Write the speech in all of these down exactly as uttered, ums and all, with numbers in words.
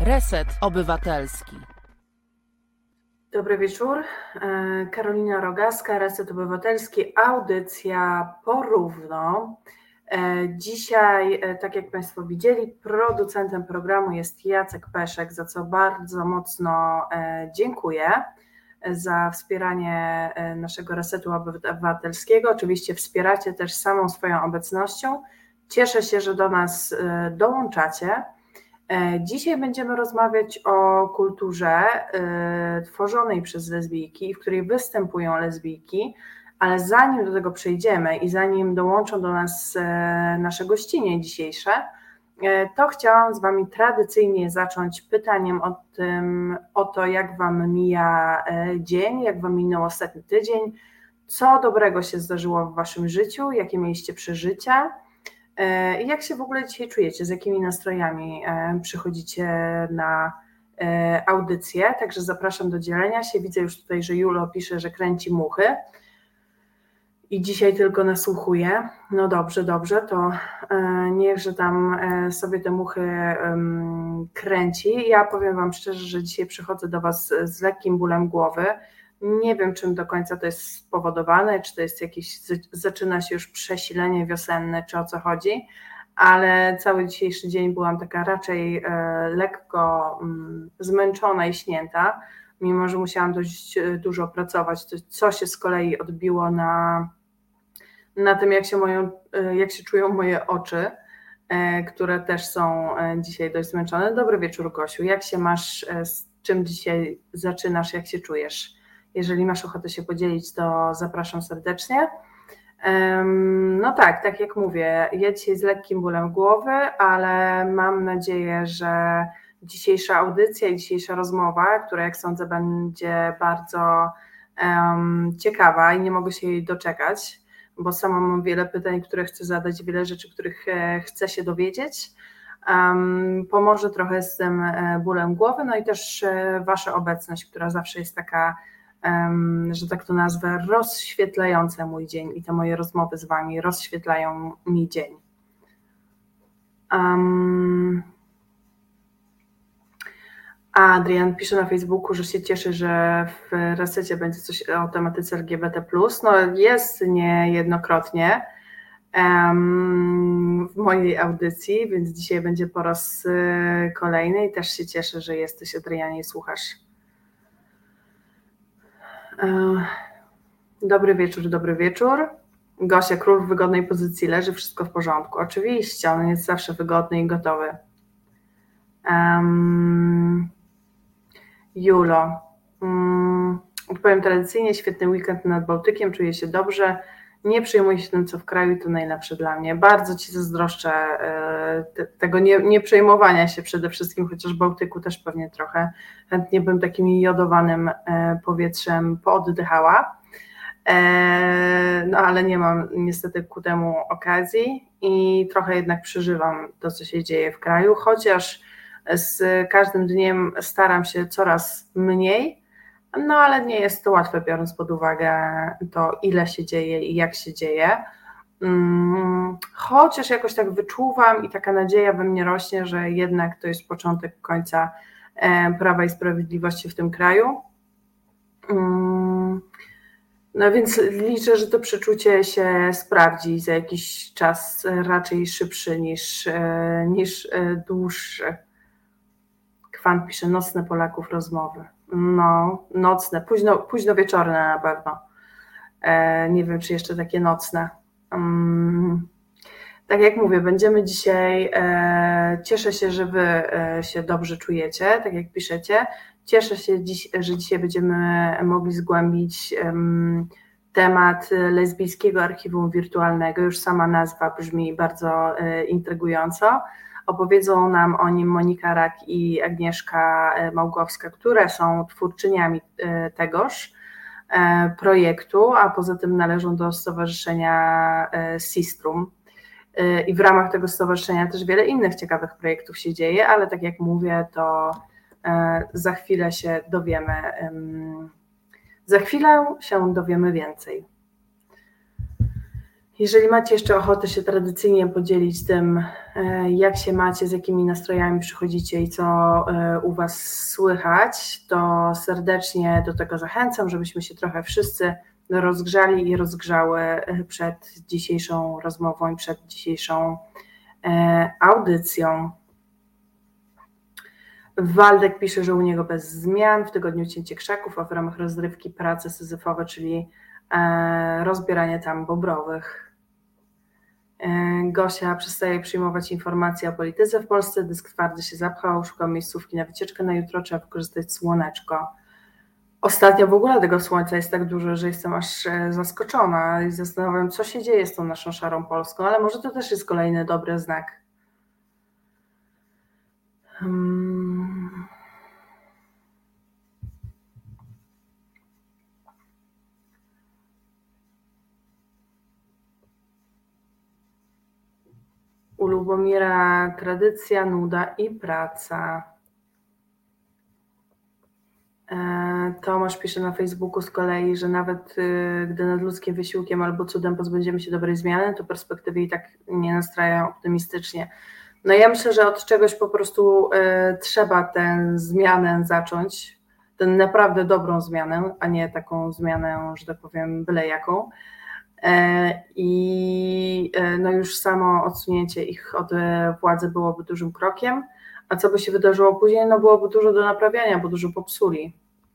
Reset Obywatelski. Dobry wieczór. Karolina Rogaska, Reset Obywatelski, audycja porówno. Dzisiaj, tak jak Państwo widzieli, producentem programu jest Jacek Peszek, za co bardzo mocno dziękuję za wspieranie naszego Resetu Obywatelskiego. Oczywiście wspieracie też samą swoją obecnością. Cieszę się, że do nas dołączacie. Dzisiaj będziemy rozmawiać o kulturze y, tworzonej przez lesbijki, w której występują lesbijki, ale zanim do tego przejdziemy i zanim dołączą do nas y, nasze gościnie dzisiejsze, y, to chciałam z Wami tradycyjnie zacząć pytaniem o tym, o to, jak Wam mija y, dzień, jak Wam minął ostatni tydzień, co dobrego się zdarzyło w Waszym życiu, jakie mieliście przeżycia. I jak się w ogóle dzisiaj czujecie, z jakimi nastrojami przychodzicie na audycję, także zapraszam do dzielenia się. Widzę już tutaj, że Julo pisze, że kręci muchy i dzisiaj tylko nasłuchuje. No dobrze, dobrze, to niechże tam sobie te muchy kręci. Ja powiem Wam szczerze, że dzisiaj przychodzę do Was z lekkim bólem głowy. Nie wiem, czym do końca to jest spowodowane, czy to jest jakieś, zaczyna się już przesilenie wiosenne, czy o co chodzi, ale cały dzisiejszy dzień byłam taka raczej e, lekko m, zmęczona i śnięta, mimo że musiałam dość dużo pracować, to, co się z kolei odbiło na, na tym, jak się, moją, jak się czują moje oczy, e, które też są dzisiaj dość zmęczone. Dobry wieczór, Gosiu, jak się masz, z czym dzisiaj zaczynasz, jak się czujesz? Jeżeli masz ochotę się podzielić, to zapraszam serdecznie. No tak, tak jak mówię, ja dzisiaj z lekkim bólem głowy, ale mam nadzieję, że dzisiejsza audycja i dzisiejsza rozmowa, która jak sądzę będzie bardzo um, ciekawa i nie mogę się jej doczekać, bo sama mam wiele pytań, które chcę zadać, wiele rzeczy, których chcę się dowiedzieć. Um, pomoże trochę z tym bólem głowy, no i też Wasza obecność, która zawsze jest taka, Um, że tak to nazwę, rozświetlające mój dzień i te moje rozmowy z Wami rozświetlają mi dzień. Um, Adrian pisze na Facebooku, że się cieszy, że w resecie będzie coś o tematyce L G B T plus. No jest niejednokrotnie um, w mojej audycji, więc dzisiaj będzie po raz kolejny i też się cieszę, że jesteś, Adrianie, i słuchasz. Dobry wieczór, dobry wieczór. Gosia, król w wygodnej pozycji leży, wszystko w porządku. Oczywiście, on jest zawsze wygodny i gotowy. Um, Julo, um, odpowiem tradycyjnie, świetny weekend nad Bałtykiem, czuję się dobrze, nie przejmuję się tym, co w kraju, to najlepsze dla mnie. Bardzo Ci zazdroszczę te, tego nie, nie przejmowania się przede wszystkim, chociaż w Bałtyku też pewnie trochę. Chętnie bym takim jodowanym powietrzem pooddychała, no ale nie mam niestety ku temu okazji i trochę jednak przeżywam to, co się dzieje w kraju, chociaż z każdym dniem staram się coraz mniej. No ale nie jest to łatwe, biorąc pod uwagę to, ile się dzieje i jak się dzieje. Chociaż jakoś tak wyczuwam i taka nadzieja we mnie rośnie, że jednak to jest początek końca Prawa i Sprawiedliwości w tym kraju. No więc liczę, że to przeczucie się sprawdzi za jakiś czas raczej szybszy niż, niż dłuższy. Kwan pisze, nocne Polaków rozmowy. No, nocne, późno, późno wieczorne na pewno. E, nie wiem, czy jeszcze takie nocne. Um, tak jak mówię, będziemy dzisiaj, e, cieszę się, że Wy e, się dobrze czujecie, tak jak piszecie. Cieszę się, dziś, że dzisiaj będziemy mogli zgłębić um, temat lesbijskiego archiwum wirtualnego. Już sama nazwa brzmi bardzo e, intrygująco. Opowiedzą nam o nim Monika Rak i Agnieszka Małgowska, które są twórczyniami tegoż projektu, a poza tym należą do Stowarzyszenia Sistrum. I w ramach tego stowarzyszenia też wiele innych ciekawych projektów się dzieje, ale tak jak mówię, to za chwilę się dowiemy, za chwilę się dowiemy więcej. Jeżeli macie jeszcze ochotę się tradycyjnie podzielić tym, jak się macie, z jakimi nastrojami przychodzicie i co u Was słychać, to serdecznie do tego zachęcam, żebyśmy się trochę wszyscy rozgrzali i rozgrzały przed dzisiejszą rozmową i przed dzisiejszą audycją. Waldek pisze, że u niego bez zmian, w tygodniu cięcie krzaków, a w ramach rozrywki prace syzyfowe, czyli rozbieranie tam bobrowych. Gosia przestaje przyjmować informacje o polityce w Polsce, dysk twardy się zapchał, szukam miejscówki na wycieczkę na jutro, trzeba wykorzystać słoneczko. Ostatnio w ogóle tego słońca jest tak dużo, że jestem aż zaskoczona i zastanawiam, co się dzieje z tą naszą szarą Polską, ale może to też jest kolejny dobry znak. Hmm. U Lubomira tradycja, nuda i praca. Tomasz pisze na Facebooku z kolei, że nawet gdy nad ludzkim wysiłkiem albo cudem pozbędziemy się dobrej zmiany, to perspektywy i tak nie nastrajają optymistycznie. No ja myślę, że od czegoś po prostu trzeba tę zmianę zacząć, tę naprawdę dobrą zmianę, a nie taką zmianę, że tak powiem, byle jaką. I no już samo odsunięcie ich od władzy byłoby dużym krokiem, a co by się wydarzyło później, no byłoby dużo do naprawiania, bo dużo popsuli.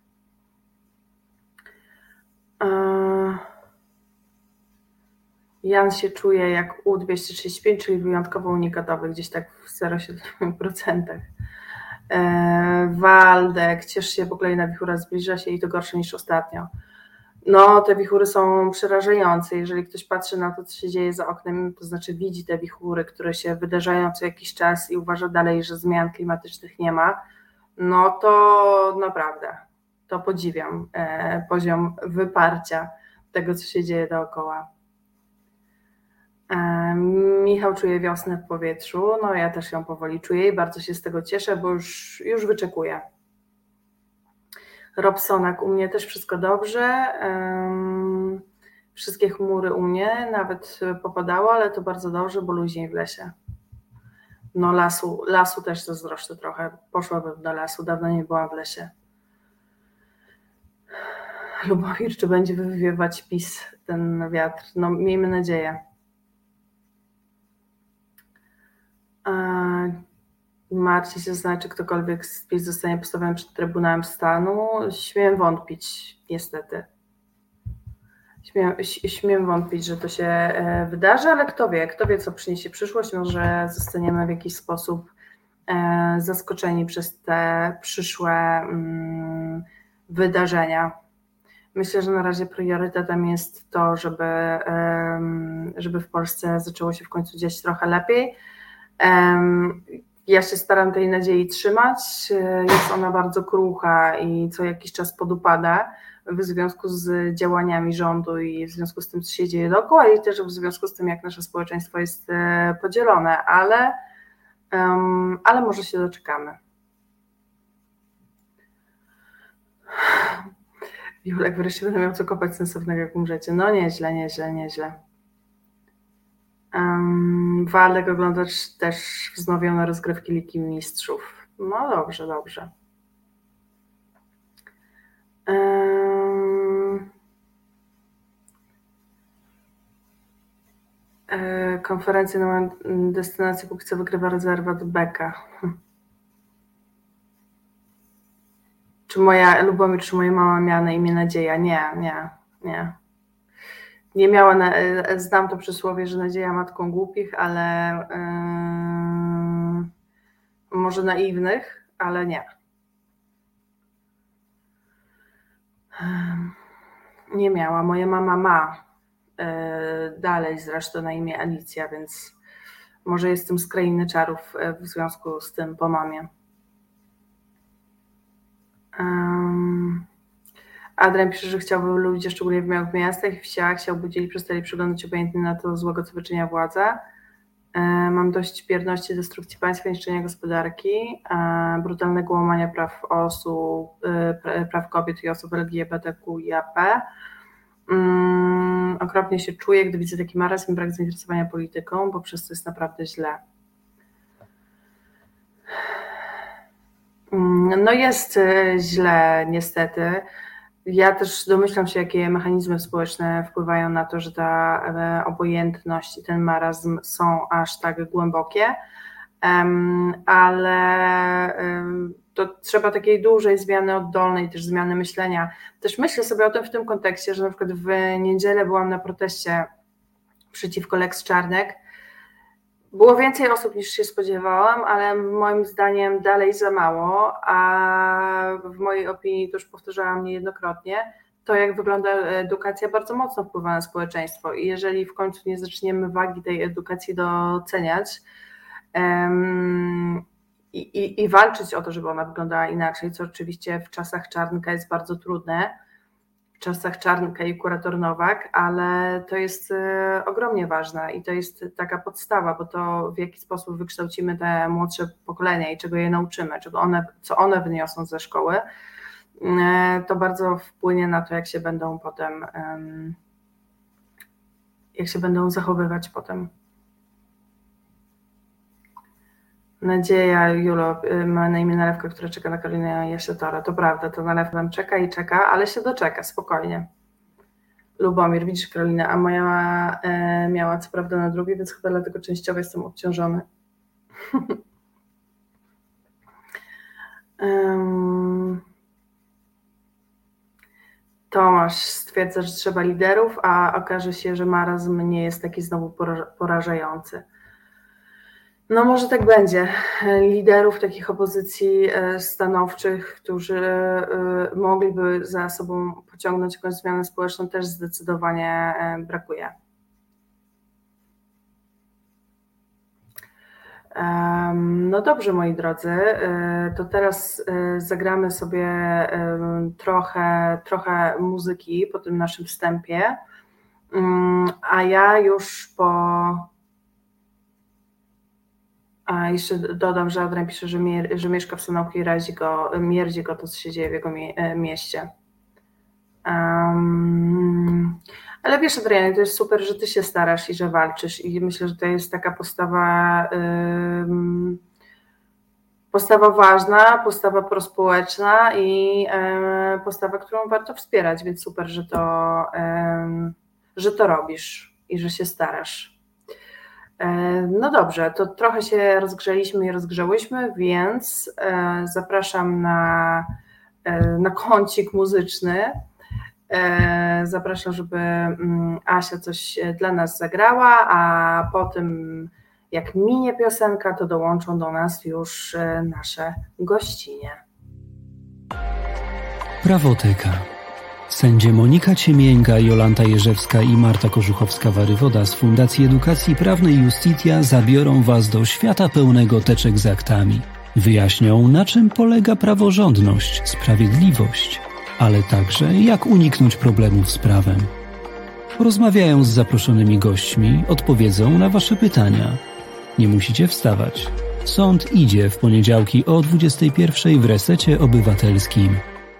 Jan się czuje jak U dwieście trzydzieści pięć, czyli wyjątkowo unikatowy, gdzieś tak w zero przecinek siedem procent. Waldek, ciesz się, bo kolejna wichura zbliża się i to gorsze niż ostatnio. No, te wichury są przerażające. Jeżeli ktoś patrzy na to, co się dzieje za oknem, to znaczy widzi te wichury, które się wydarzają co jakiś czas i uważa dalej, że zmian klimatycznych nie ma, no to naprawdę, to podziwiam e, poziom wyparcia tego, co się dzieje dookoła. E, Michał czuje wiosnę w powietrzu, no ja też ją powoli czuję i bardzo się z tego cieszę, bo już, już wyczekuję. Robsonak, u mnie też wszystko dobrze, um, wszystkie chmury u mnie, nawet popadało, ale to bardzo dobrze, bo luźniej w lesie. No lasu, lasu też zazdroszczę trochę, poszłabym do lasu, dawno nie byłam w lesie. Lubomir, czy będzie wywiewać PiS ten wiatr? No miejmy nadzieję. Marcin się zna, czy ktokolwiek z PiS zostanie postawiony przed Trybunałem Stanu. Śmiem wątpić, niestety. Śmiem, śmiem wątpić, że to się wydarzy, ale kto wie, kto wie, co przyniesie przyszłość. Może zostaniemy w jakiś sposób zaskoczeni przez te przyszłe wydarzenia. Myślę, że na razie priorytetem jest to, żeby, żeby w Polsce zaczęło się w końcu dziać trochę lepiej. Ja się staram tej nadziei trzymać, jest ona bardzo krucha i co jakiś czas podupada w związku z działaniami rządu i w związku z tym, co się dzieje dookoła i też w związku z tym, jak nasze społeczeństwo jest podzielone, ale, ale może się doczekamy. Julek, wreszcie będę miał co kopać sensownego, jak umrzecie. No nieźle, nieźle, nieźle. Um, Waldek oglądasz też wznowione rozgrywki Ligi Mistrzów. No dobrze, dobrze. Um, e, konferencję na moją destynację póki co wygrywa rezerwa do Beka. Czy moja Lubomir, czy moja mama miała na imię Nadzieja? Nie, nie, nie. Nie miała, na, znam to przysłowie, że nadzieja matką głupich, ale yy, może naiwnych, ale nie. Yy, nie miała. Moja mama ma yy, dalej zresztą na imię Alicja, więc może jestem z krainy czarów yy, w związku z tym po mamie. Yy. Adrian pisze, że chciałby ludzie, szczególnie w małych miastach i wsiach, się obudzili, przestali przyglądać obojętnie na to złego, co wyczynia władza. Mam dość bierności, destrukcji państwa, niszczenia gospodarki, brutalnego łamania praw osób, praw kobiet i osób L G B T Q i A P. okropnie się czuję, gdy widzę taki marazm i brak zainteresowania polityką, bo przez to jest naprawdę źle. No jest źle niestety. Ja też domyślam się, jakie mechanizmy społeczne wpływają na to, że ta obojętność i ten marazm są aż tak głębokie, ale to trzeba takiej dużej zmiany oddolnej, też zmiany myślenia. Też myślę sobie o tym w tym kontekście, że na przykład w niedzielę byłam na proteście przeciwko Lex Czarnek. Było więcej osób niż się spodziewałam, ale moim zdaniem dalej za mało, a w mojej opinii, to już powtarzałam niejednokrotnie, to jak wygląda edukacja bardzo mocno wpływa na społeczeństwo i jeżeli w końcu nie zaczniemy wagi tej edukacji doceniać um, i, i, i walczyć o to, żeby ona wyglądała inaczej, co oczywiście w czasach Czarnka jest bardzo trudne, w czasach Czarnka i kurator Nowak, ale to jest ogromnie ważne i to jest taka podstawa, bo to w jaki sposób wykształcimy te młodsze pokolenia i czego je nauczymy, czego one, co one wyniosą ze szkoły, to bardzo wpłynie na to, jak się będą potem, jak się będą zachowywać potem. Nadzieja, Julo, ma na imię nalewka, która czeka na Karolinę Jasiatora. To prawda, to nalewka tam czeka i czeka, ale się doczeka, spokojnie. Lubomir, widzisz Karolina, a moja e, miała co prawda na drugie, więc chyba dlatego częściowo jestem obciążony. um, Tomasz stwierdza, że trzeba liderów, a okaże się, że marazm nie jest taki znowu porażający. No może tak będzie. Liderów takich opozycji stanowczych, którzy mogliby za sobą pociągnąć jakąś zmianę społeczną, też zdecydowanie brakuje. No dobrze, moi drodzy, to teraz zagramy sobie trochę, trochę muzyki po tym naszym wstępie, a ja już po... A jeszcze dodam, że Adrian pisze, że, mier, że mieszka w Sanoku i razi go, mierdzi go to, co się dzieje w jego mie, mieście. Um, ale wiesz, Adrianie, to jest super, że ty się starasz i że walczysz i myślę, że to jest taka postawa um, postawa ważna, postawa prospołeczna i um, postawa, którą warto wspierać, więc super, że to, um, że to robisz i że się starasz. No dobrze, to trochę się rozgrzeliśmy i rozgrzałyśmy, więc zapraszam na, na kącik muzyczny. Zapraszam, żeby Asia coś dla nas zagrała, a potem jak minie piosenka, to dołączą do nas już nasze gościnie. Prawoteka. Sędzie Monika Ciemięga, Jolanta Jerzewska i Marta Korzuchowska-Warywoda z Fundacji Edukacji Prawnej Justitia zabiorą Was do świata pełnego teczek z aktami. Wyjaśnią, na czym polega praworządność, sprawiedliwość, ale także jak uniknąć problemów z prawem. Porozmawiają z zaproszonymi gośćmi, odpowiedzą na Wasze pytania. Nie musicie wstawać. Sąd idzie w poniedziałki o dwudziestej pierwszej w Resecie Obywatelskim.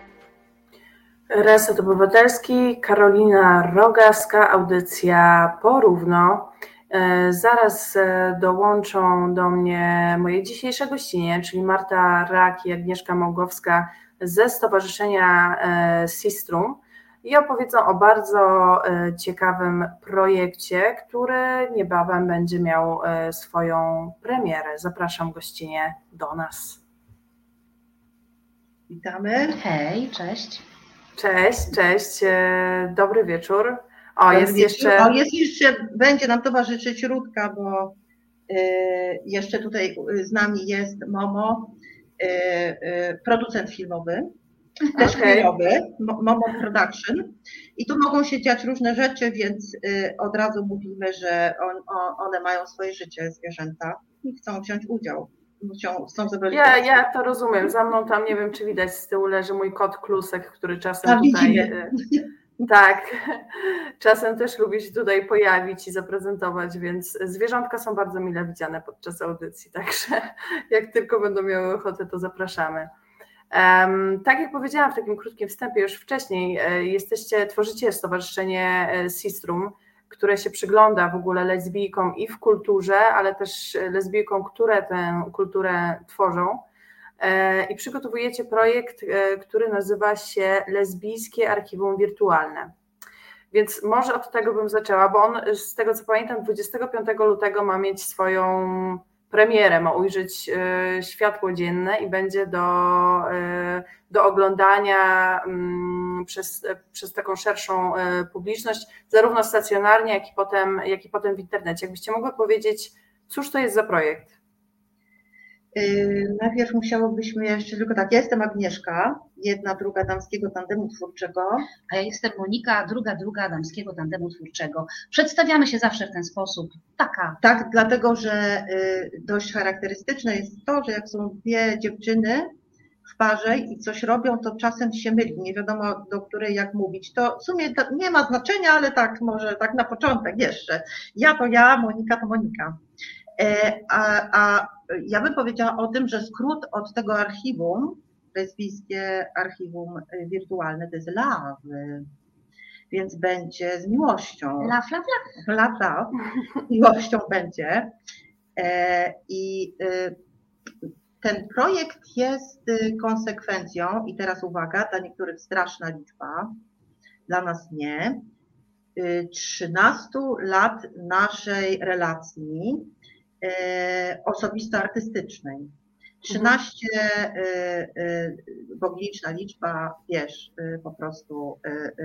Reset Obywatelski, Karolina Rogaska, audycja Porówno. Zaraz dołączą do mnie moje dzisiejsze gościnie, czyli Marta Rak i Agnieszka Małgowska ze Stowarzyszenia Sistrum i opowiedzą o bardzo ciekawym projekcie, który niebawem będzie miał swoją premierę. Zapraszam gościnie do nas. Witamy. Hej, cześć. Cześć, cześć, dobry wieczór. O, dobry jest wieczór. jeszcze... O, jest jeszcze, będzie nam towarzyszyć Rutka, bo y, jeszcze tutaj z nami jest Momo, y, y, producent filmowy, też Okay. filmowy, Momo Production. I tu mogą się dziać różne rzeczy, więc y, od razu mówimy, że on, on, one mają swoje życie, zwierzęta, i chcą wziąć udział. Chcą, chcą ja, ja to rozumiem. Za mną tam, nie wiem, czy widać z tyłu, leży mój kot Klusek, który czasem A, tutaj... widzimy. Tak, czasem też lubi się tutaj pojawić i zaprezentować, więc zwierzątka są bardzo mile widziane podczas audycji, także jak tylko będą miały ochotę, to zapraszamy. Tak jak powiedziałam w takim krótkim wstępie już wcześniej, jesteście, tworzycie stowarzyszenie Sistrum, które się przygląda w ogóle lesbijkom i w kulturze, ale też lesbijkom, które tę kulturę tworzą. I przygotowujecie projekt, który nazywa się Lesbijskie Archiwum Wirtualne. Więc może od tego bym zaczęła, bo on, z tego co pamiętam, dwudziestego piątego lutego ma mieć swoją premierę, ma ujrzeć światło dzienne i będzie do, do oglądania przez, przez taką szerszą publiczność, zarówno stacjonarnie, jak i potem, jak i potem w internecie. Jakbyście mogły powiedzieć, cóż to jest za projekt? Yy, najpierw musiałobyśmy jeszcze tylko tak, ja jestem Agnieszka, jedna druga damskiego tandemu twórczego. A ja jestem Monika, druga druga damskiego tandemu twórczego. Przedstawiamy się zawsze w ten sposób, taka. Tak, dlatego, że yy, dość charakterystyczne jest to, że jak są dwie dziewczyny w parze i coś robią, to czasem się myli, nie wiadomo do której jak mówić. To w sumie to nie ma znaczenia, ale tak może tak na początek jeszcze. Ja to ja, Monika to Monika. A, a ja bym powiedziała o tym, że skrót od tego archiwum, lesbijskie archiwum wirtualne, to jest love, więc będzie z miłością. Love, love, love. Love, love. Z miłością będzie. I ten projekt jest konsekwencją, i teraz uwaga, dla niektórych straszna liczba, dla nas nie, trzynastu lat naszej relacji osobisto-artystycznej. trzynaście, bogliczna liczba, wiesz, po prostu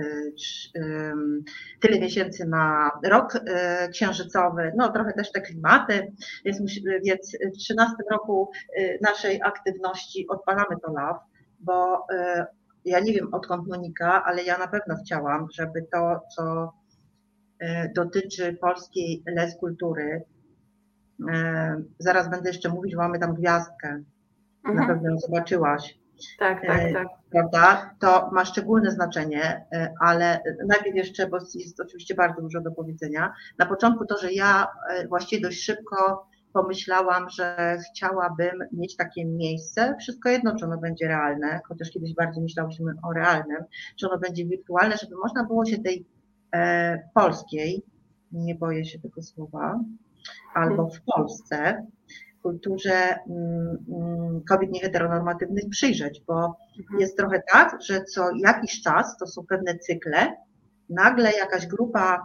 tyle miesięcy ma rok księżycowy, no trochę też te klimaty, więc, więc w trzynastym roku naszej aktywności odpalamy to love, bo ja nie wiem odkąd Monika, ale ja na pewno chciałam, żeby to, co dotyczy polskiej leskultury, zaraz będę jeszcze mówić, bo mamy tam gwiazdkę, mhm. Na pewno ją zobaczyłaś. Tak, tak, tak. Prawda? To ma szczególne znaczenie, ale najpierw jeszcze, bo jest oczywiście bardzo dużo do powiedzenia. Na początku to, że ja właściwie dość szybko pomyślałam, że chciałabym mieć takie miejsce, wszystko jedno, czy ono będzie realne, chociaż kiedyś bardziej myślałyśmy o realnym, czy ono będzie wirtualne, żeby można było się tej e, polskiej, nie boję się tego słowa, albo w Polsce kulturze mm, kobiet nieheteronormatywnych przyjrzeć, bo mhm. jest trochę tak, że co jakiś czas, to są pewne cykle, nagle jakaś grupa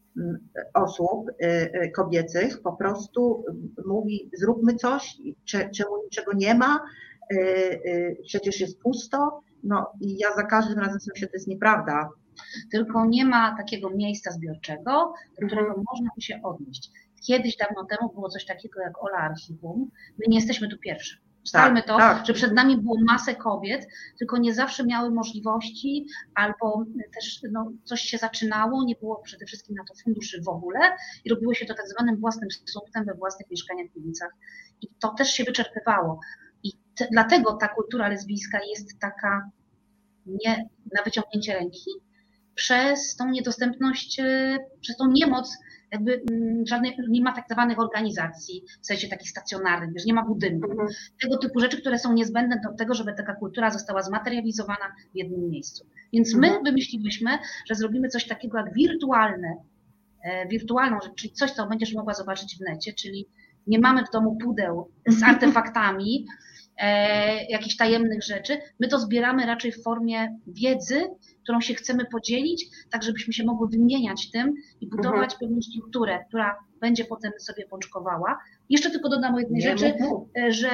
osób y, kobiecych po prostu mówi zróbmy coś, czemu niczego nie ma, y, y, przecież jest pusto, no i ja za każdym razem myślę, że to jest nieprawda. Tylko nie ma takiego miejsca zbiorczego, do którego mhm. można by się odnieść. Kiedyś, dawno temu było coś takiego jak Ola Archiwum. My nie jesteśmy tu pierwsi. Ustalmy to, tak. Że przed nami było masę kobiet, tylko nie zawsze miały możliwości albo też no, coś się zaczynało, nie było przede wszystkim na to funduszy w ogóle i robiło się to tak zwanym własnym sumptem we własnych mieszkaniach w piwnicach. I to też się wyczerpywało. I te, dlatego ta kultura lesbijska jest taka nie na wyciągnięcie ręki przez tą niedostępność, przez tą niemoc jakby żadnej, nie ma tak zwanych organizacji, w sensie takich stacjonarnych, wiesz, nie ma budynków, mhm. tego typu rzeczy, które są niezbędne do tego, żeby taka kultura została zmaterializowana w jednym miejscu. Więc my mhm. wymyśliliśmy, że zrobimy coś takiego jak wirtualne, e, wirtualną rzecz, czyli coś, co będziesz mogła zobaczyć w necie, czyli nie mamy w domu pudeł z artefaktami, e, jakichś tajemnych rzeczy, my to zbieramy raczej w formie wiedzy, którą się chcemy podzielić, tak żebyśmy się mogły wymieniać tym i budować mhm. pewną strukturę, która będzie potem sobie pączkowała. Jeszcze tylko dodam o jednej nie rzeczy, mów. że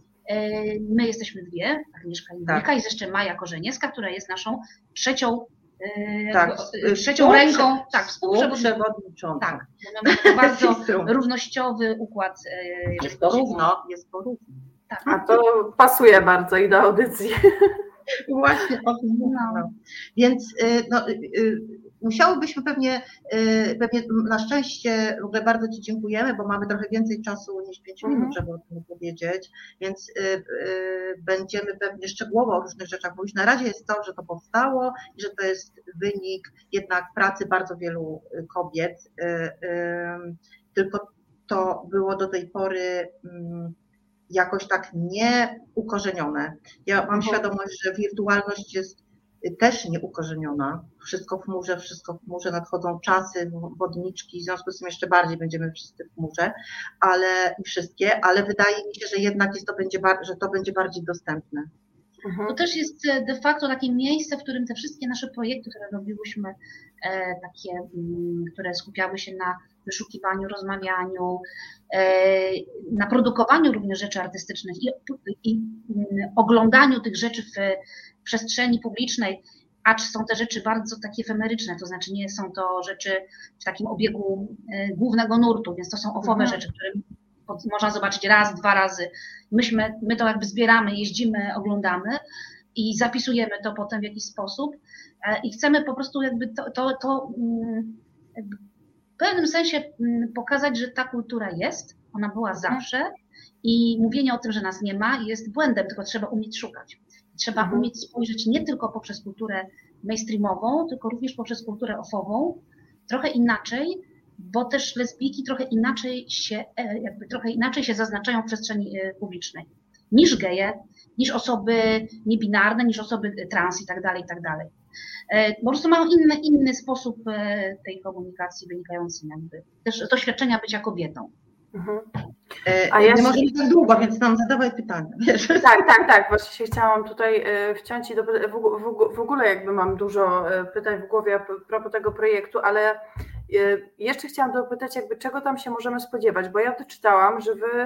my jesteśmy dwie, Agnieszka i Monika, tak. Jest jeszcze Maja Korzeniewska, która jest naszą trzecią, tak. trzecią ręką, tak, współprzewodniczącą. Tak, mamy bardzo równościowy układ. Jest to równo, jest to równo. Tak. A to pasuje bardzo i do audycji. Właśnie o tym mówiłam. Więc no, musiałybyśmy pewnie, pewnie, na szczęście w ogóle bardzo Ci dziękujemy, bo mamy trochę więcej czasu niż pięć minut, mm. żeby o tym powiedzieć, więc będziemy pewnie szczegółowo o różnych rzeczach mówić. Na razie jest to, że to powstało i że to jest wynik jednak pracy bardzo wielu kobiet, tylko to było do tej pory jakoś tak nieukorzenione. Ja mam Mhm. świadomość, że wirtualność jest też nieukorzeniona. Wszystko w chmurze, wszystko w chmurze, nadchodzą czasy, wodniczki, w związku z tym jeszcze bardziej będziemy wszyscy w chmurze, ale wszystkie, ale wydaje mi się, że jednak jest to będzie, że to będzie bardziej dostępne. Mhm. To też jest de facto takie miejsce, w którym te wszystkie nasze projekty, które robiłyśmy, e, takie, m, które skupiały się na wyszukiwaniu, rozmawianiu, e, na produkowaniu również rzeczy artystycznych i, i m, oglądaniu tych rzeczy w przestrzeni publicznej, acz są te rzeczy bardzo takie efemeryczne, to znaczy nie są to rzeczy w takim obiegu e, głównego nurtu, więc to są ofowe Mhm. rzeczy, które można zobaczyć raz, dwa razy. Myśmy, my to jakby zbieramy, jeździmy, oglądamy i zapisujemy to potem w jakiś sposób i chcemy po prostu jakby to, to, to jakby w pewnym sensie pokazać, że ta kultura jest, ona była zawsze i mówienie o tym, że nas nie ma jest błędem, tylko trzeba umieć szukać. Trzeba Mhm. umieć spojrzeć nie tylko poprzez kulturę mainstreamową, tylko również poprzez kulturę offową, trochę inaczej, bo też lesbijki trochę inaczej się, jakby trochę inaczej się zaznaczają w przestrzeni publicznej niż geje, niż osoby niebinarne, niż osoby trans i tak dalej, i tak dalej. Po prostu mają inny, inny sposób tej komunikacji wynikający jakby też z doświadczenia bycia kobietą. Mhm. A ja nie możemy tak długo, więc nam zadawaj pytania. Wiesz? Tak, tak, tak. Właśnie się chciałam tutaj wciąć i do, w, w ogóle jakby mam dużo pytań w głowie a propos tego projektu, ale jeszcze chciałam dopytać, jakby czego tam się możemy spodziewać, bo ja doczytałam, że wy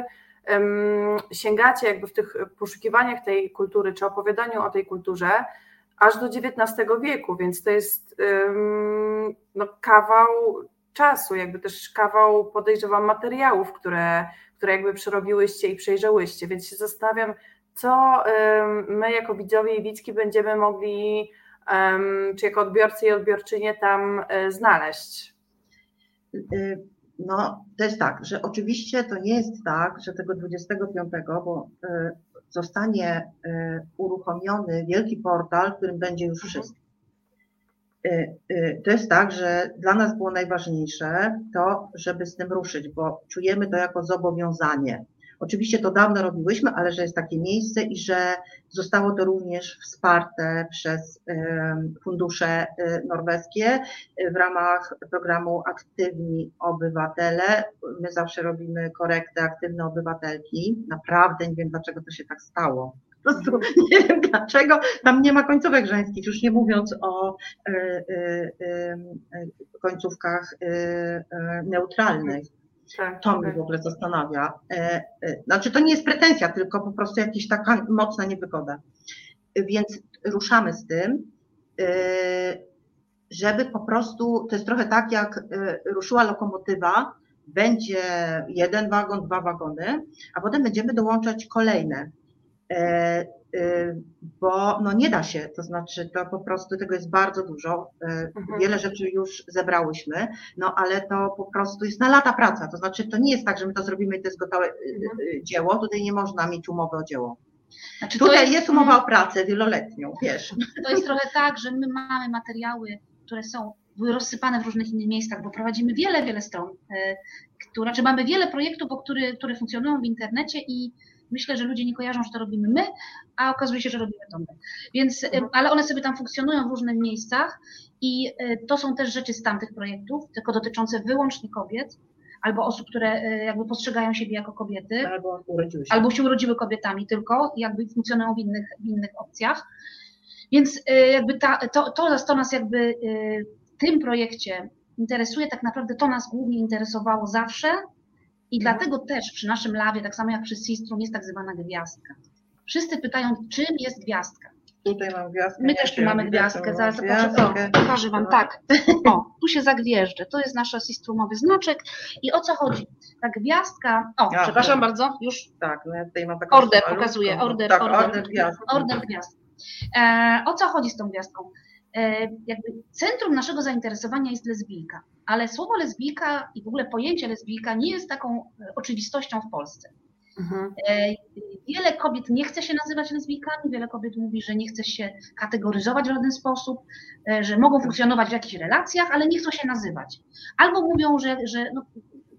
um, sięgacie jakby w tych poszukiwaniach tej kultury, czy opowiadaniu o tej kulturze aż do dziewiętnastego wieku, więc to jest um, no, kawał czasu, jakby też kawał, podejrzewam, materiałów, które, które jakby przerobiłyście i przejrzałyście, więc się zastanawiam, co um, my jako widzowie i widzki będziemy mogli, um, czy jako odbiorcy i odbiorczynie tam um, znaleźć. No, to jest tak, że oczywiście to nie jest tak, że tego dwudziestego piątego, bo zostanie uruchomiony wielki portal, w którym będzie już wszystko. To jest tak, że dla nas było najważniejsze to, żeby z tym ruszyć, bo czujemy to jako zobowiązanie. Oczywiście to dawno robiłyśmy, ale że jest takie miejsce i że zostało to również wsparte przez fundusze norweskie w ramach programu Aktywni Obywatele. My zawsze robimy korektę Aktywne Obywatelki. Naprawdę nie wiem, dlaczego to się tak stało. Po prostu nie wiem dlaczego. Tam nie ma końcówek żeńskich, już nie mówiąc o y, y, y, końcówkach y, y, neutralnych. Tak, to mnie w ogóle zastanawia. Znaczy to nie jest pretensja, tylko po prostu jakaś taka mocna niewygoda. Więc ruszamy z tym, żeby po prostu, to jest trochę tak jak ruszyła lokomotywa, będzie jeden wagon, dwa wagony, a potem będziemy dołączać kolejne. Bo no nie da się, to znaczy to po prostu tego jest bardzo dużo, mhm. Wiele rzeczy już zebrałyśmy, no ale to po prostu jest na lata praca, to znaczy to nie jest tak, że my to zrobimy i to jest gotowe mhm. dzieło, tutaj nie można mieć umowy o dzieło. Znaczy, tutaj jest, jest umowa o pracę wieloletnią, wiesz. To jest trochę tak, że my mamy materiały, które są były rozsypane w różnych innych miejscach, bo prowadzimy wiele, wiele stron, które, czy mamy wiele projektów, które, które funkcjonują w internecie i myślę, że ludzie nie kojarzą, że to robimy my, a okazuje się, że robimy to my. Więc, ale one sobie tam funkcjonują w różnych miejscach i to są też rzeczy z tamtych projektów, tylko dotyczące wyłącznie kobiet, albo osób, które jakby postrzegają siebie jako kobiety, albo urodziły się, albo się urodziły kobietami tylko, jakby funkcjonują w innych, w innych opcjach. Więc jakby ta, to, to, to nas jakby w tym projekcie interesuje, tak naprawdę to nas głównie interesowało zawsze. I dlatego też przy naszym labie, tak samo jak przy Sistrum, jest tak zwana gwiazdka. Wszyscy pytają, czym jest gwiazdka. Tutaj mam gwiazdkę. My też tu mamy gwiazdkę. Zaraz pokażę, pokażę Wam. Tak. O, tu się zagwieżdżę. To jest nasz Sistrumowy znaczek. I o co chodzi? Ta gwiazdka. O, ja, przepraszam tak. bardzo, już. Tak, no ja tutaj mam taką. Order pokazuję. Order, tak, order, order gwiazdki. Order gwiazdki. E, o co chodzi z tą gwiazdką? E, jakby centrum naszego zainteresowania jest lesbijka, ale słowo lesbijka i w ogóle pojęcie lesbijka nie jest taką oczywistością w Polsce. Mhm. E, wiele kobiet nie chce się nazywać lesbijkami, wiele kobiet mówi, że nie chce się kategoryzować w żaden sposób, e, że mogą funkcjonować w jakichś relacjach, ale nie chcą się nazywać. Albo mówią, że, że no,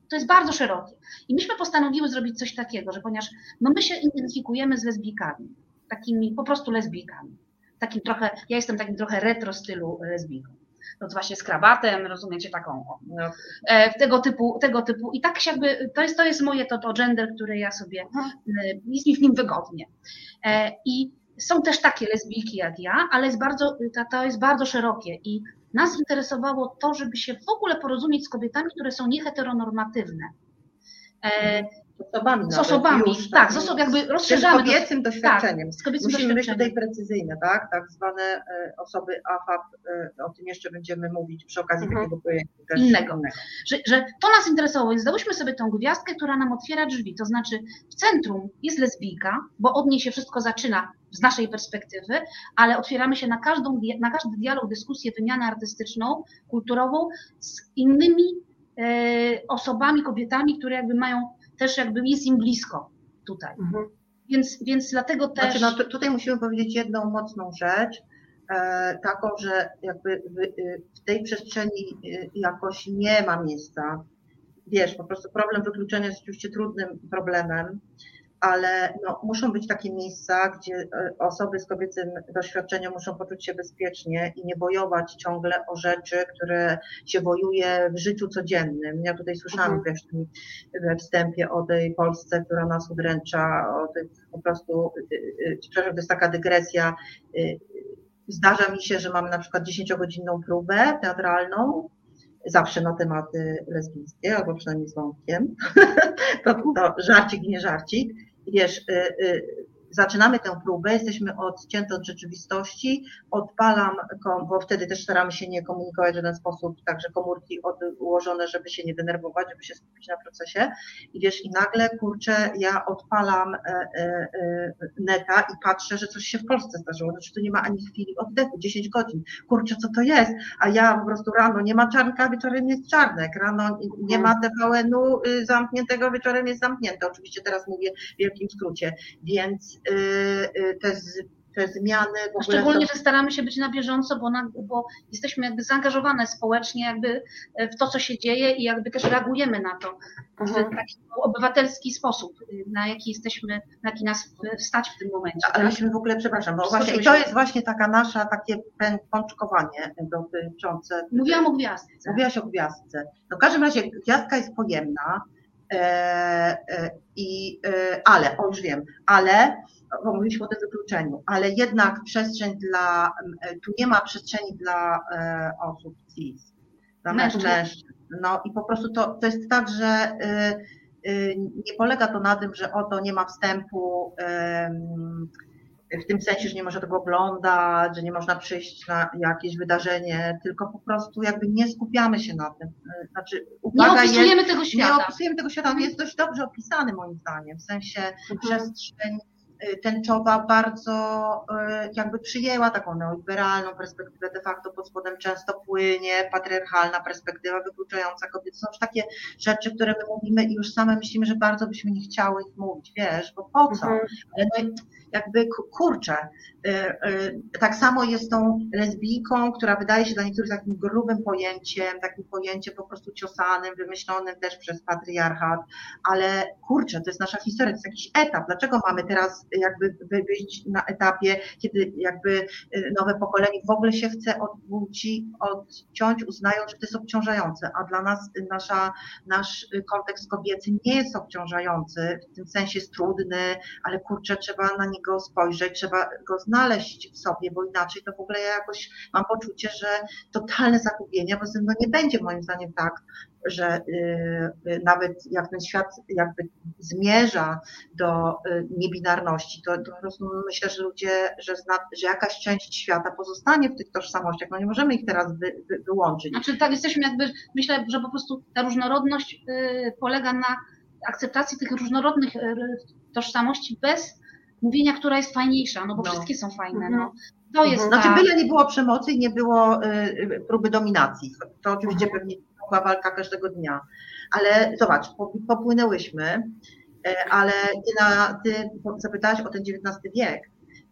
To jest bardzo szerokie. I myśmy postanowiły zrobić coś takiego, że ponieważ no my się identyfikujemy z lesbijkami, takimi po prostu lesbijkami, takim trochę, ja jestem takim trochę retro stylu lesbijką. No to właśnie z krawatem, rozumiecie, taką no. e, tego typu, tego typu i tak jakby, to jest, to jest moje to, to gender, które ja sobie, e, jest mi w nim wygodnie. E, I są też takie lesbijki jak ja, ale jest bardzo, to, to jest bardzo szerokie i nas interesowało to, żeby się w ogóle porozumieć z kobietami, które są nieheteronormatywne. E, Z osobami. Z osobami, już, tak, z osobami jakby rozszerzamy. Z kobiecym to, doświadczeniem. Tak, z kobiecym Musimy doświadczeniem. być tutaj precyzyjne, tak? Tak zwane e, osoby A F A P, e, o tym jeszcze będziemy mówić przy okazji mhm. takiego projektu. Też innego. innego. Że, że to nas interesowało, więc zdałyśmy sobie tą gwiazdkę, która nam otwiera drzwi, to znaczy w centrum jest lesbijka, bo od niej się wszystko zaczyna z naszej perspektywy, ale otwieramy się na, każdą, na każdy dialog, dyskusję, wymianę artystyczną, kulturową z innymi e, osobami, kobietami, które jakby mają też jakby jest im blisko tutaj. Mhm. Więc, więc dlatego też... Znaczy, no, tutaj musimy powiedzieć jedną mocną rzecz, e, taką, że jakby w, w tej przestrzeni jakoś nie ma miejsca. Wiesz, po prostu problem wykluczenia jest oczywiście trudnym problemem, ale no, muszą być takie miejsca, gdzie osoby z kobiecym doświadczeniem muszą poczuć się bezpiecznie i nie bojować ciągle o rzeczy, które się bojuje w życiu codziennym. Ja tutaj słyszałam mhm. wiesz, we wstępie o tej Polsce, która nas udręcza, o tych po prostu, przepraszam, to jest taka dygresja. Zdarza mi się, że mam na przykład dziesięciogodzinną próbę teatralną, zawsze na tematy lesbijskie, albo przynajmniej z wątkiem. to, to żarcik, nie żarcik. I wiesz, y, y, zaczynamy tę próbę, jesteśmy odcięte od rzeczywistości, odpalam, bo wtedy też staramy się nie komunikować w żaden sposób, także komórki ułożone, żeby się nie denerwować, żeby się skupić na procesie. I wiesz, i nagle, kurczę, ja odpalam e, e, neta i patrzę, że coś się w Polsce zdarzyło, znaczy tu nie ma ani chwili oddechu, dziesięć godzin, kurczę, co to jest? A ja po prostu rano nie ma czarnka, wieczorem jest czarnek, rano nie ma T V N-u zamkniętego, wieczorem jest zamknięte. Oczywiście teraz mówię w wielkim skrócie, więc te, te zmiany w ogóle Szczególnie, są... że staramy się być na bieżąco, bo, na, bo jesteśmy jakby zaangażowane społecznie jakby w to, co się dzieje i jakby też reagujemy na to w mhm. taki obywatelski sposób, na jaki jesteśmy, na jaki nas wstać w tym momencie. Ale myśmy w ogóle, przepraszam, bo właśnie, i to jest właśnie taka nasza, takie pączkowanie dotyczące... Mówiłam o gwiazdce. Mówiłaś o gwiazdce. No w każdym razie gwiazdka jest pojemna, e, e, i, e, ale, o już wiem, ale bo mówiliśmy o tym wykluczeniu, ale jednak przestrzeń dla, tu nie ma przestrzeni dla e, osób cis, dla mężczyzn. No i po prostu to, to jest tak, że y, y, nie polega to na tym, że oto nie ma wstępu y, w tym sensie, że nie można tego oglądać, że nie można przyjść na jakieś wydarzenie, tylko po prostu jakby nie skupiamy się na tym. Znaczy, uwaga, nie opisujemy jest, tego świata. Nie opisujemy tego świata, on jest dość dobrze opisany moim zdaniem, w sensie mhm. przestrzeń tęczowa bardzo jakby przyjęła taką neoliberalną perspektywę, de facto pod spodem często płynie patriarchalna perspektywa wykluczająca kobiety. Są już takie rzeczy, które my mówimy i już same myślimy, że bardzo byśmy nie chciały ich mówić, wiesz, bo po co? Ale no jakby kurczę, tak samo jest tą lesbijką, która wydaje się dla niektórych takim grubym pojęciem, takim pojęciem po prostu ciosanym, wymyślonym też przez patriarchat, ale kurczę, to jest nasza historia, to jest jakiś etap. Dlaczego mamy teraz jakby wyjść na etapie, kiedy jakby nowe pokolenie w ogóle się chce od płci odciąć, uznają, że to jest obciążające, a dla nas nasza, nasz kontekst kobiecy nie jest obciążający, w tym sensie jest trudny, ale kurczę, trzeba na niego spojrzeć, trzeba go znaleźć w sobie, bo inaczej to w ogóle ja jakoś mam poczucie, że totalne zagubienie, bo no nie będzie moim zdaniem tak, że y, nawet jak ten świat jakby zmierza do y, niebinarności, to, to po prostu myślę, że ludzie, że, zna, że jakaś część świata pozostanie w tych tożsamościach, no nie możemy ich teraz wy, wy, wyłączyć. Znaczy tak, jesteśmy jakby, myślę, że po prostu ta różnorodność y, polega na akceptacji tych różnorodnych y, tożsamości bez mówienia, która jest fajniejsza, no bo no. wszystkie są fajne, no. To jest mhm. ta... Znaczy byle nie było przemocy i nie było y, próby dominacji, to oczywiście mhm. pewnie była walka każdego dnia, ale zobacz, popłynęłyśmy, ale ty, na, ty zapytałaś o ten dziewiętnasty wiek,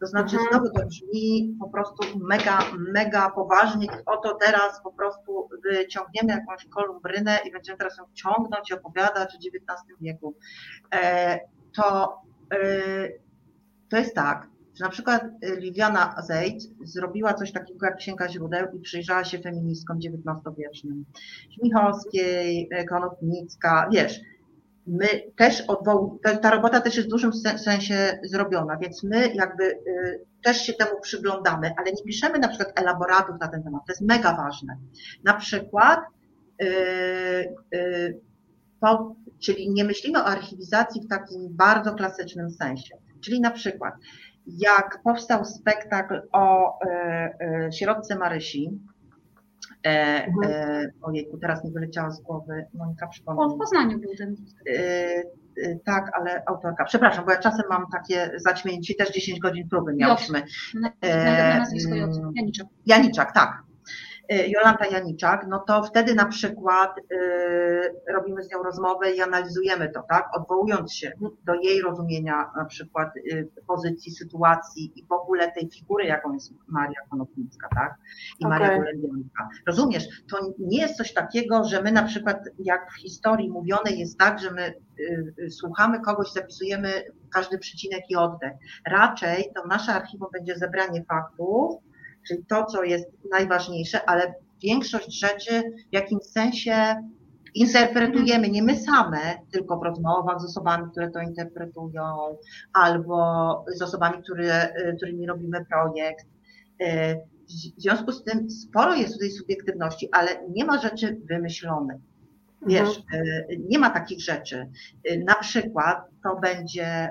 To znaczy znowu to brzmi po prostu mega, mega poważnie. Oto teraz po prostu wyciągniemy jakąś kolumbrynę i będziemy teraz ją ciągnąć i opowiadać o dziewiętnastym wieku. To, to jest tak, że na przykład Liwiana Zejdź zrobiła coś takiego jak Księga Źródeł i przyjrzała się feministkom dziewiętnastowiecznym. Śmichowskiej, Konopnicka, wiesz, my też odwoł, ta robota też jest w dużym sensie zrobiona, więc my jakby y, też się temu przyglądamy, ale nie piszemy na przykład elaboratów na ten temat, to jest mega ważne. Na przykład, y, y, po, czyli nie myślimy o archiwizacji w takim bardzo klasycznym sensie, czyli na przykład jak powstał spektakl o y, y, sierotce Marysi, E, e, ojejku, teraz mi wyleciała z głowy, Monika przypomnij. O, w Poznaniu był ten. E, e, tak, ale autorka, przepraszam, bo ja czasem mam takie zaćmienie, dzisiaj też dziesięć godzin próby miałyśmy. E, nazwisko Janiczak. Janiczak, tak. Jolanta Janiczak, no to wtedy na przykład y, robimy z nią rozmowę i analizujemy to, tak, odwołując się do jej rozumienia na przykład y, pozycji, sytuacji i w ogóle tej figury, jaką jest Maria Konopnicka, tak, i okay. Maria Gołębianka. Rozumiesz, to nie jest coś takiego, że my na przykład, jak w historii mówione jest tak, że my y, y, słuchamy kogoś, zapisujemy każdy przycinek i oddech. Raczej to nasze archiwum będzie zebranie faktów, czyli to, co jest najważniejsze, ale większość rzeczy w jakimś sensie interpretujemy, nie my same, tylko w rozmowach z osobami, które to interpretują, albo z osobami, które, którymi robimy projekt. W związku z tym sporo jest tutaj subiektywności, ale nie ma rzeczy wymyślonych. Wiesz, nie ma takich rzeczy. Na przykład to będzie,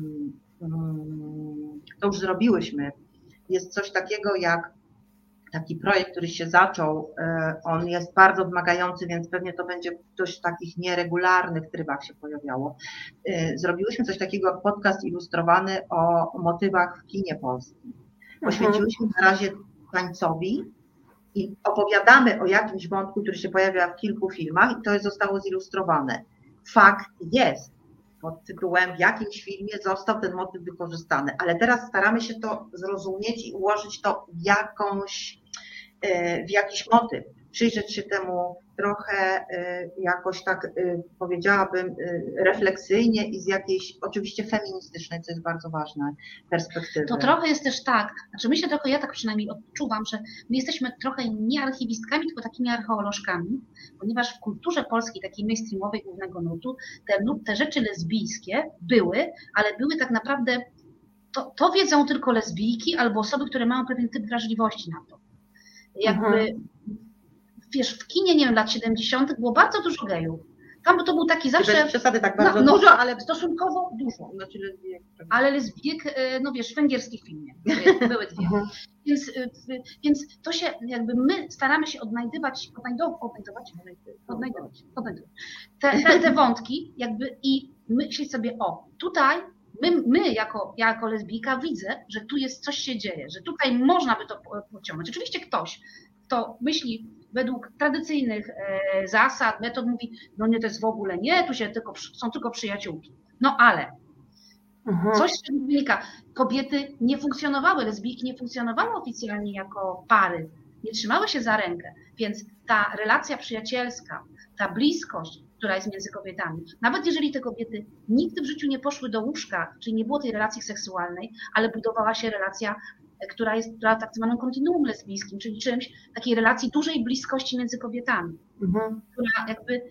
to już zrobiłyśmy, jest coś takiego jak taki projekt, który się zaczął, on jest bardzo wymagający, więc pewnie to będzie w dość takich nieregularnych trybach się pojawiało. Zrobiłyśmy coś takiego jak podcast ilustrowany o motywach w kinie polskim. Poświęciłyśmy na razie tańcowi i opowiadamy o jakimś wątku, który się pojawia w kilku filmach i to zostało zilustrowane. Fakt jest, pod tytułem w jakimś filmie został ten motyw wykorzystany, ale teraz staramy się to zrozumieć i ułożyć to w jakąś, w jakiś motyw, przyjrzeć się temu trochę jakoś tak powiedziałabym refleksyjnie i z jakiejś oczywiście feministycznej, co jest bardzo ważne, perspektywy. To trochę jest też tak, znaczy myślę trochę, ja tak przynajmniej odczuwam, że my jesteśmy trochę nie archiwistkami, tylko takimi archeolożkami, ponieważ w kulturze polskiej, takiej mainstreamowej głównego nurtu, te, te rzeczy lesbijskie były, ale były tak naprawdę, to, to wiedzą tylko lesbijki albo osoby, które mają pewien typ wrażliwości na to. Jakby mhm. Wiesz, w kinie, nie wiem, lat siedemdziesiątych było bardzo dużo gejów. Tam to był taki zawsze... Bez przesady tak bardzo no, dużo, no, ale... Stosunkowo dużo. Znaczy lesbijek. Ale lesbijek, no wiesz, w węgierskich filmie były dwie. Więc, więc to się, jakby my staramy się odnajdywać, odnajdować, odnajdować, odnajdować, odnajdować te, te, te wątki jakby i myśleć sobie, o, tutaj my, my jako, ja jako lesbijka widzę, że tu jest, coś się dzieje, że tutaj można by to pociągnąć. Oczywiście ktoś, kto myśli według tradycyjnych e, zasad, metod mówi, no nie, to jest w ogóle nie, tu się tylko, są tylko przyjaciółki. No ale mhm. coś z tego wynika. Kobiety nie funkcjonowały, lesbijki nie funkcjonowały oficjalnie jako pary, nie trzymały się za rękę, więc ta relacja przyjacielska, ta bliskość, która jest między kobietami, nawet jeżeli te kobiety nigdy w życiu nie poszły do łóżka, czyli nie było tej relacji seksualnej, ale budowała się relacja, która jest która tak zwanym kontinuum lesbijskim, czyli czymś, takiej relacji dużej bliskości między kobietami, mhm. która jakby,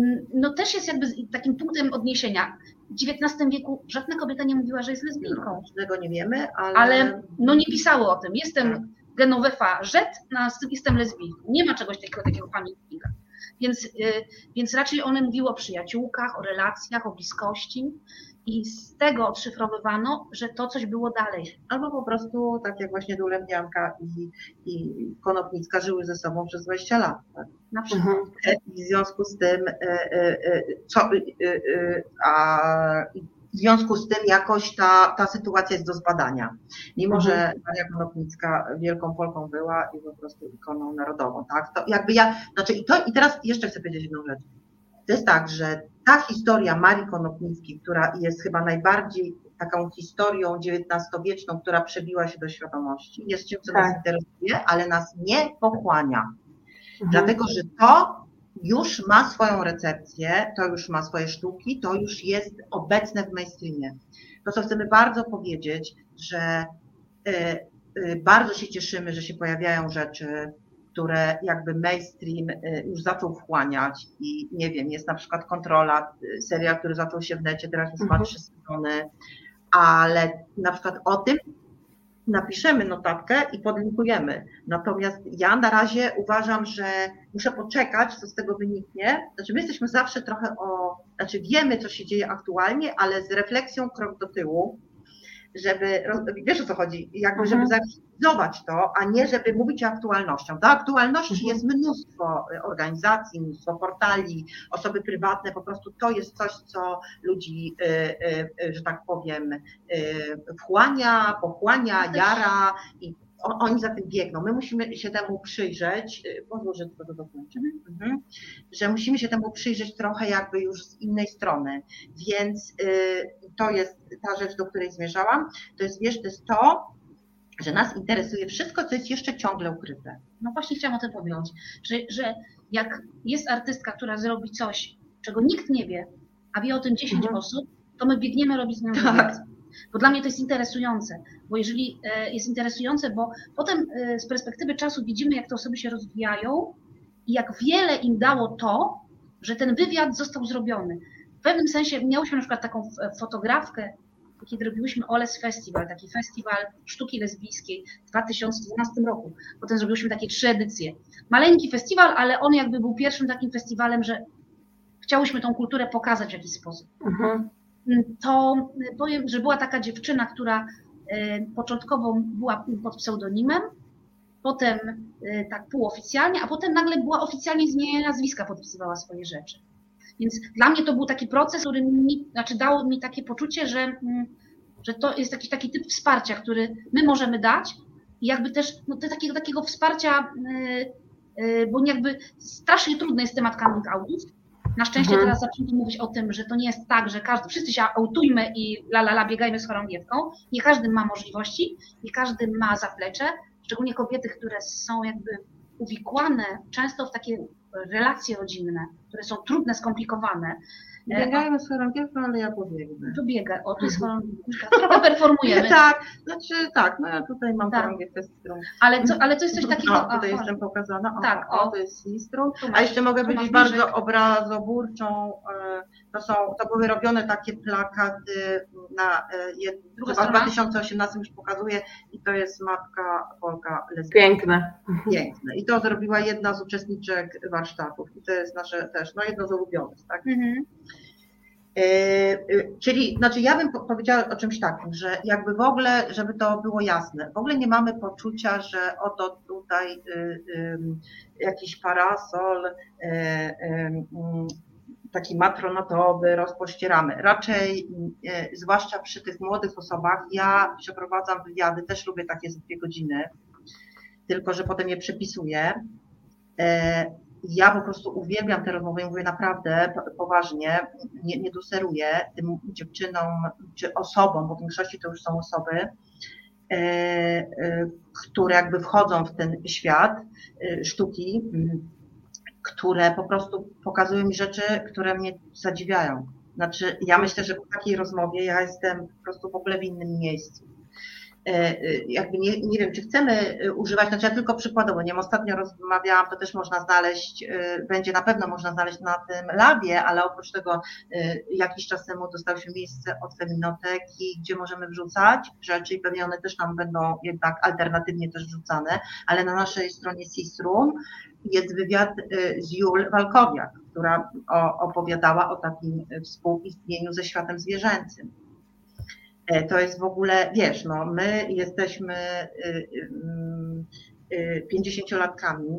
no też jest jakby takim punktem odniesienia. W dziewiętnastym wieku żadna kobieta nie mówiła, że jest lesbijką. No, tego nie wiemy, ale... Ale no nie pisały o tym. Jestem Genovefa Rzet, jestem lesbijką. Nie ma czegoś takiego, takiego pamiętnika. Więc, więc raczej one mówiły o przyjaciółkach, o relacjach, o bliskości i z tego odszyfrowywano, że to coś było dalej. Albo po prostu tak jak właśnie Dulębianka i, i Konopnicka żyły ze sobą przez dwadzieścia lat. Tak? Na przykład. I w związku z tym, co, a w związku z tym jakoś ta, ta sytuacja jest do zbadania. Mimo, mhm. że Maria Konopnicka wielką Polką była i po prostu ikoną narodową, tak? To jakby ja, znaczy i, to, i teraz jeszcze chcę powiedzieć jedną rzecz. To jest tak, że ta historia Marii Konopnickiej, która jest chyba najbardziej taką historią dziewiętnastowieczną, która przebiła się do świadomości, jest czymś, co tak. nas interesuje, ale nas nie pochłania. Mhm. Dlatego, że to już ma swoją recepcję, to już ma swoje sztuki, to już jest obecne w mainstreamie. To, co chcemy bardzo powiedzieć, że y, y, bardzo się cieszymy, że się pojawiają rzeczy, które jakby mainstream już zaczął wchłaniać i nie wiem, jest na przykład Kontrola, serial, który zaczął się w necie, teraz już ma trzy sezony, ale na przykład o tym napiszemy notatkę i podlinkujemy. Natomiast ja na razie uważam, że muszę poczekać, co z tego wyniknie. Znaczy my jesteśmy zawsze trochę o, znaczy wiemy, co się dzieje aktualnie, ale z refleksją krok do tyłu, żeby, wiesz o co chodzi, jakby żeby zaktywizować to, a nie żeby mówić o aktualnością. Do aktualności jest mnóstwo organizacji, mnóstwo portali, osoby prywatne, po prostu to jest coś, co ludzi, że tak powiem, wchłania, pochłania, jara i oni za tym biegną. My musimy się temu przyjrzeć, pozwól, że to dokończę, mhm. że musimy się temu przyjrzeć trochę jakby już z innej strony, więc to jest ta rzecz, do której zmierzałam, to jest, wiesz, to jest to, że nas interesuje wszystko, co jest jeszcze ciągle ukryte. No właśnie chciałam o tym powiedzieć, że, że jak jest artystka, która zrobi coś, czego nikt nie wie, a wie o tym dziesięć mhm. osób, to my biegniemy robić z nią tak. Bo dla mnie to jest interesujące, bo jeżeli jest interesujące, bo potem z perspektywy czasu widzimy, jak te osoby się rozwijają i jak wiele im dało to, że ten wywiad został zrobiony. W pewnym sensie miałyśmy na przykład taką fotografkę, kiedy robiłyśmy Oles Festival, taki festiwal sztuki lesbijskiej w dwa tysiące dwunastym roku. Potem zrobiłyśmy takie trzy edycje. Maleńki festiwal, ale on jakby był pierwszym takim festiwalem, że chciałyśmy tą kulturę pokazać w jakiś sposób. Mhm. To powiem, że była taka dziewczyna, która początkowo była pod pseudonimem, potem tak półoficjalnie, a potem nagle była oficjalnie z niej nazwiska podpisywała swoje rzeczy. Więc dla mnie to był taki proces, który mi, znaczy dał mi takie poczucie, że, że to jest jakiś taki typ wsparcia, który my możemy dać i jakby też no, takiego, takiego wsparcia, bo jakby strasznie trudny jest temat coming outów. Na szczęście mhm. teraz zaczynamy mówić o tym, że to nie jest tak, że każdy, wszyscy się autujmy i la la la biegajmy z chorągiewką. Nie każdy ma możliwości, nie każdy ma zaplecze, szczególnie kobiety, które są jakby uwikłane często w takie relacje rodzinne, które są trudne, skomplikowane. Biegajmy z chorągiewką, ale ja pobiegnę. Tu biega, o tu jest chorągiewka, trochę performujemy. Tak, znaczy tak, no ja tutaj mam tak. chorągiewkę z strun. Ale, co, ale to jest coś takiego... O, tutaj a, jestem pokazana, o, tak, o, o, to jest strun. A jeszcze mogę powiedzieć bardzo obrazoburczą, to są, to były robione takie plakaty na, w dwa tysiące osiemnastym już pokazuję i to jest matka Polka lesbijska. Piękne. Piękne. I to zrobiła jedna z uczestniczek warsztatów i to jest nasze też, no jedno z ulubionych, tak? Mhm. Yy, czyli, znaczy ja bym powiedziała o czymś takim, że jakby w ogóle, żeby to było jasne, w ogóle nie mamy poczucia, że oto tutaj yy, yy, jakiś parasol yy, yy, taki matronotowy rozpościeramy. Raczej, yy, zwłaszcza przy tych młodych osobach, ja przeprowadzam wywiady, też lubię takie z dwie godziny, tylko że potem je przepisuję. Yy, Ja po prostu uwielbiam te rozmowy i mówię naprawdę poważnie, nie, nie doseruję tym dziewczynom czy osobom, bo w większości to już są osoby, e, e, które jakby wchodzą w ten świat e, sztuki, m, które po prostu pokazują mi rzeczy, które mnie zadziwiają. Znaczy ja myślę, że po takiej rozmowie ja jestem po prostu w ogóle w innym miejscu. Jakby nie, nie wiem, czy chcemy używać, znaczy ja tylko przykładowo, nie wiem, ostatnio rozmawiałam, to też można znaleźć, będzie na pewno można znaleźć na tym labie, ale oprócz tego jakiś czas temu dostałyśmy miejsce od Feminoteki, gdzie możemy wrzucać rzeczy i pewnie one też nam będą jednak alternatywnie też wrzucane, ale na naszej stronie Sistrum jest wywiad z Jul Walkowiak, która opowiadała o takim współistnieniu ze światem zwierzęcym. To jest w ogóle, wiesz, no my jesteśmy pięćdziesięciolatkami,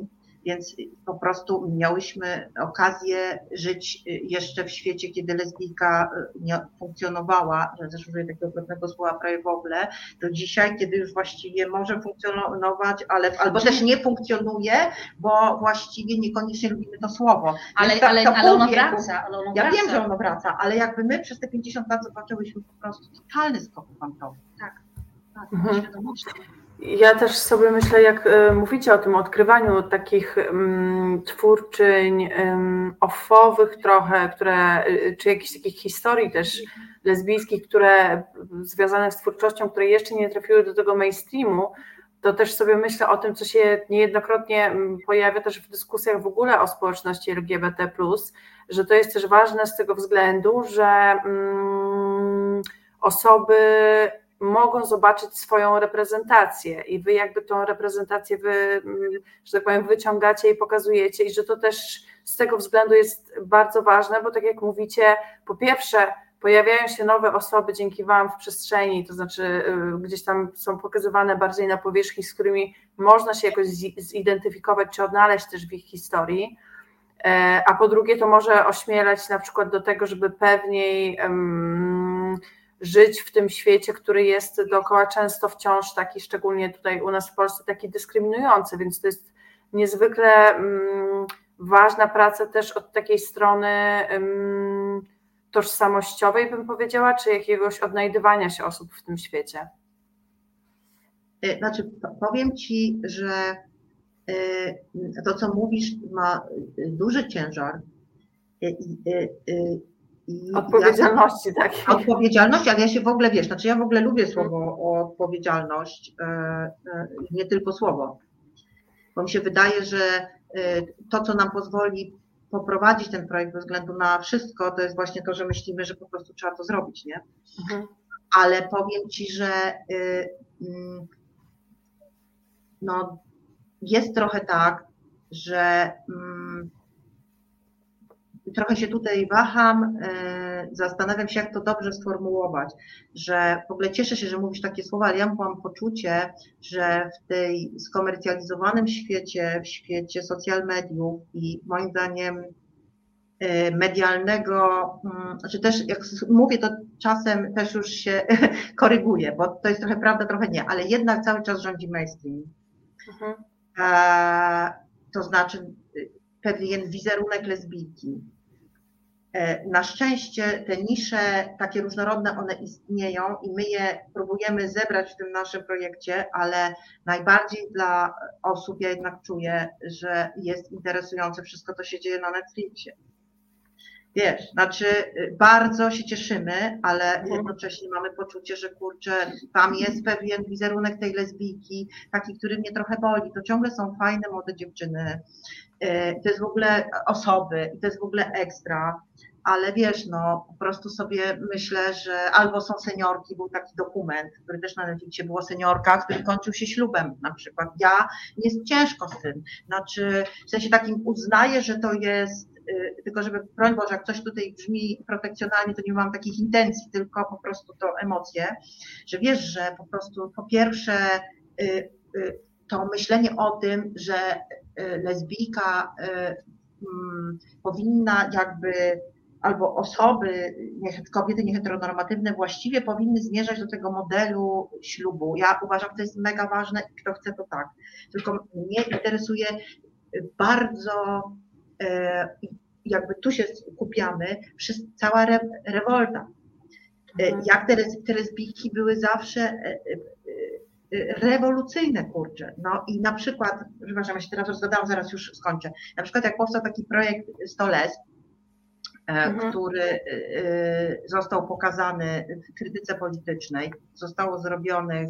Więc po prostu miałyśmy okazję żyć jeszcze w świecie, kiedy lesbijka nie funkcjonowała, że też użyję takiego okropnego słowa prawie w ogóle, do dzisiaj, kiedy już właściwie może funkcjonować, ale albo też nie funkcjonuje, bo właściwie niekoniecznie lubimy to słowo. Ale, to, ale, to ale ono wieku, wraca. Ale ono ja wraca. wiem, że ono wraca, ale jakby my przez te pięćdziesiąt lat zobaczyłyśmy po prostu totalny skok kwantowy. Tak, tak, Mhm. świadomości. Ja też sobie myślę, jak y, mówicie o tym odkrywaniu takich um, twórczyń um, offowych trochę, które, y, czy jakichś takich historii też lesbijskich, które związane z twórczością, które jeszcze nie trafiły do tego mainstreamu, to też sobie myślę o tym, co się niejednokrotnie pojawia też w dyskusjach w ogóle o społeczności L G B T plus, że to jest też ważne z tego względu, że um, osoby mogą zobaczyć swoją reprezentację i wy jakby tą reprezentację wy, że tak powiem, wyciągacie i pokazujecie i że to też z tego względu jest bardzo ważne, bo tak jak mówicie, po pierwsze pojawiają się nowe osoby dzięki wam w przestrzeni, to znaczy gdzieś tam są pokazywane bardziej na powierzchni, z którymi można się jakoś zidentyfikować czy odnaleźć też w ich historii, a po drugie to może ośmielać na przykład do tego, żeby pewniej um, żyć w tym świecie, który jest dookoła często wciąż taki, szczególnie tutaj u nas w Polsce, taki dyskryminujący, więc to jest niezwykle um, ważna praca też od takiej strony um, tożsamościowej, bym powiedziała, czy jakiegoś odnajdywania się osób w tym świecie. Znaczy, powiem Ci, że to, co mówisz, ma duży ciężar I odpowiedzialności, ja, tak. Odpowiedzialność, ale ja się w ogóle, wiesz, znaczy ja w ogóle lubię słowo odpowiedzialność, nie tylko słowo, bo mi się wydaje, że to, co nam pozwoli poprowadzić ten projekt bez względu na wszystko, to jest właśnie to, że myślimy, że po prostu trzeba to zrobić, nie? Mhm. Ale powiem Ci, że no, jest trochę tak, że trochę się tutaj waham, zastanawiam się, jak to dobrze sformułować, że w ogóle cieszę się, że mówisz takie słowa, ale ja mam poczucie, że w tej skomercjalizowanym świecie, w świecie social mediów i moim zdaniem medialnego, znaczy też jak mówię, to czasem też już się koryguję, bo to jest trochę prawda, trochę nie, ale jednak cały czas rządzi mainstream. Mhm. To znaczy pewien wizerunek lesbijki. Na szczęście te nisze takie różnorodne, one istnieją i my je próbujemy zebrać w tym naszym projekcie, ale najbardziej dla osób ja jednak czuję, że jest interesujące wszystko, co się dzieje na Netflixie. Wiesz, znaczy bardzo się cieszymy, ale jednocześnie mamy poczucie, że kurczę, tam jest pewien wizerunek tej lesbijki, taki, który mnie trochę boli. To ciągle są fajne, młode dziewczyny, to jest w ogóle osoby i to jest w ogóle ekstra, ale wiesz, no po prostu sobie myślę, że albo są seniorki, był taki dokument, który też na Netflixie było o seniorkach, który kończył się ślubem na przykład. Ja, jest ciężko z tym, znaczy w sensie takim uznaję, że to jest, tylko żeby, broń Boże, jak coś tutaj brzmi protekcjonalnie, to nie mam takich intencji, tylko po prostu to emocje, że wiesz, że po prostu po pierwsze to myślenie o tym, że lesbijka powinna jakby, albo osoby, kobiety nieheteronormatywne właściwie powinny zmierzać do tego modelu ślubu. Ja uważam, że to jest mega ważne i kto chce, to tak. Tylko mnie interesuje bardzo, jakby tu się skupiamy, cała re, rewolta. Jak te, te lesbijki były zawsze rewolucyjne, kurczę. No i na przykład, przepraszam, ja się teraz rozgadałam, zaraz już skończę. Na przykład jak powstał taki projekt sto lesb, mhm. który został pokazany w krytyce politycznej, zostało zrobionych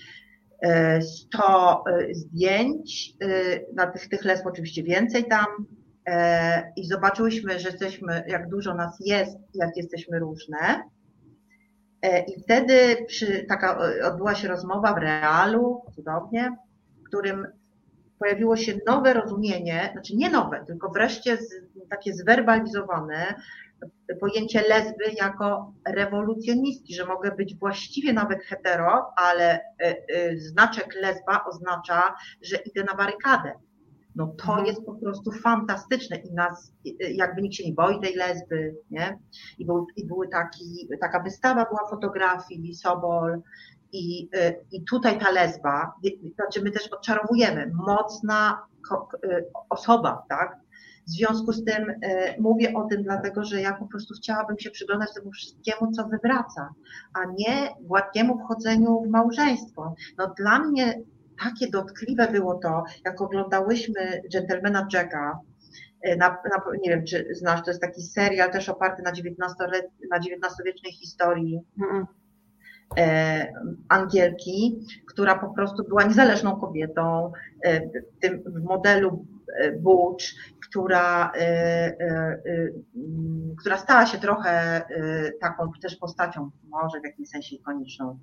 sto zdjęć, na tych, tych lesb oczywiście więcej tam i zobaczyłyśmy, że jesteśmy, jak dużo nas jest, jak jesteśmy różne. I wtedy przy, taka odbyła się rozmowa w realu, cudownie, w którym pojawiło się nowe rozumienie, znaczy nie nowe, tylko wreszcie z, takie zwerbalizowane pojęcie lesby jako rewolucjonistki, że mogę być właściwie nawet hetero, ale y, y, znaczek lesba oznacza, że idę na barykadę. no to Mhm. jest po prostu fantastyczne i nas, jakby nikt się nie boi tej lesby, nie? I, był, i były taki, taka wystawa była fotografii, Sobol i, i tutaj ta lesba, znaczy my też odczarowujemy, mocna osoba, tak? W związku z tym y, mówię o tym dlatego, że ja po prostu chciałabym się przyglądać temu wszystkiemu, co wywraca, a nie gładkiemu wchodzeniu w małżeństwo. No dla mnie takie dotkliwe było to, jak oglądałyśmy Gentlemana Jacka, y, na, na, nie wiem, czy znasz, to jest taki serial też oparty na, na dziewiętnastowiecznej historii mm. e, Angielki, która po prostu była niezależną kobietą, e, w tym w modelu Butch, która, y, y, y, która stała się trochę y, taką też postacią, może w jakimś sensie ikoniczną.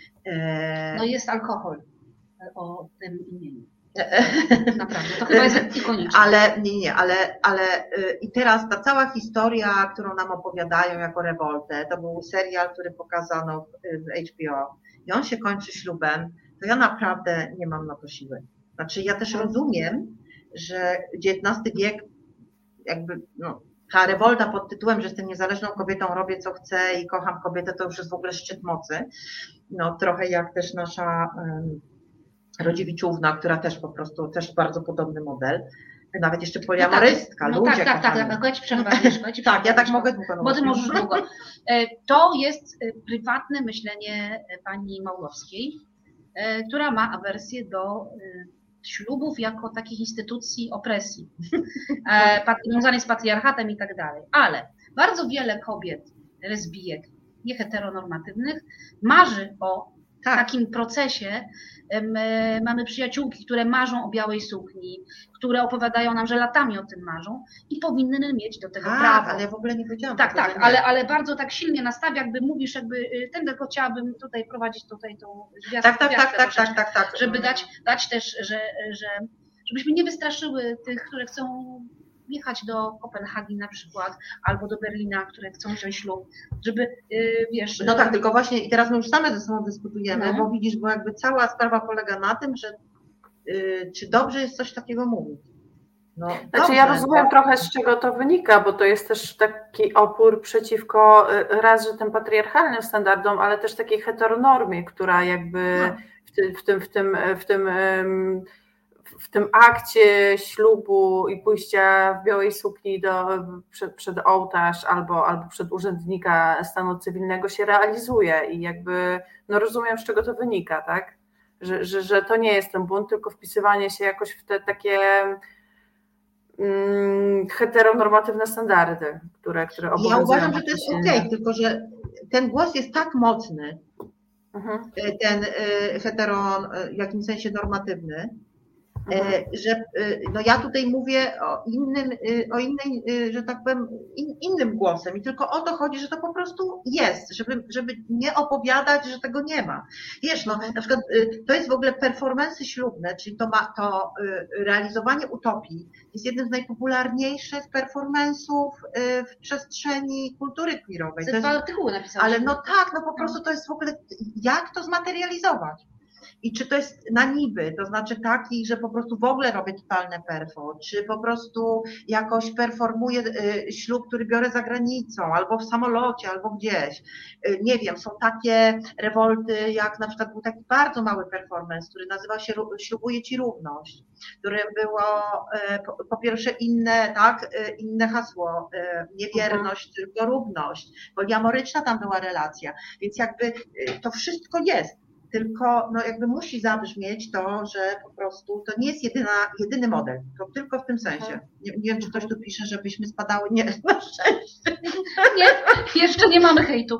No jest alkohol o tym imieniu. Naprawdę, to chyba jest ikoniczne. Ale nie, nie, ale, ale i teraz ta cała historia, którą nam opowiadają jako rewoltę, to był serial, który pokazano w H B O i on się kończy ślubem, to ja naprawdę nie mam na to siły. Znaczy ja też rozumiem, że dziewiętnasty wiek, jakby no, ta rewolta pod tytułem, że jestem niezależną kobietą, robię co chcę i kocham kobietę, to już jest w ogóle szczyt mocy. No trochę jak też nasza um, Rodziewiczówna, która też po prostu, też bardzo podobny model. Nawet jeszcze poliamorystka, no ludzie tak, tak, tak, tak, tak, przerwać, tak, ja tak mogę. Bo ty możesz długo. To jest prywatne myślenie pani Małowskiej, która ma awersję do ślubów jako takich instytucji opresji, związanych z patriarchatem i tak dalej. Ale bardzo wiele kobiet, lesbijek, nieheteronormatywnych marzy o tak. takim procesie. My mamy przyjaciółki, które marzą o białej sukni, które opowiadają nam, że latami o tym marzą i powinny mieć do tego A, prawo. Ale ja w ogóle nie wiedziałam. Tak, tak, ale, ale bardzo tak silnie nastawia, jakby mówisz, jakby ten tylko chciałabym tutaj prowadzić tutaj tą gwiazdę. Tak, tak, tak, tak, tak, tak, tak. Żeby dać, dać też, że, że żebyśmy nie wystraszyły tych, które chcą jechać do Kopenhagi na przykład, albo do Berlina, które chcą wziąć ślub, żeby, yy, wiesz... No tak, tylko właśnie i teraz my już same ze sobą dyskutujemy, no. Bo widzisz, bo jakby cała sprawa polega na tym, że yy, czy dobrze jest coś takiego mówić. No, znaczy dobrze, ja rozumiem to... trochę, z czego to wynika, bo to jest też taki opór przeciwko raz, że tym patriarchalnym standardom, ale też takiej heteronormie, która jakby no. w tym, w tym, w tym, w tym w tym akcie ślubu i pójścia w białej sukni do, przed, przed ołtarz albo, albo przed urzędnika stanu cywilnego się realizuje i jakby no rozumiem, z czego to wynika, tak? Że, że, że to nie jest ten bunt, tylko wpisywanie się jakoś w te takie mm, heteronormatywne standardy, które, które obowiązują. Ja uważam, że to jest okej, okay, tylko że ten głos jest tak mocny, mhm. ten hetero w jakimś sensie normatywny, Mhm. że no ja tutaj mówię o innym, o innej, że tak powiem, in, innym głosem i tylko o to chodzi, że to po prostu jest, żeby, żeby nie opowiadać, że tego nie ma. Wiesz, no na przykład to jest w ogóle performance ślubne, czyli to ma to realizowanie utopii jest jednym z najpopularniejszych performance'ów w przestrzeni kultury queerowej. To jest artykuły napisane. Ale no tak, no po prostu to jest w ogóle, jak to zmaterializować? I czy to jest na niby, to znaczy taki, że po prostu w ogóle robię totalne perfo, czy po prostu jakoś performuję ślub, który biorę za granicą, albo w samolocie, albo gdzieś. Nie wiem, są takie rewolty, jak na przykład był taki bardzo mały performance, który nazywa się Ślubuję Ci równość, które było po, po pierwsze inne, tak, inne hasło, nie wierność, mhm. tylko równość, poliamoryczna tam była relacja, więc jakby to wszystko jest. Tylko no jakby musi zabrzmieć to, że po prostu to nie jest jedyna, jedyny model, to tylko w tym sensie. Nie, nie wiem, czy ktoś tu pisze, żebyśmy spadały, nie, na szczęście. Nie, jeszcze nie mamy hejtu.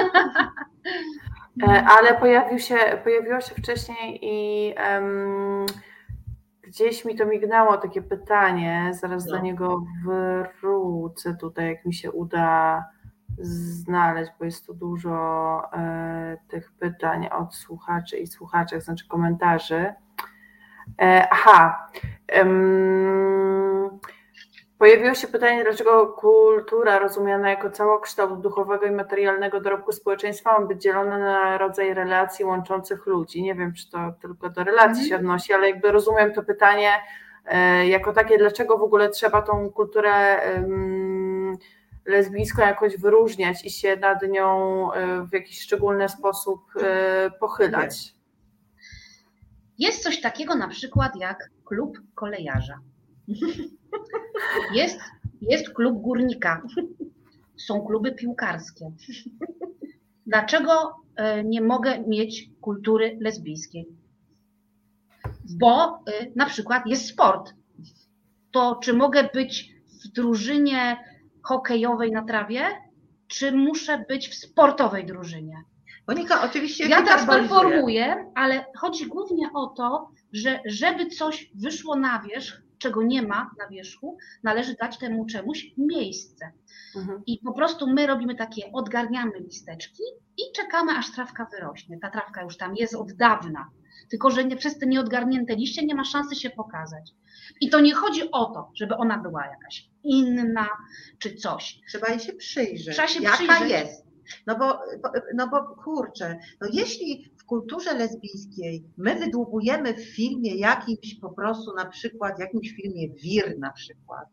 Ale pojawił się, pojawiło się wcześniej i um, gdzieś mi to mignęło takie pytanie, zaraz no. do niego wrócę tutaj, jak mi się uda znaleźć, bo jest tu dużo e, tych pytań od słuchaczy i słuchaczek, znaczy komentarzy. E, aha, um, pojawiło się pytanie, dlaczego kultura rozumiana jako całokształt duchowego i materialnego dorobku społeczeństwa ma być dzielona na rodzaj relacji łączących ludzi. Nie wiem, czy to tylko do relacji mm. się odnosi, ale jakby rozumiem to pytanie jako takie, dlaczego w ogóle trzeba tą kulturę lesbijską jakoś wyróżniać i się nad nią w jakiś szczególny sposób pochylać? Jest coś takiego na przykład jak klub kolejarza. Jest, jest klub górnika. Są kluby piłkarskie. Dlaczego nie mogę mieć kultury lesbijskiej? Bo na przykład jest sport. To czy mogę być w drużynie hokejowej na trawie, czy muszę być w sportowej drużynie? Monika, oczywiście ja teraz performuję, ale chodzi głównie o to, że żeby coś wyszło na wierzch, czego nie ma na wierzchu, należy dać temu czemuś miejsce. Mhm. I po prostu my robimy takie, odgarniamy listeczki i czekamy, aż trawka wyrośnie. Ta trawka już tam jest od dawna, tylko że nie, przez te nieodgarnięte liście nie ma szansy się pokazać. I to nie chodzi o to, żeby ona była jakaś inna czy coś. Trzeba jej się przyjrzeć, Trzeba się jaka przyjrzeć. jest. No bo, no bo kurczę, no jeśli w kulturze lesbijskiej my wydłubujemy w filmie jakimś po prostu na przykład, w jakimś filmie Wir na przykład,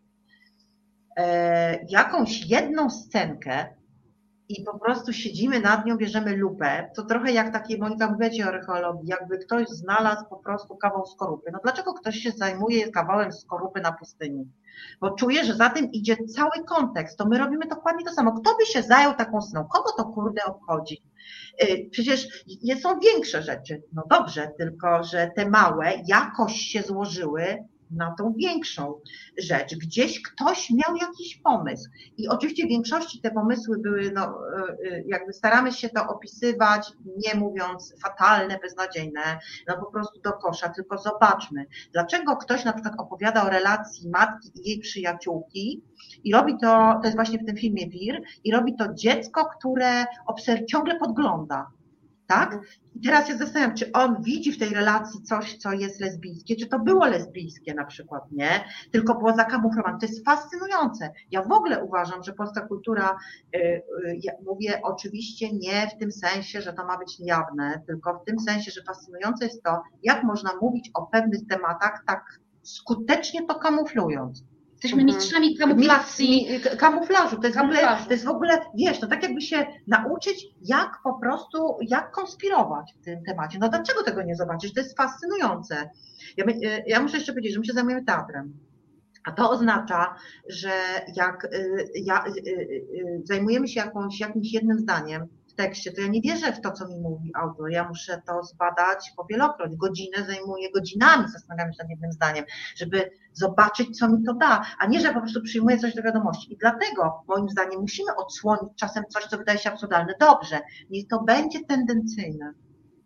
e, jakąś jedną scenkę i po prostu siedzimy nad nią, bierzemy lupę, to trochę jak takie, Monika, mówię ci o archeologii, jakby ktoś znalazł po prostu kawał skorupy. No dlaczego ktoś się zajmuje kawałem skorupy na pustyni? Bo czuję, że za tym idzie cały kontekst, to my robimy dokładnie to samo. Kto by się zajął taką sceną? Kogo to kurde obchodzi? Przecież są większe rzeczy. No dobrze, tylko że te małe jakoś się złożyły na tą większą rzecz. Gdzieś ktoś miał jakiś pomysł. I oczywiście w większości te pomysły były, no jakby staramy się to opisywać, nie mówiąc fatalne, beznadziejne, no po prostu do kosza, tylko zobaczmy, dlaczego ktoś na przykład opowiada o relacji matki i jej przyjaciółki i robi to, to jest właśnie w tym filmie Wir, i robi to dziecko, które obserw- ciągle podgląda. Tak? I teraz się zastanawiam, czy on widzi w tej relacji coś, co jest lesbijskie, czy to było lesbijskie na przykład, nie? Tylko było zakamuflowane. To jest fascynujące. Ja w ogóle uważam, że polska kultura, yy, ja mówię oczywiście nie w tym sensie, że to ma być jawne, tylko w tym sensie, że fascynujące jest to, jak można mówić o pewnych tematach tak skutecznie to kamuflując. Jesteśmy mistrzami kamuflacji. Kamuflażu. To jest, kamuflażu. W ogóle, to jest w ogóle, wiesz, no tak jakby się nauczyć, jak po prostu, jak konspirować w tym temacie. No dlaczego tego nie zobaczyć? To jest fascynujące. Ja, ja muszę jeszcze powiedzieć, że my się zajmujemy teatrem. A to oznacza, że jak ja, zajmujemy się jakąś, jakimś jednym zdaniem w tekście, to ja nie wierzę w to, co mi mówi autor. Ja muszę to zbadać powielokroć. Godzinę zajmuję, godzinami zastanawiam się nad jednym zdaniem, żeby zobaczyć, co mi to da, a nie, że po prostu przyjmuję coś do wiadomości. I dlatego, moim zdaniem, musimy odsłonić czasem coś, co wydaje się absurdalne. Dobrze, niech to będzie tendencyjne.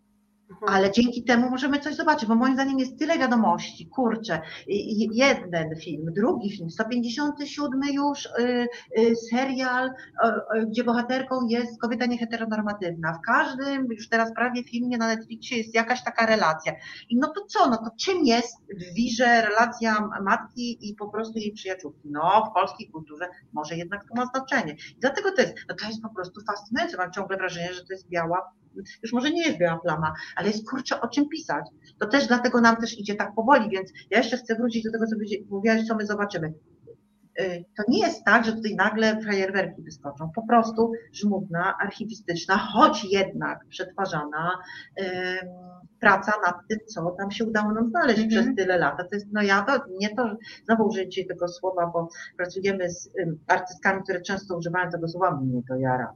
Ale dzięki temu możemy coś zobaczyć, bo moim zdaniem jest tyle wiadomości, kurczę, jeden film, drugi film, sto pięćdziesiąty siódmy już y, y, serial, y, y, gdzie bohaterką jest kobieta nieheteronormatywna. W każdym już teraz prawie filmie na Netflixie jest jakaś taka relacja. I no to co, no to czym jest w wirze relacja matki i po prostu jej przyjaciółki? No w polskiej kulturze może jednak to ma znaczenie. I dlatego to jest, no to jest po prostu fascynujące, mam ciągle wrażenie, że to jest biała, już może nie jest biała plama, ale jest kurczę o czym pisać. To też dlatego nam też idzie tak powoli, więc ja jeszcze chcę wrócić do tego, co mówiłaś, co my zobaczymy. To nie jest tak, że tutaj nagle fajerwerki wyskoczą. Po prostu żmudna, archiwistyczna, choć jednak przetwarzana um, praca nad tym, co tam się udało nam znaleźć mm-hmm. przez tyle lat. To jest, no ja to, nie to, znowu użyję dzisiaj tego słowa, bo pracujemy z um, artystkami, które często używają tego słowa, mnie to jara.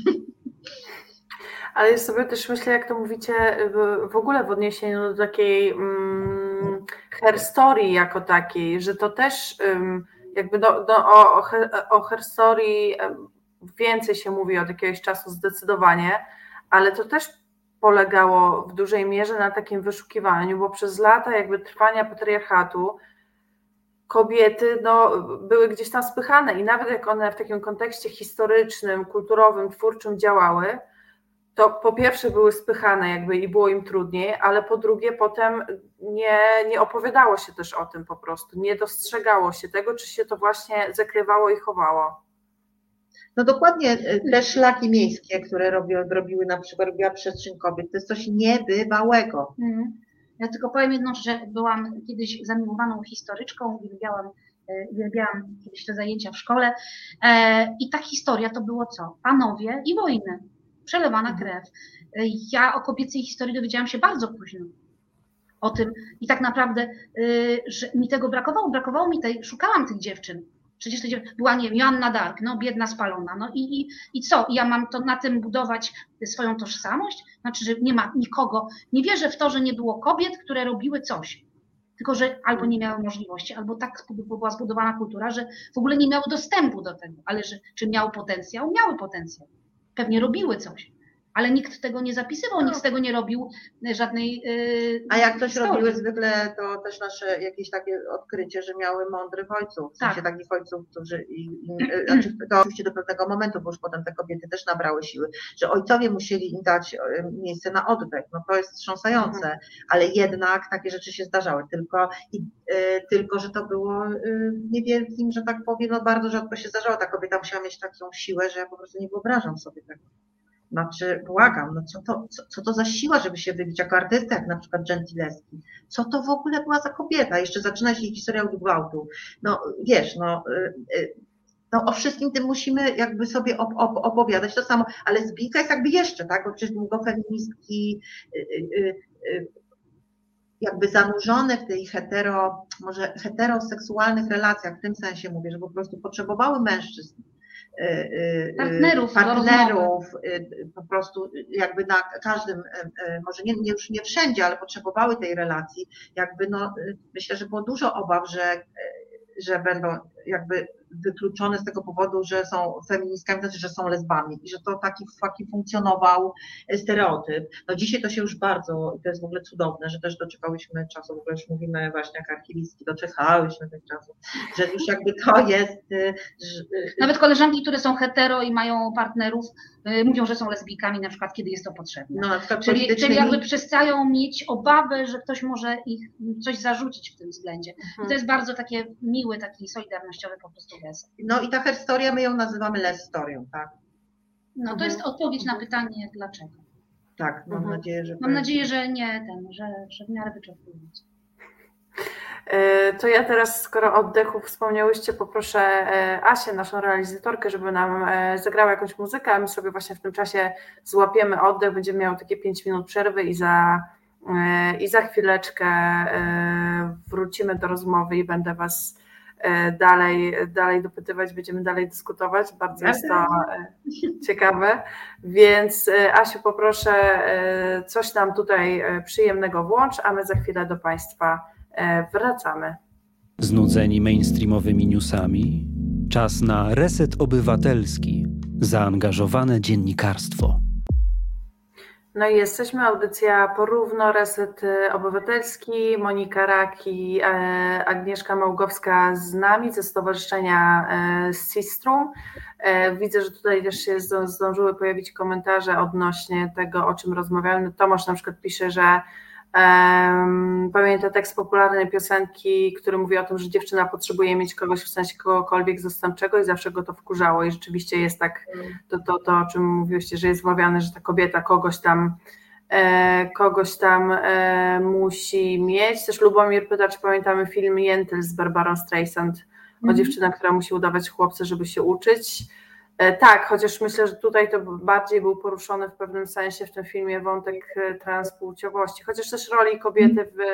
Ale ja sobie też myślę, jak to mówicie w, w ogóle w odniesieniu do takiej um, herstory jako takiej, że to też um, jakby do, do, o, o herstory więcej się mówi od jakiegoś czasu zdecydowanie, ale to też polegało w dużej mierze na takim wyszukiwaniu, bo przez lata jakby trwania patriarchatu kobiety no, były gdzieś tam spychane i nawet jak one w takim kontekście historycznym, kulturowym, twórczym działały, to po pierwsze były spychane jakby i było im trudniej, ale po drugie potem nie, nie opowiadało się też o tym po prostu, nie dostrzegało się tego, czy się to właśnie zakrywało i chowało. No dokładnie, te szlaki miejskie, które robiły, robiły na przykład, robiła Przestrzeń Kobiet, to jest coś niebywałego. Mhm. Ja tylko powiem jedną rzecz, że byłam kiedyś zamiłowaną historyczką, uwielbiałam, uwielbiałam kiedyś te zajęcia w szkole i ta historia to było co? Panowie i wojny, przelewana krew. Ja o kobiecej historii dowiedziałam się bardzo późno. O tym i tak naprawdę, że mi tego brakowało, brakowało mi tej, szukałam tych dziewczyn. Przecież to była, nie wiem, Joanna Dark, no biedna, spalona, no i, i, i co? I ja mam to na tym budować swoją tożsamość? Znaczy, że nie ma nikogo, nie wierzę w to, że nie było kobiet, które robiły coś, tylko że albo nie miały możliwości, albo tak była zbudowana kultura, że w ogóle nie miały dostępu do tego, ale że, czy miały potencjał? Miały potencjał, pewnie robiły coś. Ale nikt tego nie zapisywał, no. Nikt z tego nie robił żadnej yy, A jak coś historii. Robiły zwykle, to też nasze jakieś takie odkrycie, że miały mądrych ojców, w sensie tak. Takich ojców, którzy, i, i, znaczy to oczywiście do pewnego momentu, bo już potem te kobiety też nabrały siły, że ojcowie musieli im dać miejsce na oddech, no to jest wstrząsające, mhm. Ale jednak takie rzeczy się zdarzały, tylko, i, y, tylko że to było y, niewielkim, że tak powiem, no bardzo rzadko się zdarzało, ta kobieta musiała mieć taką siłę, że ja po prostu nie wyobrażam sobie tego. Znaczy, błagam, no co to, co, co to za siła, żeby się wybić jako artysta, jak na przykład Gentileschi? Co to w ogóle była za kobieta? Jeszcze zaczyna się historia od gwałtu. No wiesz, no, no o wszystkim tym musimy jakby sobie op, op, opowiadać to samo, ale Zbijka jest jakby jeszcze, tak? Bo przecież długo feministki jakby zanurzone w tej hetero, może heteroseksualnych relacjach, w tym sensie mówię, że po prostu potrzebowały mężczyzn, partnerów, partnerów po prostu jakby na każdym, może nie, nie, już nie wszędzie, ale potrzebowały tej relacji, jakby no myślę, że było dużo obaw, że, że będą jakby wykluczone z tego powodu, że są feministkami, znaczy, że są lesbami i że to taki, taki funkcjonował stereotyp. No dzisiaj to się już bardzo, to jest w ogóle cudowne, że też doczekałyśmy czasu, w ogóle już mówimy właśnie jak archiwistki, doczekałyśmy tych czasów, że już jakby to jest... Że... Nawet koleżanki, które są hetero i mają partnerów, yy, mówią, że są lesbijkami na przykład, kiedy jest to potrzebne. No, na przykład czyli, politycznymi... czyli jakby przestają mieć obawę, że ktoś może ich coś zarzucić w tym względzie. Mhm. I to jest bardzo takie miły, taki solidarnościowy po prostu gest. No i ta herstoria, my ją nazywamy lestorią, tak? No to mhm. jest odpowiedź na pytanie dlaczego. Tak, mam mhm. nadzieję, że... Mam nadzieję, że nie ten, że, że w miarę wyczerpująco. To ja teraz, skoro oddechów wspomniałyście, poproszę Asię, naszą realizatorkę, żeby nam zagrała jakąś muzykę, a my sobie właśnie w tym czasie złapiemy oddech, będziemy miały takie pięć minut przerwy i za, i za chwileczkę wrócimy do rozmowy i będę Was dalej, dalej dopytywać, będziemy dalej dyskutować, bardzo jest to ciekawe, więc Asiu, poproszę, coś nam tutaj przyjemnego włącz, a my za chwilę do Państwa wracamy. Znudzeni mainstreamowymi newsami? Czas na reset obywatelski. Zaangażowane dziennikarstwo. No i jesteśmy, audycja Porówno, Reset Obywatelski, Monika Raki, Agnieszka Małgowska z nami ze Stowarzyszenia Sistrum. Widzę, że tutaj też się zdążyły pojawić komentarze odnośnie tego, o czym rozmawiamy. Tomasz na przykład pisze, że Um, pamięta tekst popularnej piosenki, który mówi o tym, że dziewczyna potrzebuje mieć kogoś, w sensie kogokolwiek zastępczego i zawsze go to wkurzało i rzeczywiście jest tak, to, to, to o czym mówiłyście, że jest wmawiane, że ta kobieta kogoś tam e, kogoś tam e, musi mieć. Też Lubomir pyta, czy pamiętamy film Jętyl z Barbarą Streisand mm. o dziewczynach, która musi udawać chłopca, żeby się uczyć. Tak, chociaż myślę, że tutaj to bardziej był poruszony w pewnym sensie w tym filmie wątek transpłciowości, chociaż też roli kobiety w,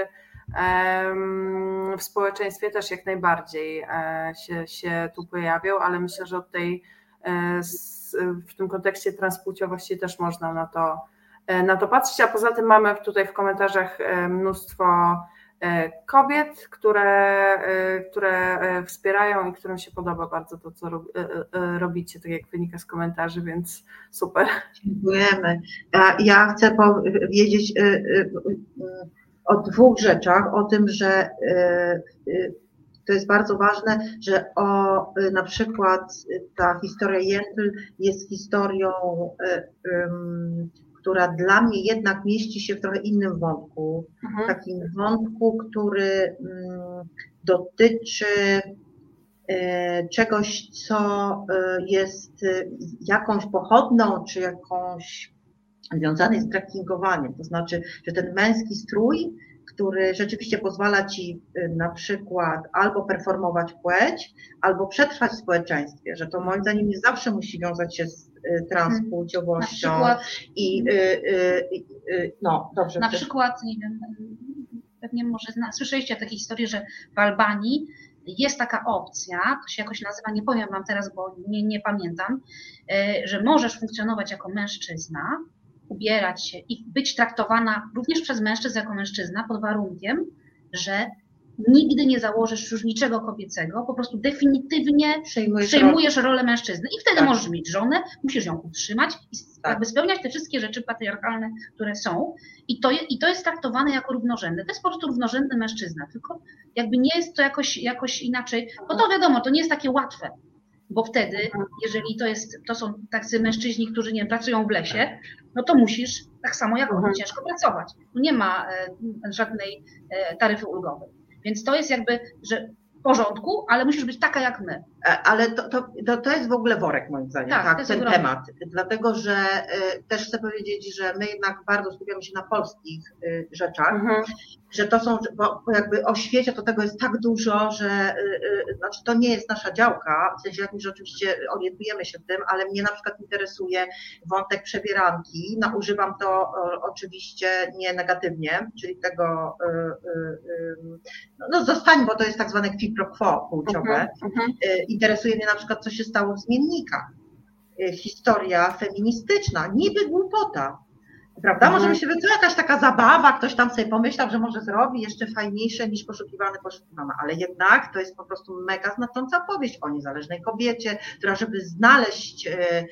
w społeczeństwie też jak najbardziej się, się tu pojawiał, ale myślę, że od tej, w tym kontekście transpłciowości też można na to, na to patrzeć, a poza tym mamy tutaj w komentarzach mnóstwo kobiet, które, które wspierają i którym się podoba bardzo to, co robicie, tak jak wynika z komentarzy, więc super. Dziękujemy. Ja chcę powiedzieć o dwóch rzeczach, o tym, że to jest bardzo ważne, że o, na przykład ta historia Jętyl jest historią, która dla mnie jednak mieści się w trochę innym wątku, mhm. takim wątku, który dotyczy czegoś, co jest jakąś pochodną, czy jakąś związanej z drag-kingowaniem, to znaczy, że ten męski strój, który rzeczywiście pozwala ci na przykład albo performować płeć, albo przetrwać w społeczeństwie, że to moim zdaniem nie zawsze musi wiązać się z transpłciowością. Na przykład, i y, y, y, no dobrze. Na przykład, nie wiem, pewnie może zna, słyszeliście takie historie, że w Albanii jest taka opcja, to się jakoś nazywa, nie powiem wam teraz, bo nie, nie pamiętam, że możesz funkcjonować jako mężczyzna, ubierać się i być traktowana również przez mężczyzn jako mężczyzna pod warunkiem, że nigdy nie założysz już niczego kobiecego, po prostu definitywnie przejmujesz, przejmujesz rolę mężczyzny i wtedy tak. możesz mieć żonę, musisz ją utrzymać i tak. jakby spełniać te wszystkie rzeczy patriarchalne, które są i to, je, i to jest traktowane jako równorzędne. To jest po prostu równorzędny mężczyzna, tylko jakby nie jest to jakoś, jakoś inaczej, bo to wiadomo, to nie jest takie łatwe, bo wtedy, jeżeli to jest, to są tacy mężczyźni, którzy nie wiem, pracują w lesie, no to musisz tak samo jak oni ciężko pracować. Tu nie ma e, żadnej e, taryfy ulgowej. Więc to jest jakby, że w porządku, ale musisz być taka jak my. Ale to, to, to, to jest w ogóle worek moim zdaniem, tak, tak ten ogromny temat. Dlatego, że y, też chcę powiedzieć, że my jednak bardzo skupiamy się na polskich y, rzeczach, mhm. że to są, bo jakby o świecie to tego jest tak dużo, że y, y, znaczy to nie jest nasza działka, w sensie jakimś, że oczywiście orientujemy się w tym, ale mnie na przykład interesuje wątek przebieranki, no, używam to o, oczywiście nie negatywnie, czyli tego y, y, y, no, no zostań, bo to jest tak zwane qui pro quo płciowe. Mhm. Mhm. Y, Interesuje mnie na przykład, co się stało w zmiennikach. Historia feministyczna, niby głupota, prawda? Może by się wydała jakaś taka zabawa, ktoś tam sobie pomyślał, że może zrobi jeszcze fajniejsze niż poszukiwane, poszukiwane, ale jednak to jest po prostu mega znacząca opowieść o niezależnej kobiecie, która żeby znaleźć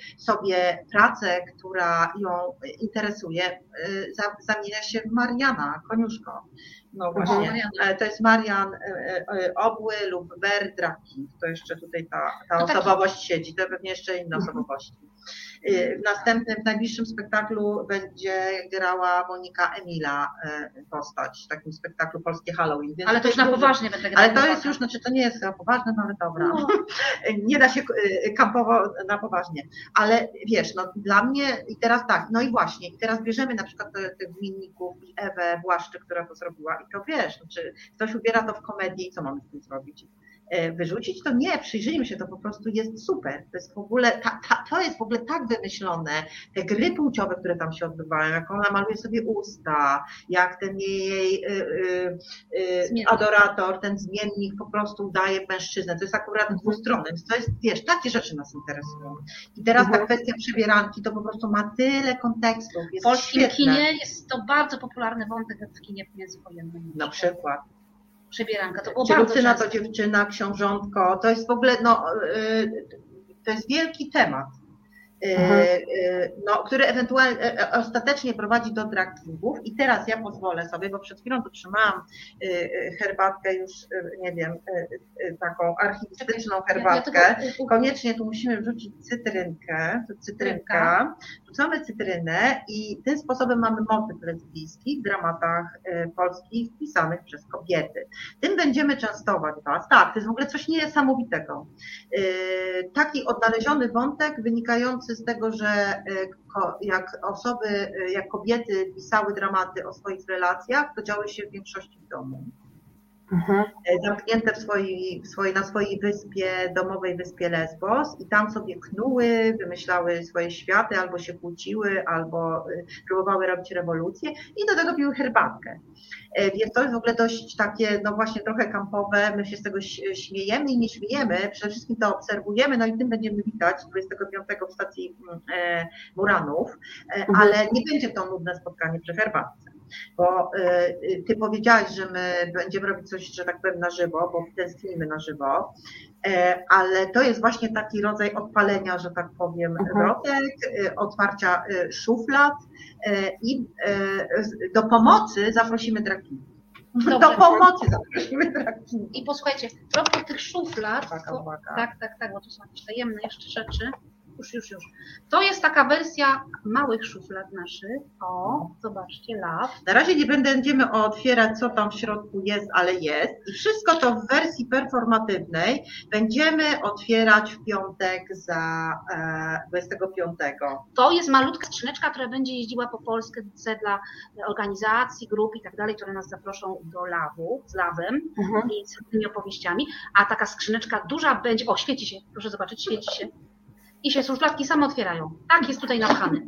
sobie pracę, która ją interesuje, zamienia się w Mariana Koniuszko. No właśnie, mhm. to jest Marian Obły lub Ber Draki, to jeszcze tutaj ta, ta no osobowość taki... siedzi, to pewnie jeszcze inne osobowości. W następnym, w najbliższym spektaklu będzie grała Monika Emila postać, w takim spektaklu Polskie Halloween. Więc ale to już na poważnie będę grała. Ale to jest już, znaczy to nie jest na poważne, no ale dobra. No. Nie da się kampowo na poważnie. Ale wiesz, no dla mnie i teraz tak, no i właśnie, i teraz bierzemy na przykład tych zmienników i Ewę Błaszczyk, która to zrobiła i to wiesz, znaczy ktoś ubiera to w komedii i co mamy z tym zrobić? Wyrzucić? To nie, przyjrzyjmy się, to po prostu jest super. To jest w ogóle, ta, ta, to jest w ogóle tak wymyślone, te gry płciowe, które tam się odbywają, jak ona maluje sobie usta, jak ten jej y, y, y, adorator, ten zmiennik po prostu udaje mężczyznę. To jest akurat dwustronne, więc to jest, wiesz, takie rzeczy nas interesują. I teraz mhm. ta kwestia przebieranki to po prostu ma tyle kontekstów. W polskim kinie jest to bardzo popularny wątek w kinie międzywojennym. Na przykład. Przebieranka, to było Czy bardzo Lucyna często. to dziewczyna, książątko, to jest w ogóle, no, to jest wielki temat, mhm. no, który ewentualnie, ostatecznie prowadzi do drag kingów i teraz ja pozwolę sobie, bo przed chwilą dotrzymałam herbatkę już, nie wiem, taką architektoniczną herbatkę, ja, ja tylko... koniecznie tu musimy wrzucić cytrynkę, cytrynka, wrzucamy cytrynę i tym sposobem mamy motyw lesbijski w dramatach polskich pisanych przez kobiety. Tym będziemy częstować was. Tak, to jest w ogóle coś niesamowitego. Taki odnaleziony wątek wynikający z tego, że jak osoby, jak kobiety pisały dramaty o swoich relacjach, to działy się w większości w domu. Mhm. Zamknięte w swojej, w swojej, na swojej wyspie, domowej wyspie Lesbos i tam sobie knuły, wymyślały swoje światy, albo się kłóciły, albo próbowały robić rewolucję i do tego piły herbatkę. Więc to jest w ogóle dość takie, no właśnie trochę kampowe, my się z tego śmiejemy i nie śmiejemy, przede wszystkim to obserwujemy, no i tym będziemy witać dwudziestego piątego w stacji Muranów, mhm. ale nie będzie to nudne spotkanie przy herbatce. Bo y, ty powiedziałaś, że my będziemy robić coś, że tak powiem, na żywo, bo tęsknimy na żywo, y, ale to jest właśnie taki rodzaj odpalenia, że tak powiem, wrotek, y, otwarcia y, szuflad y, i y, do pomocy zaprosimy drag kingi. Do pomocy zaprosimy drag kingi. I posłuchajcie, propos tych szuflad, uwaga, uwaga. tak, tak, tak, bo to są jakieś tajemne jeszcze rzeczy. Już, już, już. To jest taka wersja małych szuflad naszych. O, zobaczcie, love. Na razie nie będziemy otwierać, co tam w środku jest, ale jest. I wszystko to w wersji performatywnej będziemy otwierać w piątek za e, dwudziestego piątego. To jest malutka skrzyneczka, która będzie jeździła po Polsce dla organizacji, grup i tak dalej, które nas zaproszą do lawu, z lawem mhm. i z tymi opowieściami. A taka skrzyneczka duża będzie, o, świeci się, proszę zobaczyć, świeci się. I się szufladki same otwierają. Tak jest tutaj napchany.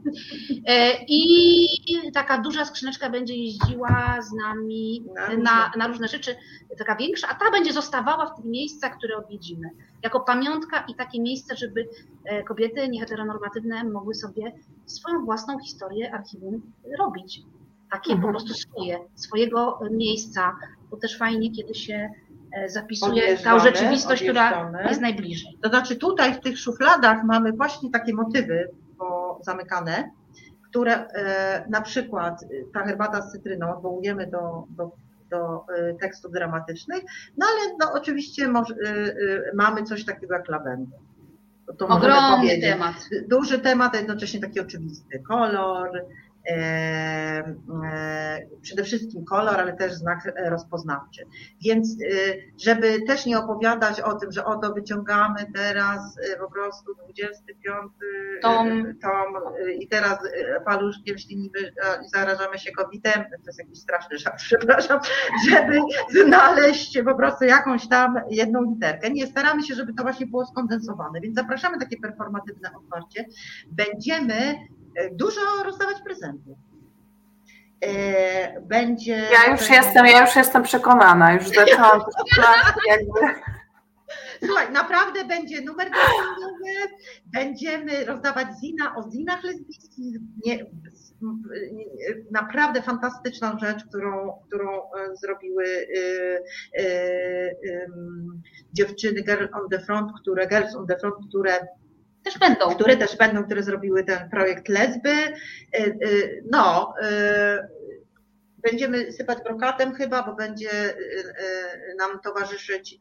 I taka duża skrzyneczka będzie jeździła z nami na, na różne rzeczy, taka większa, a ta będzie zostawała w tych miejscach, które odwiedzimy. Jako pamiątka i takie miejsce, żeby kobiety nieheteronormatywne mogły sobie swoją własną historię archiwum robić. Takie mhm. po prostu swoje, swojego miejsca, bo też fajnie, kiedy się zapisuje tę rzeczywistość, która jest najbliżej. To znaczy tutaj w tych szufladach mamy właśnie takie motywy zamykane, które e, na przykład ta herbata z cytryną odwołujemy do, do, do tekstów dramatycznych, no ale no, oczywiście może, e, e, mamy coś takiego jak lawendę. To ogromny temat. Duży temat, a jednocześnie taki oczywisty. Kolor, E, e, przede wszystkim kolor, ale też znak rozpoznawczy. Więc e, żeby też nie opowiadać o tym, że oto wyciągamy teraz e, po prostu dwudziesty piąty tom, tom e, i teraz e, paluszkiem ślinimy i zarażamy się kowitem, to jest jakiś straszny żart, przepraszam, żeby znaleźć po prostu jakąś tam jedną literkę. Nie, staramy się, żeby to właśnie było skondensowane, więc zapraszamy takie performatywne otwarcie. Będziemy dużo rozdawać prezentów. Będzie. Ja już jestem, ja już jestem przekonana, już zaczęłam jakby. Słuchaj, naprawdę będzie numer dwudziesty, będziemy rozdawać zina o zinach lesbijskich. Nie, naprawdę fantastyczną rzecz, którą, którą zrobiły y, y, y, dziewczyny Girl on the Front, które Girls on the Front, które Też będą. Które też będą, które zrobiły ten projekt Lesby. No, będziemy sypać brokatem chyba, bo będzie nam towarzyszyć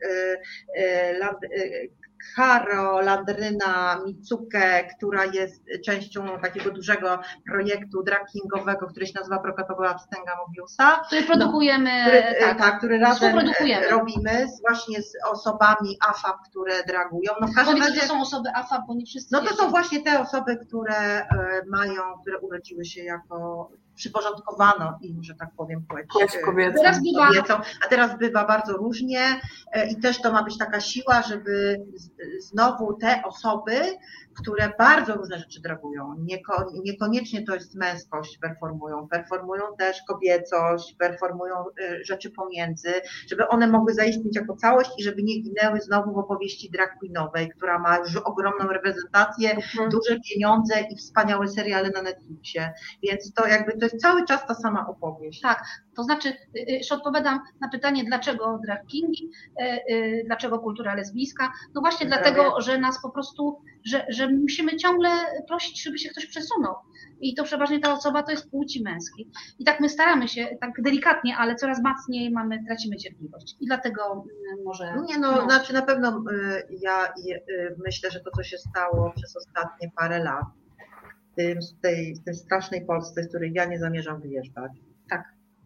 Karo Landryna Micuke, która jest częścią takiego dużego projektu drag kingowego, który się nazywa Brokatowa Abstenga Mobiusa. Który produkujemy, no, który, tak, tak, który razem robimy z, właśnie z osobami A F A B, które dragują. No w każdym razie to są osoby A F A B, bo nie wszyscy. No to są właśnie te osoby, które mają, które urodziły się jako przyporządkowano im, że tak powiem, płeć kobiecą. Teraz bywa... kobiecą, a teraz bywa bardzo różnie i też to ma być taka siła, żeby znowu te osoby, które bardzo różne rzeczy dragują, nieko, niekoniecznie to jest męskość, performują, performują też kobiecość, performują rzeczy pomiędzy, żeby one mogły zaistnieć jako całość i żeby nie ginęły znowu w opowieści drag queenowej, która ma już ogromną reprezentację, mhm. duże pieniądze i wspaniałe seriale na Netflixie, więc to jakby to jest cały czas ta sama opowieść. Tak, to znaczy, że odpowiadam na pytanie, dlaczego drag kingi, dlaczego kultura lesbijska, no właśnie Prawie. dlatego, że nas po prostu, że, że musimy ciągle prosić, żeby się ktoś przesunął i to przeważnie ta osoba to jest płci męskiej i tak my staramy się, tak delikatnie, ale coraz mocniej mamy, tracimy cierpliwość i dlatego może... Nie no, no. znaczy na pewno ja myślę, że to, co się stało przez ostatnie parę lat, w tej, w tej strasznej Polsce, z której ja nie zamierzam wyjeżdżać. Tak.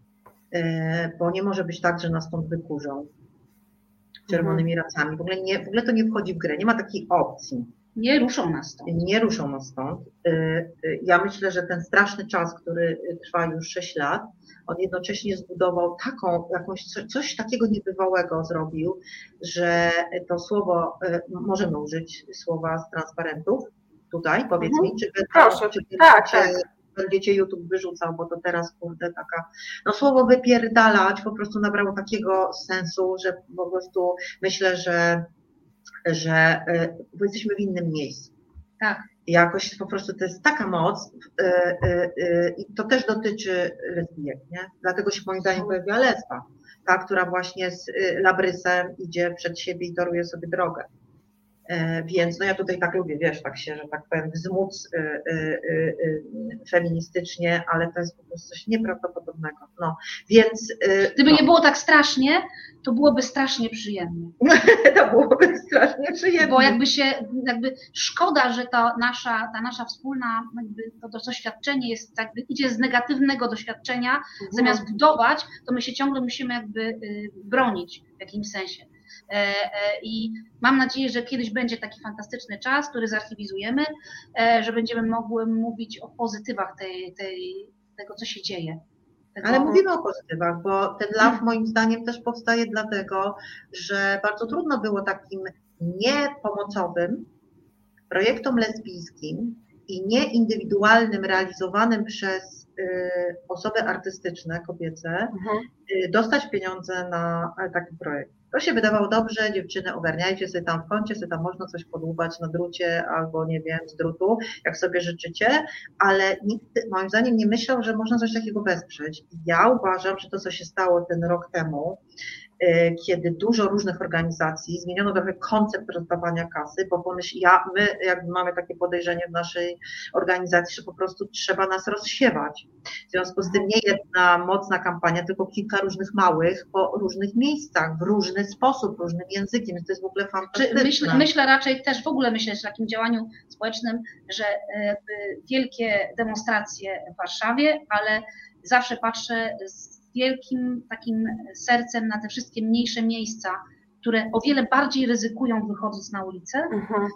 Bo nie może być tak, że nas stąd wykurzą czerwonymi mhm. racami. W ogóle, nie, w ogóle to nie wchodzi w grę, nie ma takiej opcji. Nie ruszą nas stąd. Nie ruszą nas stąd. Ja myślę, że ten straszny czas, który trwa już sześć lat, on jednocześnie zbudował taką, jakąś, coś takiego niebywałego zrobił, że to słowo, możemy użyć słowa z transparentów, tutaj, powiedz mhm. mi, czy, wy, Proszę, czy tak, będziecie, tak. będziecie YouTube wyrzucał, bo to teraz, kurde, taka, no słowo wypierdalać po prostu nabrało takiego sensu, że po prostu myślę, że, że y, jesteśmy w innym miejscu. Tak. Jakoś po prostu to jest taka moc i y, y, y, to też dotyczy lesbijek, nie? Dlatego się moim zdaniem pojawiła lesba, ta, która właśnie z y, labrysem idzie przed siebie i toruje sobie drogę. Więc no ja tutaj tak lubię, wiesz, tak się, że tak powiem, wzmóc y, y, y, feministycznie, ale to jest po prostu coś nieprawdopodobnego. No, więc... Y, Gdyby no. nie było tak strasznie, to byłoby strasznie przyjemnie. To byłoby strasznie przyjemnie. Bo jakby się, jakby szkoda, że ta nasza, ta nasza wspólna jakby to, to doświadczenie jest, jakby idzie z negatywnego doświadczenia, mhm. zamiast budować, to my się ciągle musimy jakby y, bronić w jakimś sensie. I mam nadzieję, że kiedyś będzie taki fantastyczny czas, który zarchiwizujemy, że będziemy mogły mówić o pozytywach tej, tej, tego, co się dzieje. Tego... Ale mówimy o pozytywach, bo ten love moim zdaniem też powstaje dlatego, że bardzo trudno było takim niepomocowym projektom lesbijskim i nieindywidualnym, realizowanym przez y, osoby artystyczne, kobiece, mhm. y, dostać pieniądze na taki projekt. To się wydawało dobrze, dziewczyny, ogarniajcie sobie tam w kącie, sobie tam można coś podłubać na drucie albo nie wiem, z drutu, jak sobie życzycie, ale nikt moim zdaniem nie myślał, że można coś takiego wesprzeć. Ja uważam, że to, co się stało ten rok temu, kiedy dużo różnych organizacji, zmieniono trochę koncept rozdawania kasy, bo pomyśl, ja, my jakby mamy takie podejrzenie w naszej organizacji, że po prostu trzeba nas rozsiewać. W związku z tym nie jedna mocna kampania, tylko kilka różnych małych po różnych miejscach, w różny sposób, różnym językiem, więc to jest w ogóle fantastyczne. Myślę, myślę raczej też w ogóle myślę, że takim działaniu społecznym, że jakby wielkie demonstracje w Warszawie, ale zawsze patrzę z wielkim takim sercem na te wszystkie mniejsze miejsca, które o wiele bardziej ryzykują wychodząc na ulicę. Mhm.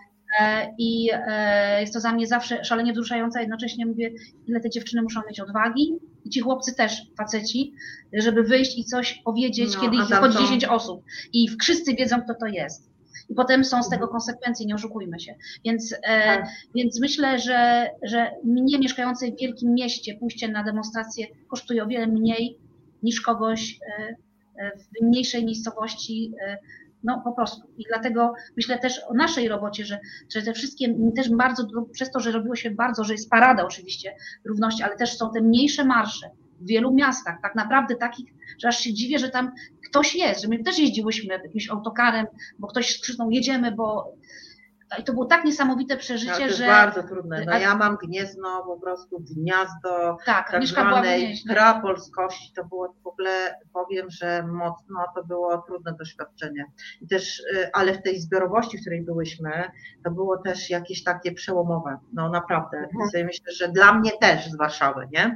I jest to za mnie zawsze szalenie wzruszające, jednocześnie mówię, ile te dziewczyny muszą mieć odwagi i ci chłopcy też, faceci, żeby wyjść i coś powiedzieć, no, kiedy ich wychodzi to... dziesięć osób i wszyscy wiedzą, kto to jest. I potem są z tego konsekwencje, nie oszukujmy się. Więc, e, więc myślę, że, że mnie mieszkającej w wielkim mieście pójście na demonstrację kosztuje o wiele mniej niż kogoś e, w mniejszej miejscowości, e, no po prostu. I dlatego myślę też o naszej robocie, że, że te wszystkie, też bardzo, przez to, że robiło się bardzo, że jest parada oczywiście równości, ale też są te mniejsze marsze w wielu miastach, tak naprawdę takich, że aż się dziwię, że tam ktoś jest, że my też jeździłyśmy jakimś autokarem, bo ktoś skrzyknął, jedziemy, bo i to było tak niesamowite przeżycie, no, to jest że... bardzo trudne. No ja mam Gniezno, po prostu gniazdo tak, tak zwanej prapolskości, to było w ogóle, powiem, że mocno, to było trudne doświadczenie. I też, ale w tej zbiorowości, w której byłyśmy, to było też jakieś takie przełomowe, no naprawdę. Mhm. Sobie myślę, że dla mnie też z Warszawy, nie?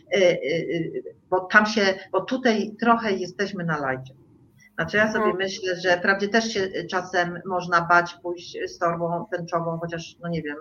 Bo tam się, bo tutaj trochę jesteśmy na lajcie. Znaczy ja sobie myślę, że wprawdzie też się czasem można bać pójść z torbą tęczową, chociaż no nie wiem.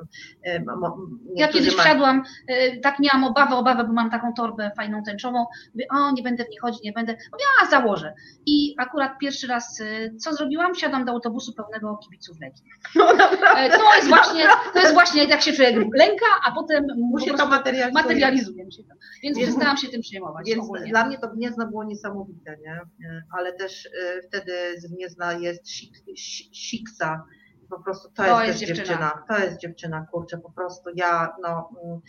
Ja kiedyś ma... wsiadłam, tak miałam obawę, obawę, bo mam taką torbę fajną tęczową, mówię, o nie będę w niej chodzić, nie będę, mówię, a założę. I akurat pierwszy raz, co zrobiłam? Wsiadłam do autobusu pełnego kibiców Legii. No, to jest właśnie, to jest właśnie jak się człowiek lęka, a potem mu się to materializuje. materializuje się to. Więc przestałam się tym przejmować. Więc ogólnie. Dla mnie to Gniezno było niesamowite, nie? Ale też wtedy z Gniezna jest Siksa, po prostu to, to jest, jest dziewczyna. dziewczyna, to jest dziewczyna, kurczę, po prostu ja, no,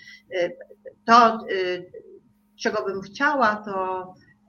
to, czego bym chciała, to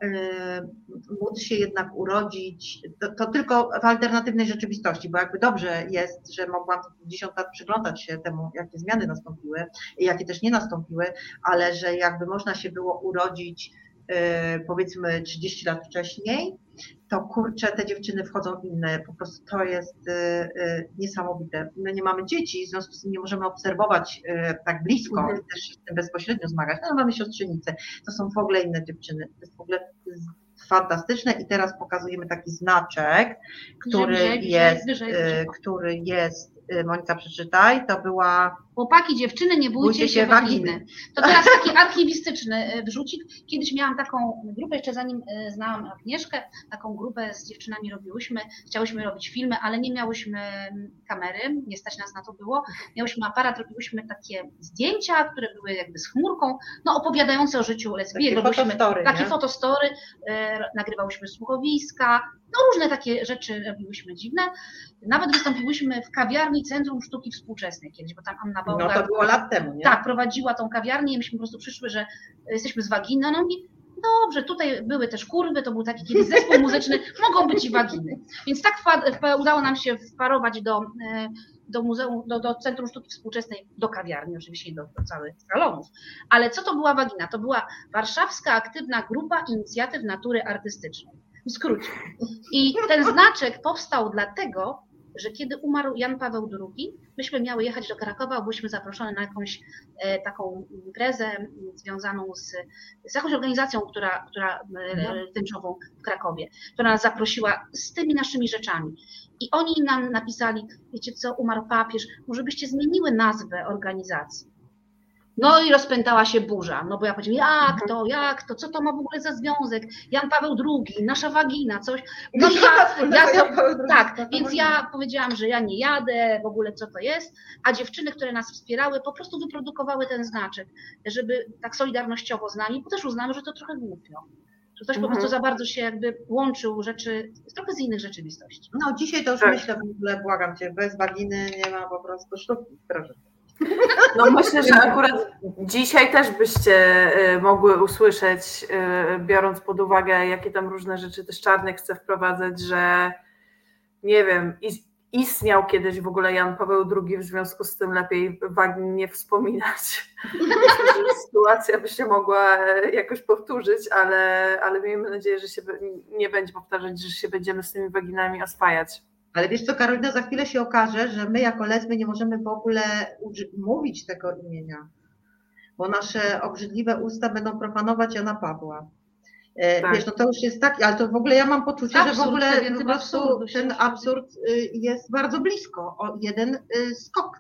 móc się jednak urodzić, to, to tylko w alternatywnej rzeczywistości, bo jakby dobrze jest, że mogłam dziesiąt lat przyglądać się temu, jakie zmiany nastąpiły i jakie też nie nastąpiły, ale że jakby można się było urodzić powiedzmy trzydzieści lat wcześniej, to kurczę, te dziewczyny wchodzą inne, po prostu to jest y, y, niesamowite. My nie mamy dzieci, w związku z tym nie możemy obserwować y, tak blisko mm-hmm. i też się z tym bezpośrednio zmagać, ale mamy siostrzenice, to są w ogóle inne dziewczyny, to jest w ogóle fantastyczne i teraz pokazujemy taki znaczek, który wyżej, jest, wyżej, wyżej, y, który jest, y, Monika przeczytaj, to była... Chłopaki, dziewczyny, nie bójcie, bójcie się, się waginy. waginy. To teraz taki archiwistyczny wrzucik. Kiedyś miałam taką grupę, jeszcze zanim znałam Agnieszkę, taką grupę z dziewczynami robiłyśmy, chciałyśmy robić filmy, ale nie miałyśmy kamery, nie stać nas na to było. Miałyśmy aparat, robiłyśmy takie zdjęcia, które były jakby z chmurką, no opowiadające o życiu lesbijek. Takie fotostory, Takie fotostory, e, nagrywałyśmy słuchowiska, no różne takie rzeczy robiłyśmy dziwne. Nawet wystąpiłyśmy w kawiarni Centrum Sztuki Współczesnej kiedyś, bo tam Anna No to było lat temu, nie? Tak, prowadziła tą kawiarnię i myśmy po prostu przyszły, że jesteśmy z waginy, no i Dobrze, tutaj były też kurwy, to był taki kiedyś zespół muzyczny, mogą być i waginy. Więc tak udało nam się wparować do, do muzeum, do, do Centrum Sztuki Współczesnej, do kawiarni, oczywiście do, do całych salonów. Ale co to była wagina? To była Warszawska Aktywna Grupa Inicjatyw Natury Artystycznej. W skrócie. I ten znaczek powstał dlatego, że kiedy umarł Jan Paweł drugi, myśmy miały jechać do Krakowa, byliśmy zaproszone na jakąś e, taką imprezę związaną z, z jakąś organizacją, która, która e, tęczową w Krakowie, która nas zaprosiła z tymi naszymi rzeczami. I oni nam napisali, wiecie co, umarł papież, może byście zmieniły nazwę organizacji. No i rozpętała się burza, no bo ja powiedziałam, jak to, jak to, co to ma w ogóle za związek? Jan Paweł drugi, nasza wagina, coś. No ja, ja so, tak, więc ja powiedziałam, że ja nie jadę, w ogóle co to jest, a dziewczyny, które nas wspierały, po prostu wyprodukowały ten znaczek, żeby tak solidarnościowo z nami, bo też uznamy, że to trochę głupio. Że ktoś po prostu za bardzo się jakby łączył rzeczy, trochę z innych rzeczywistości. No dzisiaj to już tak. Myślę w ogóle, błagam Cię, bez waginy nie ma po prostu sztuki, proszę. No myślę, że akurat dzisiaj też byście mogły usłyszeć, biorąc pod uwagę, jakie tam różne rzeczy też Czarnek chce wprowadzać, że nie wiem, istniał kiedyś w ogóle Jan Paweł drugi, w związku z tym lepiej wagin nie wspominać. Myślę, że sytuacja by się mogła jakoś powtórzyć, ale, ale miejmy nadzieję, że się nie będzie powtarzać, że się będziemy z tymi waginami oswajać. Ale wiesz co, Karolina, za chwilę się okaże, że my jako lesby nie możemy w ogóle mówić tego imienia, bo nasze obrzydliwe usta będą profanować Jana Pawła. Tak. Wiesz, no to już jest tak, ale to w ogóle ja mam poczucie, absurd, że w ogóle po prostu absurd, ten absurd jest bardzo blisko, o jeden skok.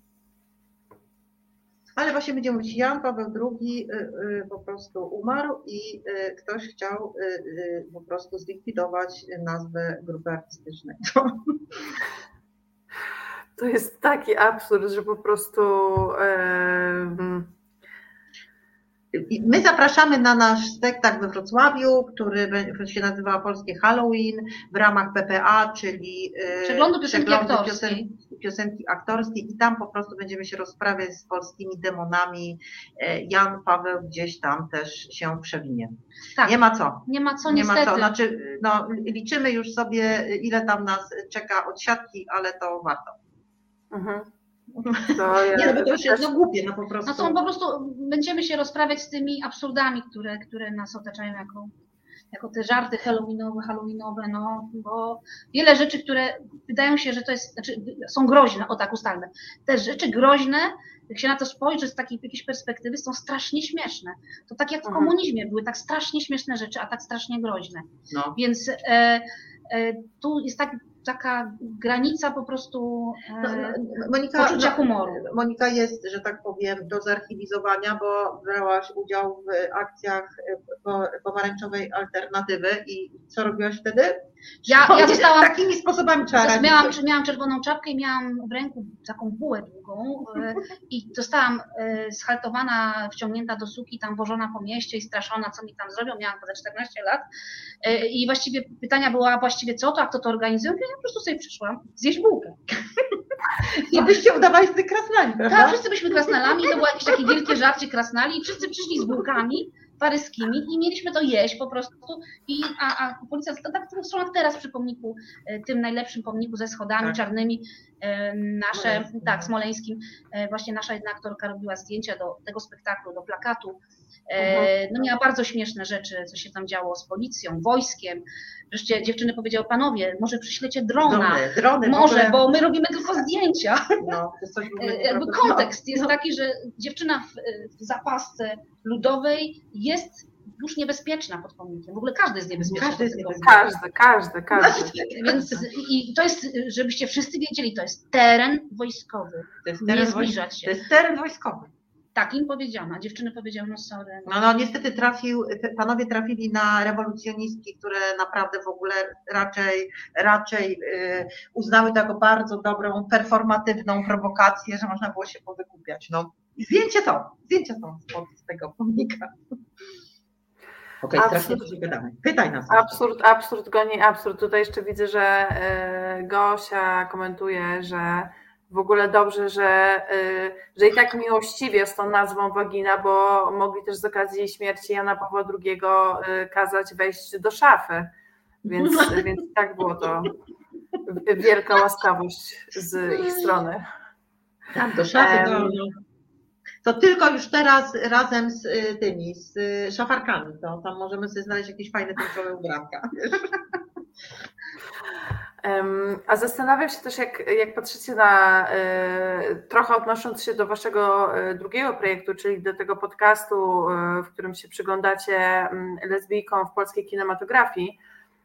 Ale właśnie będziemy mówić, Jan Paweł drugi po prostu umarł i ktoś chciał po prostu zlikwidować nazwę grupy artystycznej. To jest taki absurd, że po prostu... Yy... My zapraszamy na nasz spektakl we Wrocławiu, który się nazywa Polskie Halloween w ramach P P A, czyli Przeglądu Piosenki Aktorskiej. Piosenki, piosenki aktorskiej i tam po prostu będziemy się rozprawiać z polskimi demonami. Jan Paweł gdzieś tam też się przewinie. Tak, nie ma co. Nie ma co, nie niestety. Ma co. Znaczy, no, liczymy już sobie, ile tam nas czeka od siatki, ale to warto. Mhm. To jest, nie, no bo to już jest no głupie, no po prostu. No są po prostu, będziemy się rozprawiać z tymi absurdami, które, które nas otaczają jako, jako te żarty halloweenowe, halloweenowe, no bo wiele rzeczy, które wydają się, że to jest, znaczy są groźne, o tak ustalmy. Te rzeczy groźne, jak się na to spojrzy z takiej jakiejś perspektywy, są strasznie śmieszne. To tak jak w komunizmie były tak strasznie śmieszne rzeczy, a tak strasznie groźne. No. Więc e, e, tu jest tak taka granica po prostu e, Monika, poczucia humoru. Monika jest, że tak powiem, do zarchiwizowania, bo brałaś udział w akcjach pomarańczowej alternatywy i co robiłaś wtedy? Ja, ja zostałam, takimi sposobami trzeba radzić. Miałam, miałam czerwoną czapkę i miałam w ręku taką bułę długą e, i zostałam e, schaltowana, wciągnięta do suki, tam wożona po mieście i straszona, co mi tam zrobią. Miałam chyba czternaście lat e, i właściwie pytania była właściwie co to, a kto to organizuje? Ja po prostu sobie przyszłam zjeść bułkę. I byście udawali z tych krasnali, prawda? Tak, wszyscy byliśmy krasnalami, to było jakieś takie wielkie żarcie krasnali i wszyscy przyszli z bułkami paryskimi i mieliśmy to jeść po prostu. I, a, a policja, tak zresztą teraz przy pomniku, tym najlepszym pomniku ze schodami tak. czarnymi, nasze, Smoleńskim. tak, smoleńskim, właśnie nasza jedna aktorka robiła zdjęcia do tego spektaklu, do plakatu. Uh-huh. No miała bardzo śmieszne rzeczy, co się tam działo z policją, wojskiem. Wreszcie dziewczyny powiedziały, panowie, może przyślecie drona, drony, drony, może, bo my robimy tylko zdjęcia. No, Jakby kontekst jest taki, że dziewczyna w, w zapasce ludowej jest już niebezpieczna pod pomnikiem. W ogóle każdy jest niebezpieczny. Każdy, jest niebezpieczny. każdy, każdy, każdy. Więc i to jest, żebyście wszyscy wiedzieli, to jest teren wojskowy. To jest teren nie zbliżać się. To jest teren wojskowy. Tak im powiedziano, dziewczyny powiedziały, no sorry. No, no niestety trafił, panowie trafili na rewolucjonistki, które naprawdę w ogóle raczej, raczej yy, uznały to jako bardzo dobrą, performatywną prowokację, że można było się powykupiać. No, zdjęcie są, zdjęcia są z tego pomnika. Okej, okay, strasznie dużo pytamy. Pytaj nas. Absurd, absurd goni absurd. Tutaj jeszcze widzę, że yy, Gosia komentuje, że w ogóle dobrze, że, że i tak miłościwie z tą nazwą wagina, bo mogli też z okazji śmierci Jana Pawła drugiego kazać wejść do szafy, więc, więc tak było to wielka łaskawość z ich strony. Tak, do szafy, um, no. To tylko już teraz razem z tymi, z szafarkami, to tam możemy sobie znaleźć jakieś fajne tęczowe ubranka. A zastanawiam się też, jak, jak patrzycie na, trochę odnosząc się do waszego drugiego projektu, czyli do tego podcastu, w którym się przyglądacie lesbijkom w polskiej kinematografii,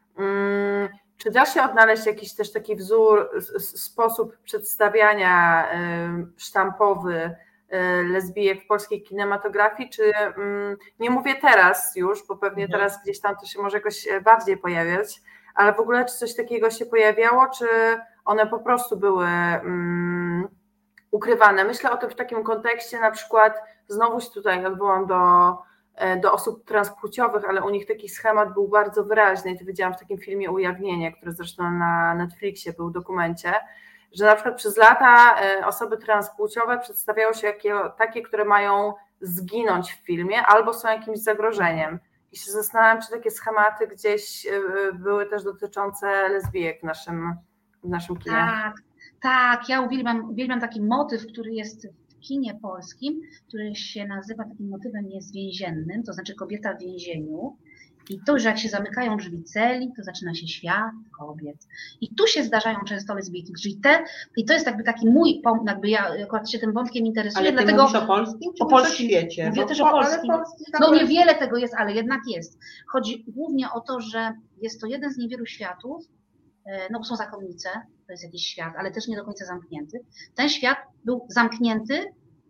czy da się odnaleźć jakiś też taki wzór, sposób przedstawiania sztampowy lesbijek w polskiej kinematografii, czy nie mówię teraz już, bo pewnie teraz gdzieś tam to się może jakoś bardziej pojawiać, ale w ogóle czy coś takiego się pojawiało, czy one po prostu były um, ukrywane? Myślę o tym w takim kontekście, na przykład znowu się tutaj odwołam do, do osób transpłciowych, ale u nich taki schemat był bardzo wyraźny i to widziałam w takim filmie Ujawnienie, który zresztą na Netflixie był, dokumencie, że na przykład przez lata osoby transpłciowe przedstawiały się jako takie, które mają zginąć w filmie albo są jakimś zagrożeniem. I się zastanawiam, czy takie schematy gdzieś były też dotyczące lesbijek w naszym, w naszym kinie. Tak, tak. Ja uwielbiam, uwielbiam taki motyw, który jest w kinie polskim, który się nazywa takim motywem niezwięziennym, to znaczy kobieta w więzieniu. I to, że jak się zamykają drzwi celi, to zaczyna się świat kobiet. I tu się zdarzają często lesbijki. Czyli te, i to jest jakby taki mój, jakby ja akurat się tym wątkiem interesuję. Ale ty dlatego mówisz o polskim czy o polskim świecie? Mówię bo, też o polskim. polskim tak no niewiele tego jest, ale jednak jest. Chodzi głównie o to, że jest to jeden z niewielu światów, no są zakonnice, to jest jakiś świat, ale też nie do końca zamknięty. Ten świat był zamknięty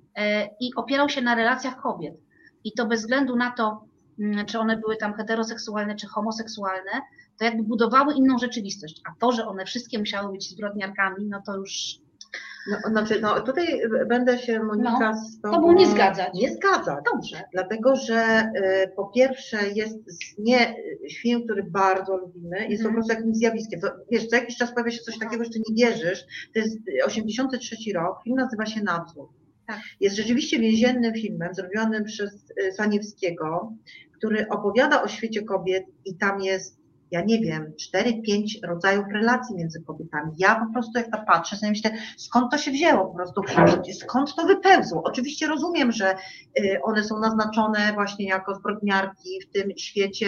i opierał się na relacjach kobiet. I to bez względu na to, czy one były tam heteroseksualne, czy homoseksualne, to jakby budowały inną rzeczywistość. A to, że one wszystkie musiały być zbrodniarkami, no to już... No, znaczy, no tutaj będę się, Monika, no, z tobą... tobą nie zgadzać. Nie zgadzać. Dobrze. Dlatego, że y, po pierwsze jest nie film, który bardzo lubimy, jest mm. po prostu jakimś zjawiskiem. To, wiesz, co jakiś czas pojawia się coś takiego, że ty nie wierzysz. To jest osiemdziesiąty trzeci rok, film nazywa się Nadzór. Tak. Jest rzeczywiście więziennym filmem zrobionym przez Saniewskiego, który opowiada o świecie kobiet i tam jest, ja nie wiem, cztery, pięć rodzajów relacji między kobietami. Ja po prostu jak to patrzę, sobie myślę, skąd to się wzięło po prostu, skąd to wypełzło. Oczywiście rozumiem, że one są naznaczone właśnie jako zbrodniarki w tym świecie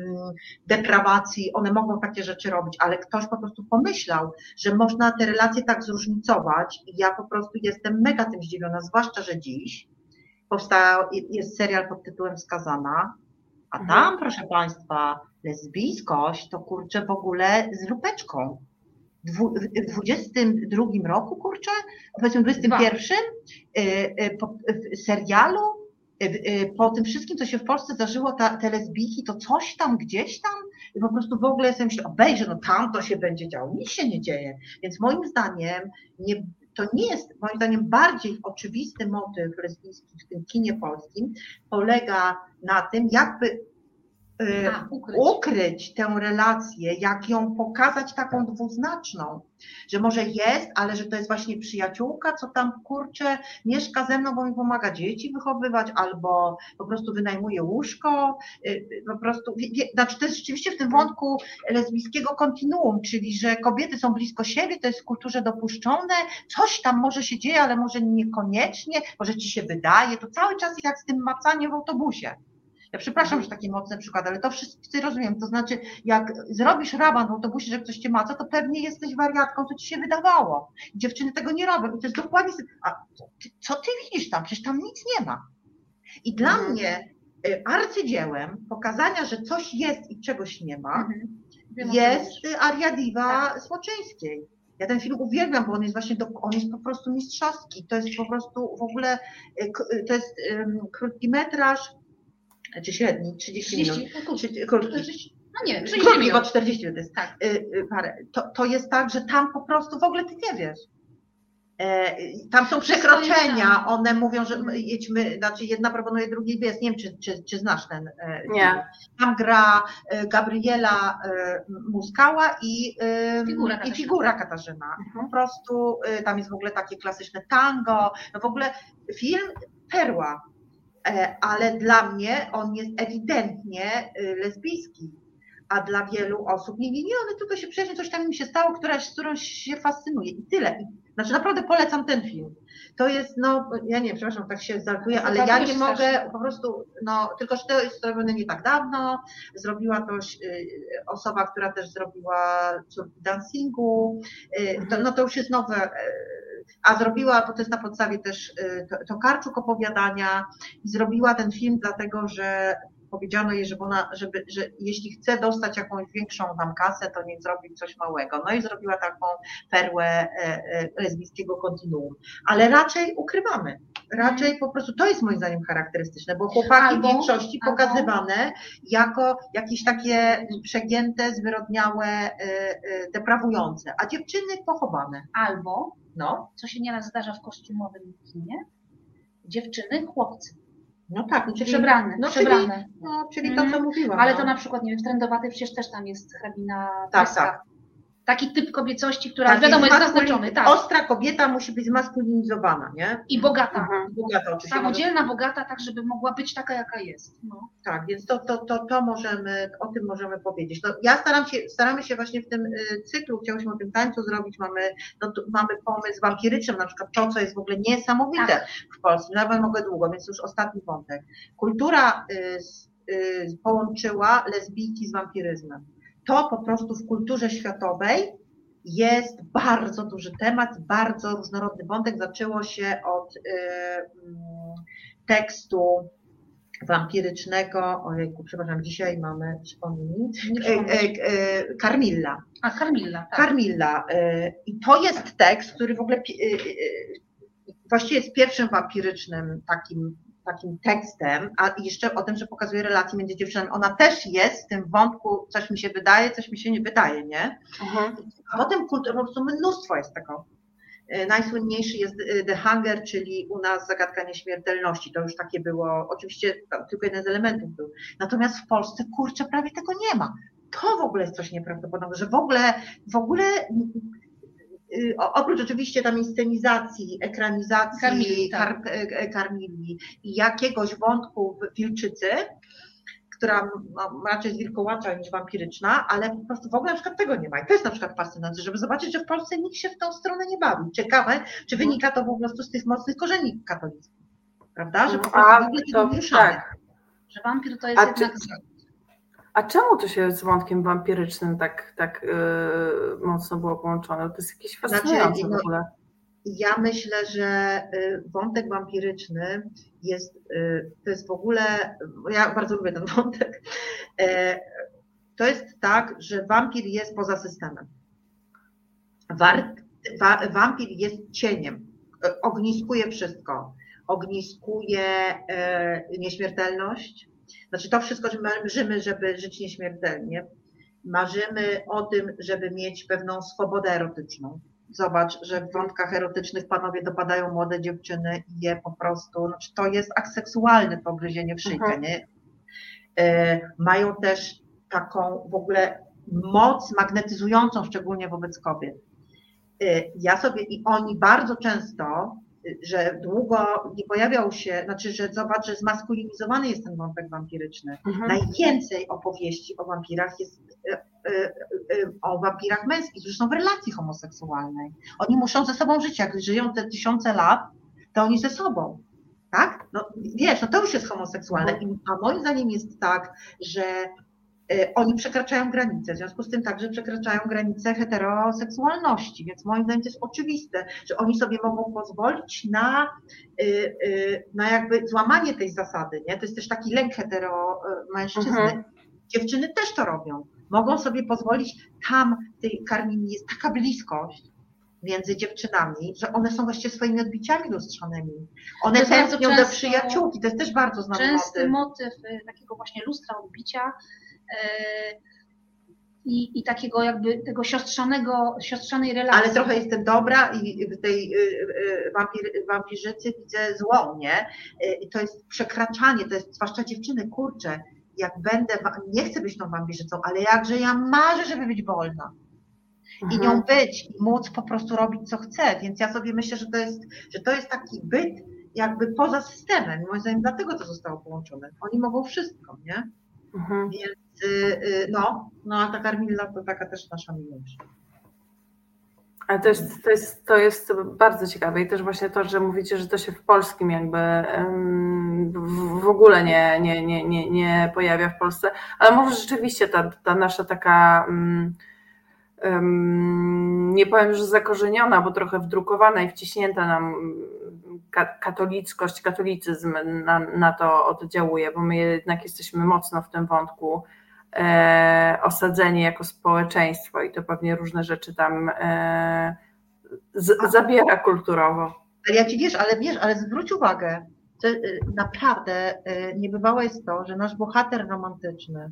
deprawacji, one mogą takie rzeczy robić, ale ktoś po prostu pomyślał, że można te relacje tak zróżnicować i ja po prostu jestem mega tym zdziwiona, zwłaszcza, że dziś powstał, jest serial pod tytułem Skazana, a tam, mhm. proszę Państwa, lesbijskość to kurczę w ogóle z lupeczką. W dwudziestym drugim roku, kurczę, powiedzmy w dwudziestym pierwszym po serialu, po tym wszystkim, co się w Polsce zdarzyło, ta, te lesbijki, to coś tam, gdzieś tam, i po prostu w ogóle sobie myślę, obejrzę, no tam to się będzie działo, nic się nie dzieje. Więc moim zdaniem nie, to nie jest, moim zdaniem bardziej oczywisty motyw lesbijski w tym kinie polskim polega na tym, jakby A, ukryć. ukryć tę relację, jak ją pokazać taką dwuznaczną, że może jest, ale że to jest właśnie przyjaciółka, co tam kurczę mieszka ze mną, bo mi pomaga dzieci wychowywać, albo po prostu wynajmuje łóżko, po prostu, znaczy to jest rzeczywiście w tym wątku lesbijskiego kontinuum, czyli że kobiety są blisko siebie, to jest w kulturze dopuszczone, coś tam może się dzieje, ale może niekoniecznie, może ci się wydaje, to cały czas jak z tym macaniem w autobusie. Ja przepraszam, że taki mocny przykład, ale to wszyscy rozumiem, to znaczy jak zrobisz raban w autobusie, że ktoś cię maca, to pewnie jesteś wariatką, co ci się wydawało. Dziewczyny tego nie robią i to jest dokładnie, a ty, co ty widzisz tam? Przecież tam nic nie ma. I dla mhm. mnie arcydziełem pokazania, że coś jest i czegoś nie ma, mhm. jest Ariadiva tak. Słoczyńskiej. Ja ten film uwielbiam, bo on jest właśnie, do, on jest po prostu mistrzowski, to jest po prostu w ogóle, to jest um, krótki metraż, czy średni, trzydzieści minut. Krótki. No nie, krótki, bo czterdzieści minut jest. Tak. Parę. To, to jest tak, że tam po prostu w ogóle ty nie wiesz. Tam są przekroczenia, one mówią, że jedźmy, znaczy jedna proponuje drugiej wyjazd, nie wiem, czy, czy, czy znasz ten Nie. Tam gra Gabriela Muskała i Figura i Katarzyna. Figura Katarzyna. Mhm. Po prostu tam jest w ogóle takie klasyczne tango, no w ogóle film perła, ale dla mnie on jest ewidentnie lesbijski. A dla wielu osób, nie, nie, nie, one tylko się przyjaźnią, coś tam im się stało, która, z którą się fascynuje i tyle. Znaczy naprawdę polecam ten film. To jest, no, ja nie wiem, przepraszam, tak się zalkuję, ale ja nie mogę po prostu, no, tylko że to jest zrobione nie tak dawno, zrobiła to osoba, która też zrobiła Córki dancingu, to, no to już jest nowe, a zrobiła, bo to jest na podstawie też Tokarczuk opowiadania i zrobiła ten film dlatego, że powiedziano jej, żeby ona, żeby, że jeśli chce dostać jakąś większą tam kasę, to niech zrobi coś małego. No i zrobiła taką perłę e, e, lesbijskiego kontinuum. Ale raczej ukrywamy. Raczej mm. po prostu to jest moim zdaniem charakterystyczne, bo chłopaki albo, w większości albo. pokazywane jako jakieś takie przegięte, zwyrodniałe, e, e, deprawujące, a dziewczyny pochowane. Albo, no, co się nieraz zdarza w kostiumowym kinie, dziewczyny, chłopcy. No tak, czyli, przebrane, no, przebrane. Czyli, no, czyli to, co mówiłam. Ale no. to na przykład, nie wiem, w Trendowatej przecież też tam jest hrabina tak, Pryska. tak. Taki typ kobiecości, która tak, wiadomo jest, jest zaznaczony. Tak. Ostra kobieta musi być zmaskulinizowana, nie? I bogata. Mhm. Bogata oczywiście. Samodzielna, może... bogata, tak żeby mogła być taka, jaka jest. No. Tak, więc to, to, to, to możemy, o tym możemy powiedzieć. No, ja staram się, staramy się właśnie w tym cyklu, chciałyśmy o tym tańcu zrobić, mamy, no, mamy pomysł wampiryczny, na przykład to, co jest w ogóle niesamowite tak. w Polsce, nawet mogę długo, więc już ostatni wątek. Kultura y, y, połączyła lesbijki z wampiryzmem. To po prostu w kulturze światowej jest bardzo duży temat, bardzo różnorodny wątek. Zaczęło się od y, y, tekstu wampirycznego, ojejku, przepraszam, dzisiaj mamy, przypomnij, Carmilla. A, Carmilla, tak. Carmilla. I to jest tekst, który w ogóle właściwie jest pierwszym wampirycznym takim, takim tekstem, a jeszcze o tym, że pokazuje relacje między dziewczynami. Ona też jest w tym wątku, coś mi się wydaje, coś mi się nie wydaje, nie? Mhm. A potem po prostu mnóstwo jest tego. Najsłynniejszy jest The Hunger, czyli u nas Zagadka Nieśmiertelności. To już takie było, oczywiście tylko jeden z elementów był. Natomiast w Polsce, kurczę, prawie tego nie ma. To w ogóle jest coś nieprawdopodobnego, że w ogóle, w ogóle oprócz oczywiście tam inscenizacji, ekranizacji Carmilli, tak. Kar, Carmilli i jakiegoś wątku w Wilczycy, która no, raczej jest wilkołacza niż wampiryczna, ale po prostu w ogóle na przykład tego nie ma. I to jest na przykład fascynujące, żeby zobaczyć, że w Polsce nikt się w tą stronę nie bawi. Ciekawe, czy wynika to po prostu z tych mocnych korzeni katolickich, prawda? Że po prostu A, w ogóle to, nie ruszamy. tak. Że wampir to jest a jednak... Czy, a czemu to się z wątkiem wampirycznym tak, tak yy, mocno było połączone? To jest jakieś fascynujące znaczy, w ogóle. Ja myślę, że wątek wampiryczny jest, to jest w ogóle, ja bardzo lubię ten wątek, to jest tak, że wampir jest poza systemem. Wampir jest cieniem, ogniskuje wszystko, ogniskuje nieśmiertelność, znaczy to wszystko, że marzymy, żeby żyć nieśmiertelnie, marzymy o tym, żeby mieć pewną swobodę erotyczną. Zobacz, że w wątkach erotycznych panowie dopadają młode dziewczyny i je po prostu, znaczy to jest aseksualne pogryzienie w szyjkę, uh-huh. nie? E, mają też taką w ogóle moc magnetyzującą, szczególnie wobec kobiet. E, ja sobie i oni bardzo często, że długo nie pojawiał się, znaczy, że zobacz, że zmaskulinizowany jest ten wątek wampiryczny. Uh-huh. Najwięcej opowieści o wampirach jest o wampirach męskich, zresztą w relacji homoseksualnej. Oni muszą ze sobą żyć, jak żyją te tysiące lat, to oni ze sobą, tak? No wiesz, no to już jest homoseksualne, a moim zdaniem jest tak, że oni przekraczają granice, w związku z tym także przekraczają granice heteroseksualności, więc moim zdaniem to jest oczywiste, że oni sobie mogą pozwolić na, na jakby złamanie tej zasady, nie? To jest też taki lęk hetero mężczyzny. Mhm. Dziewczyny też to robią. Mogą sobie pozwolić, tam tej Carmilli jest taka bliskość między dziewczynami, że one są właściwie swoimi odbiciami lustrzanymi. One tęsknią do przyjaciółki, to jest też bardzo znany częsty motyw. motyw takiego właśnie lustra odbicia. i, i takiego jakby tego siostrzanego, siostrzanej relacji. Ale trochę jestem dobra i w tej wampir, wampirzycy widzę złą, nie? I to jest przekraczanie, to jest zwłaszcza dziewczyny, kurczę, jak będę, nie chcę być tą wampirzycą, ale jakże ja marzę, żeby być wolna. I Mhm. nią być, i móc po prostu robić co chcę, więc ja sobie myślę, że to jest, że to jest taki byt jakby poza systemem, moim zdaniem dlatego to zostało połączone. Oni mogą wszystko, nie? Mhm. Więc yy, no, no a ta Carmilla to taka też nasza miłość. Ale to jest, to, jest, to jest bardzo ciekawe i też właśnie to, że mówicie, że to się w polskim jakby um, w, w ogóle nie, nie, nie, nie, nie pojawia w Polsce, ale może rzeczywiście ta, ta nasza taka um, um, nie powiem, że zakorzeniona, bo trochę wdrukowana i wciśnięta nam katolickość, katolicyzm na, na to oddziałuje, bo my jednak jesteśmy mocno w tym wątku e, osadzeni jako społeczeństwo i to pewnie różne rzeczy tam e, z, zabiera kulturowo. Ale ja ci wiesz, ale wiesz, ale zwróć uwagę, że naprawdę niebywałe jest to, że nasz bohater romantyczny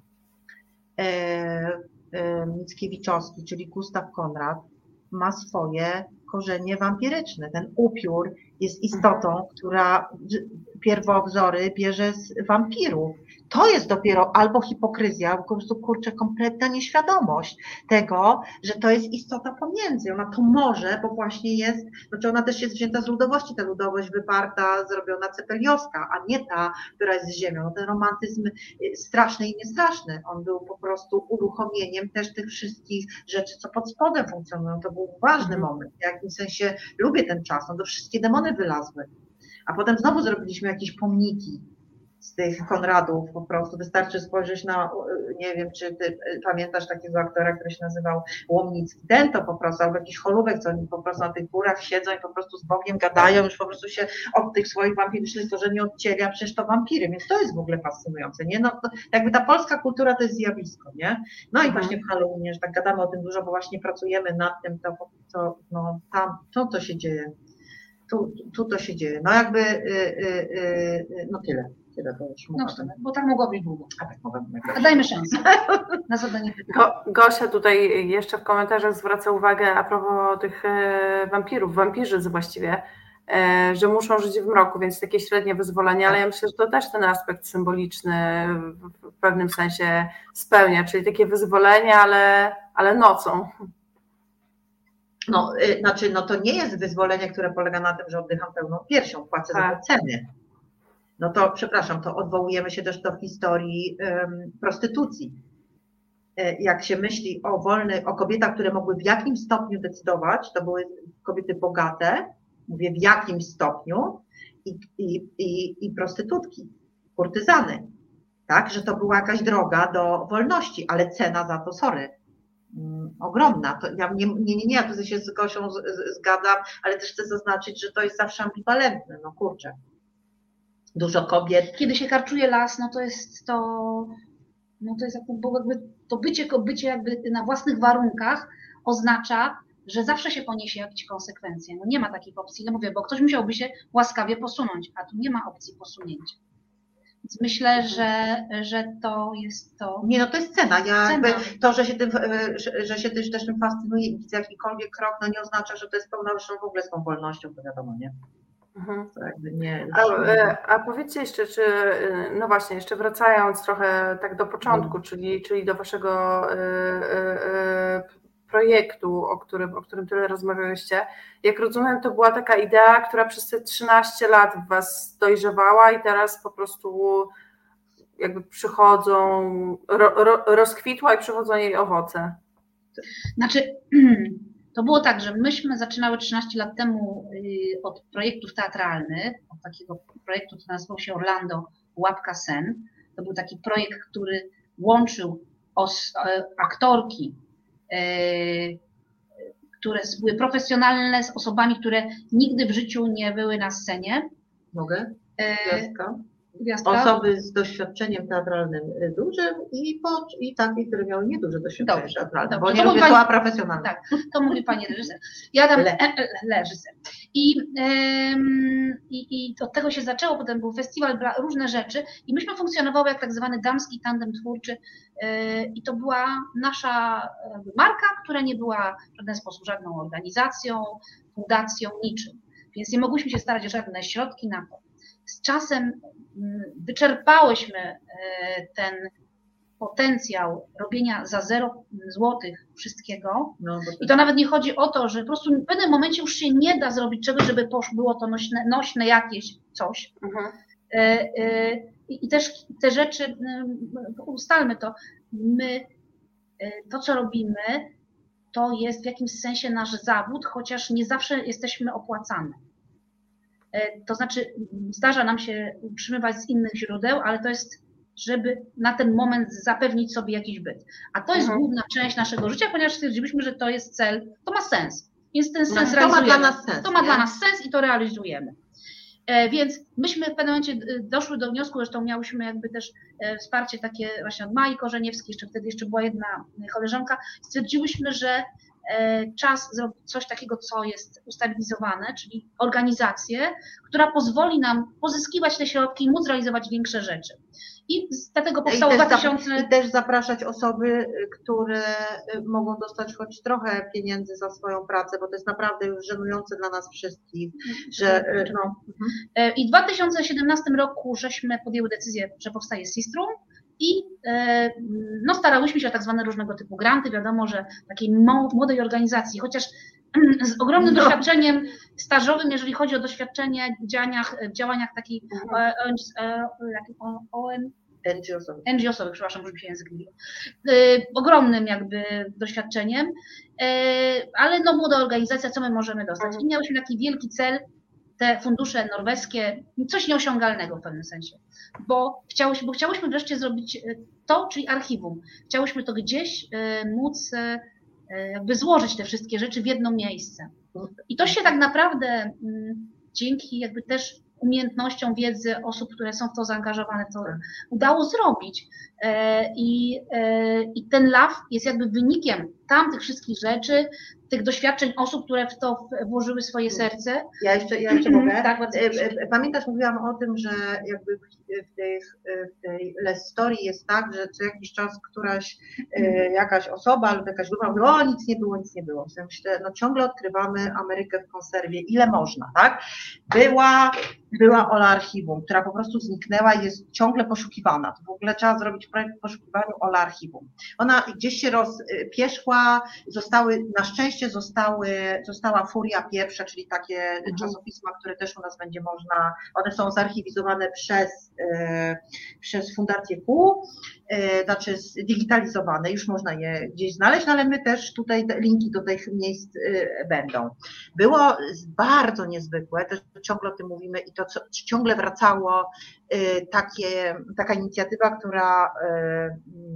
e, e, Mickiewiczowski, czyli Gustaw Konrad, ma swoje korzenie wampiryczne. Ten upiór jest istotą, która pierwowzory bierze z wampirów. To jest dopiero albo hipokryzja, albo po prostu, kurczę, kompletna nieświadomość tego, że to jest istota pomiędzy. Ona to może, bo właśnie jest, znaczy ona też jest wzięta z ludowości, ta ludowość wyparta, zrobiona cepeliowska, a nie ta, która jest z ziemią. No ten romantyzm straszny i niestraszny. On był po prostu uruchomieniem też tych wszystkich rzeczy, co pod spodem funkcjonują. To był ważny Mhm. moment. Ja w jakimś sensie lubię ten czas. No to wszystkie demony wylazły. A potem znowu zrobiliśmy jakieś pomniki z tych Konradów, po prostu wystarczy spojrzeć na, nie wiem, czy ty pamiętasz takiego aktora, który się nazywał Łomnicki, ten to po prostu, albo jakiś Holubek, co oni po prostu na tych górach siedzą i po prostu z Bogiem gadają, już po prostu się od tych swoich wampirycznych stworzeń odcięli, a przecież to wampiry, więc to jest w ogóle fascynujące, nie? No, to jakby ta polska kultura to jest zjawisko, nie? No i Mhm. właśnie w Halloweenie, że tak gadamy o tym dużo, bo właśnie pracujemy nad tym, to, to no tam, to to się dzieje, tu, tu to się dzieje, no jakby, yy, yy, yy, no tyle. Tyle to już No, bo tak mogło być długo. A tak mogłabym. A dajmy szansę na zadanie pytań. Go, Gosia tutaj jeszcze w komentarzach zwraca uwagę a propos tych e, wampirów, wampirzyc właściwie, e, że muszą żyć w mroku, więc takie średnie wyzwolenie, ale ja myślę, że to też ten aspekt symboliczny w, w pewnym sensie spełnia, czyli takie wyzwolenie, ale, ale nocą. No, y, znaczy, no to nie jest wyzwolenie, które polega na tym, że oddycham pełną piersią, płacę Tak. za to ceny. No to, przepraszam, to odwołujemy się też do historii um, prostytucji. Y, jak się myśli o wolnych, o kobietach, które mogły w jakimś stopniu decydować, to były kobiety bogate, mówię w jakimś stopniu, i, i, i, i prostytutki, kurtyzany. Tak, że to była jakaś droga do wolności, ale cena za to, sorry, um, ogromna. To ja nie, nie, nie, nie, ja tu się z Gosią z, z, zgadzam, ale też chcę zaznaczyć, że to jest zawsze ambiwalentne, no kurczę. Dużo kobiet. Kiedy się karczuje las, no to jest to, no to jest jakby to bycie, bycie jakby na własnych warunkach oznacza, że zawsze się poniesie jakieś konsekwencje. No nie ma takich opcji, no mówię, bo ktoś musiałby się łaskawie posunąć, a tu nie ma opcji posunięcia. Więc myślę, że, że to jest to. Nie, no to jest cena. Ja cena. Jakby to, że się tym, że, że się też, też tym fascynuje i widzę jakikolwiek krok, no nie oznacza, że to jest pełna w ogóle z tą wolnością, to wiadomo, nie? Mhm. To jakby nie, a, a powiedzcie jeszcze, czy, no właśnie, jeszcze wracając trochę tak do początku, mm. czyli, czyli do waszego y, y, y, projektu, o którym, o którym tyle rozmawialiście, jak rozumiem, to była taka idea, która przez te trzynaście lat w was dojrzewała i teraz po prostu jakby przychodzą, ro, ro, rozkwitła i przychodzą jej owoce. Znaczy, to było tak, że myśmy zaczynały trzynaście lat temu od projektów teatralnych, od takiego projektu, który nazywał się Orlando Łapka Sen. To był taki projekt, który łączył os, aktorki, które były profesjonalne, z osobami, które nigdy w życiu nie były na scenie. Mogę? Jaska? Gwiazdka. Osoby z doświadczeniem teatralnym dużym i, po, i takie, które miały nieduże doświadczenie Dobrze, teatralne, dobrze. bo nie To lubię pani... słowa profesjonalne. Tak, to mówi pani reżyser. Ja dam Le. reżyser. I, ym, i, I od tego się zaczęło, potem był festiwal, różne rzeczy i myśmy funkcjonowały jak tak zwany damski tandem twórczy yy, i to była nasza marka, która nie była w żaden sposób żadną organizacją, fundacją, niczym. Więc nie mogłyśmy się starać o żadne środki na to. Z czasem wyczerpałyśmy ten potencjał robienia za zero złotych wszystkiego. No, to... I to nawet nie chodzi o to, że po prostu w pewnym momencie już się nie da zrobić czegoś, żeby było to nośne, nośne jakieś coś. Mhm. I też te rzeczy, ustalmy to, my to, co robimy, to jest w jakimś sensie nasz zawód, chociaż nie zawsze jesteśmy opłacane. To znaczy zdarza nam się utrzymywać z innych źródeł, ale to jest, żeby na ten moment zapewnić sobie jakiś byt. A to jest mhm. główna część naszego życia, ponieważ stwierdziliśmy, że to jest cel, to ma sens. Więc ten sens no, realizujemy. To ma dla nas sens. To ma nie? dla nas sens i to realizujemy. E, więc myśmy w pewnym momencie doszły do wniosku, zresztą miałyśmy jakby też e, wsparcie takie właśnie od Mai Korzeniewskiej, jeszcze wtedy jeszcze była jedna koleżanka, stwierdziłyśmy, że czas zrobić coś takiego, co jest ustabilizowane, czyli organizację, która pozwoli nam pozyskiwać te środki i móc realizować większe rzeczy. I dlatego powstało I dwa tysiące... I też zapraszać osoby, które mogą dostać choć trochę pieniędzy za swoją pracę, bo to jest naprawdę już żenujące dla nas wszystkich, że no. I w dwa tysiące siedemnastym roku żeśmy podjęły decyzję, że powstaje Sistrum. I no, starałyśmy się o tak zwane różnego typu granty. Wiadomo, że takiej młodej organizacji, chociaż z ogromnym no. doświadczeniem stażowym, jeżeli chodzi o doświadczenie w działaniach, w działaniach takich N G O-sowych, przepraszam, żeby się język mylił. Ogromnym jakby doświadczeniem, ale no młoda organizacja, co my możemy dostać? I miałyśmy taki wielki cel, te fundusze norweskie, coś nieosiągalnego w pewnym sensie, bo chciałyśmy, bo chciałyśmy wreszcie zrobić to, czyli archiwum. Chciałyśmy to gdzieś móc jakby złożyć te wszystkie rzeczy w jedno miejsce. I to się tak naprawdę dzięki jakby też umiejętnościom, wiedzy osób, które są w to zaangażowane, to udało zrobić. I, i ten L A W jest jakby wynikiem tamtych wszystkich rzeczy, tych doświadczeń osób, które w to włożyły swoje serce. Ja jeszcze, ja jeszcze mogę. Tak, bardzo Pamiętasz, mówiłam o tym, że jakby w tej, w tej less story jest tak, że co jakiś czas któraś jakaś osoba lub jakaś grupa mówi, o nic nie było, nic nie było. W sensie, no ciągle odkrywamy Amerykę w konserwie, ile można, tak? Była, była Ola Archiwum, która po prostu zniknęła i jest ciągle poszukiwana. To w ogóle trzeba zrobić projekt w poszukiwaniu Ola Archiwum. Ona gdzieś się rozpieszła, zostały, na szczęście zostały, została Furia pierwsza, czyli takie mhm. czasopisma, które też u nas będzie można, one są zarchiwizowane przez, e, przez Fundację Q, e, znaczy zdigitalizowane, już można je gdzieś znaleźć, no ale my też tutaj te linki do tych miejsc e, będą. Było bardzo niezwykłe, też ciągle o tym mówimy i to co, ciągle wracało e, takie, taka inicjatywa, która e,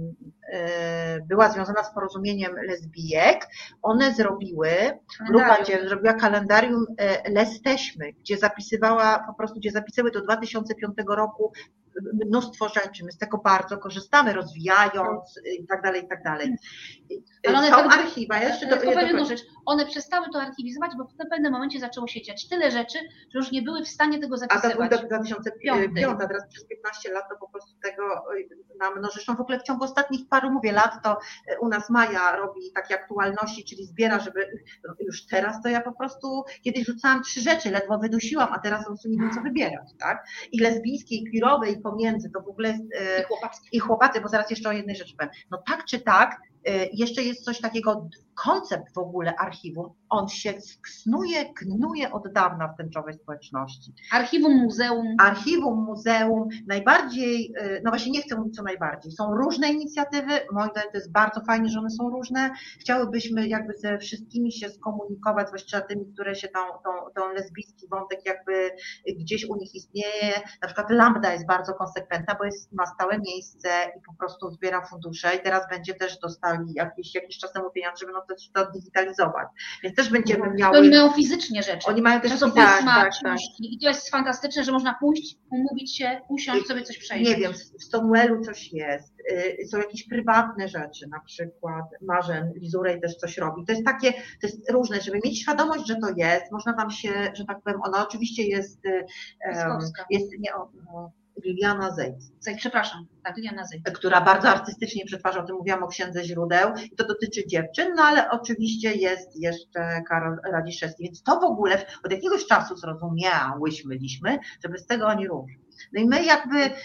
e, była związana z porozumieniem lesbijek. One zrobiły, grupa gdzie zrobiła kalendarium Lesteśmy, gdzie zapisywała, po prostu gdzie zapisały do dwa tysiące piątego roku mnóstwo rzeczy. My z tego bardzo korzystamy, rozwijając i tak dalej, i tak dalej. Ale one są tak, archiwa, jeszcze to, to powiem jedną rzecz. One przestały to archiwizować, bo w pewnym momencie zaczęło się dziać tyle rzeczy, że już nie były w stanie tego zapisywać. A to był do dwa tysiące piątego, a teraz przez piętnaście lat to po prostu tego nam, no zresztą w ogóle w ciągu ostatnich paru, mówię, lat to u nas Maja robi takie aktualności, czyli zbiera, żeby już teraz to ja po prostu kiedyś rzucałam trzy rzeczy, ledwo wydusiłam, a teraz po prostu nie wiem co wybierać, tak? I lesbijskie, i queerowe, i pomiędzy, to w ogóle jest, i chłopackie. I chłopacy, bo zaraz jeszcze o jednej rzeczy powiem. No tak czy tak, jeszcze jest coś takiego, koncept w ogóle archiwum, on się snuje, knuje od dawna w tęczowej społeczności. Archiwum, muzeum. Archiwum, muzeum, najbardziej, no właśnie nie chcę mówić co najbardziej, są różne inicjatywy, moim zdaniem to jest bardzo fajnie, że one są różne, chciałybyśmy jakby ze wszystkimi się skomunikować, zwłaszcza tymi, które się tą, tą, tą lesbijski wątek jakby gdzieś u nich istnieje, na przykład Lambda jest bardzo konsekwentna, bo jest, ma stałe miejsce i po prostu zbiera fundusze i teraz będzie też dostali dostali jakieś, jakiś czas temu pieniądze, żeby no to, to digitalizować. Więc też będziemy miały... Oni mają fizycznie rzeczy. Oni mają też to są tak, pisma, tak, tak. I to jest fantastyczne, że można pójść, umówić się, usiąść, sobie coś przejrzeć. Nie wiem, w Stonewallu coś jest, są jakieś prywatne rzeczy, na przykład Marzeń Lizurej też coś robi. To jest takie, to jest różne, żeby mieć świadomość, że to jest, można tam się, że tak powiem, ona oczywiście jest, um, jest nie, no, Liliana Zeitz. Zeitz, przepraszam, tak, Liliana Zeitz. Która bardzo artystycznie przetwarza, o tym mówiłam, o Księdze Źródeł, i to dotyczy dziewczyn, no ale oczywiście jest jeszcze Karol Radziszewski, więc to w ogóle od jakiegoś czasu zrozumiałyśmy, że bez tego ani rusz. No i my jakby, yy,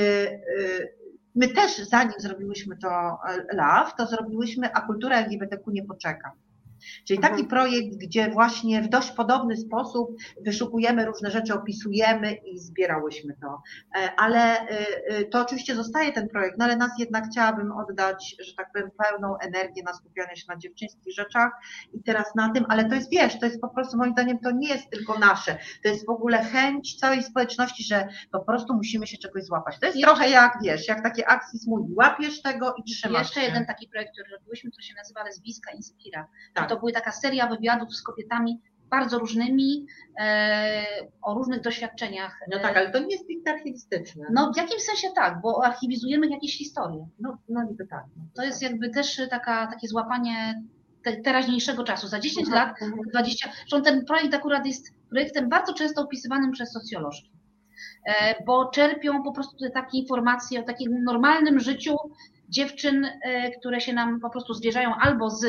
yy, my też zanim zrobiłyśmy to Love, to zrobiłyśmy A Kultura L G B T Q nie poczeka. Czyli taki mhm. projekt, gdzie właśnie w dość podobny sposób wyszukujemy różne rzeczy, opisujemy i zbierałyśmy to. Ale to oczywiście zostaje ten projekt, no ale nas jednak chciałabym oddać, że tak powiem, pełną energię na skupianie się na dziewczyńskich rzeczach i teraz na tym, ale to jest, wiesz, to jest po prostu moim zdaniem to nie jest tylko nasze, to jest w ogóle chęć całej społeczności, że po prostu musimy się czegoś złapać. To jest jeszcze, trochę jak, wiesz, jak takie akcje smoothie, łapiesz tego i trzymasz Jeszcze się. jeden taki projekt, który robiłyśmy, który się nazywa Lesbijska Inspira. Tak. To była taka seria wywiadów z kobietami bardzo różnymi, e, o różnych doświadczeniach. No tak, ale to nie jest stricte archiwistyczne. No w jakimś sensie tak, bo archiwizujemy jakieś historie. No, no niby tak. No, to jest jakby też taka, takie złapanie te, teraźniejszego czasu. Za dziesięć mhm. lat, dwadzieścia, zresztą ten projekt akurat jest projektem bardzo często opisywanym przez socjolożki, e, bo czerpią po prostu takie informacje o takim normalnym życiu dziewczyn, e, które się nam po prostu zwierzają albo z.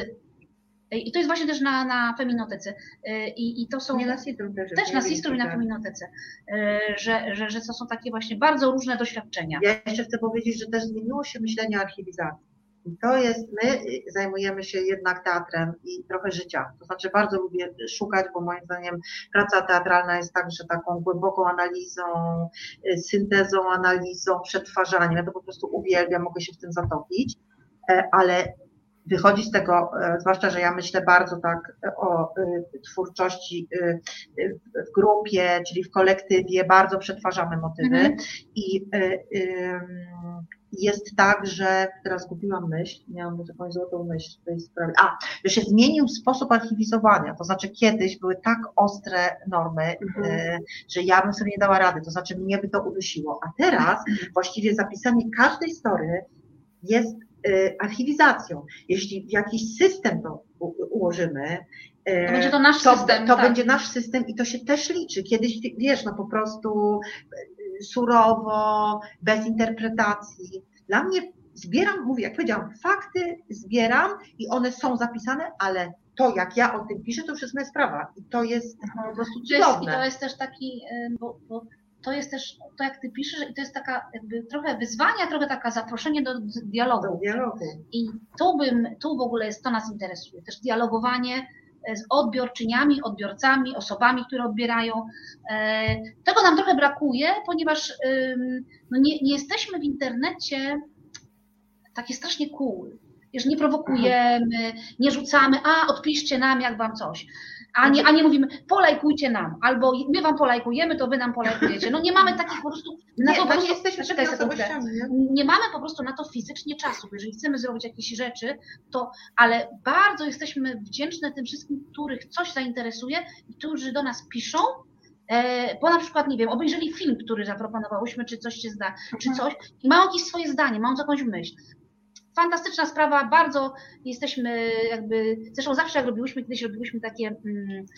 I to jest właśnie też na, na Feminotece. I, i to są nie na Sistrum też, też na Sistrum i na Feminotece, że, że, że to są takie właśnie bardzo różne doświadczenia. Ja jeszcze chcę powiedzieć, że też zmieniło się myślenie o archiwizacji. I to jest, my zajmujemy się jednak teatrem i trochę życia. To znaczy bardzo lubię szukać, bo moim zdaniem praca teatralna jest także taką głęboką analizą, syntezą, analizą, przetwarzaniem. Ja to po prostu uwielbiam, mogę się w tym zatopić, ale wychodzi z tego, zwłaszcza, że ja myślę bardzo tak o twórczości w grupie, czyli w kolektywie, bardzo przetwarzamy motywy mm. i jest tak, że teraz zgubiłam myśl, miałam jakąś złotą myśl w tej sprawie. A, że się zmienił sposób archiwizowania, to znaczy kiedyś były tak ostre normy, mm. że ja bym sobie nie dała rady, to znaczy mnie by to udusiło, a teraz właściwie zapisanie każdej story jest archiwizacją. Jeśli w jakiś system to ułożymy, to będzie to nasz to, system. To tak. będzie nasz system i to się też liczy. Kiedyś, wiesz, no po prostu surowo, bez interpretacji. Dla mnie zbieram, mówię, jak powiedziałam, fakty zbieram i one są zapisane, ale to, jak ja o tym piszę, to już jest moja sprawa. I to jest po prostu cudowne. I to jest też taki, bo, bo to jest też to, jak ty piszesz, i to jest taka jakby trochę wyzwanie, trochę taka zaproszenie do dialogu. Do dialogu. I tu bym, tu w ogóle jest, to nas interesuje, też dialogowanie z odbiorczyniami, odbiorcami, osobami, które odbierają. Tego nam trochę brakuje, ponieważ no nie, nie jesteśmy w internecie takie strasznie cool. Wiesz, nie prowokujemy, nie rzucamy, a odpiszcie nam, jak wam coś. A nie, a nie mówimy, polajkujcie nam, albo my wam polajkujemy, to wy nam polajkujecie. No nie mamy takich po prostu, na nie, to po prostu, nie jesteśmy czekaj sekundkę, nie mamy po prostu na to fizycznie czasu, jeżeli chcemy zrobić jakieś rzeczy, to, ale bardzo jesteśmy wdzięczne tym wszystkim, których coś zainteresuje i którzy do nas piszą, e, bo na przykład, nie wiem, obejrzeli film, który zaproponowałyśmy, czy coś się zda, czy coś i mają jakieś swoje zdanie, mają jakąś myśl. Fantastyczna sprawa, bardzo jesteśmy jakby, zresztą zawsze jak robiłyśmy, kiedyś robiłyśmy takie mm,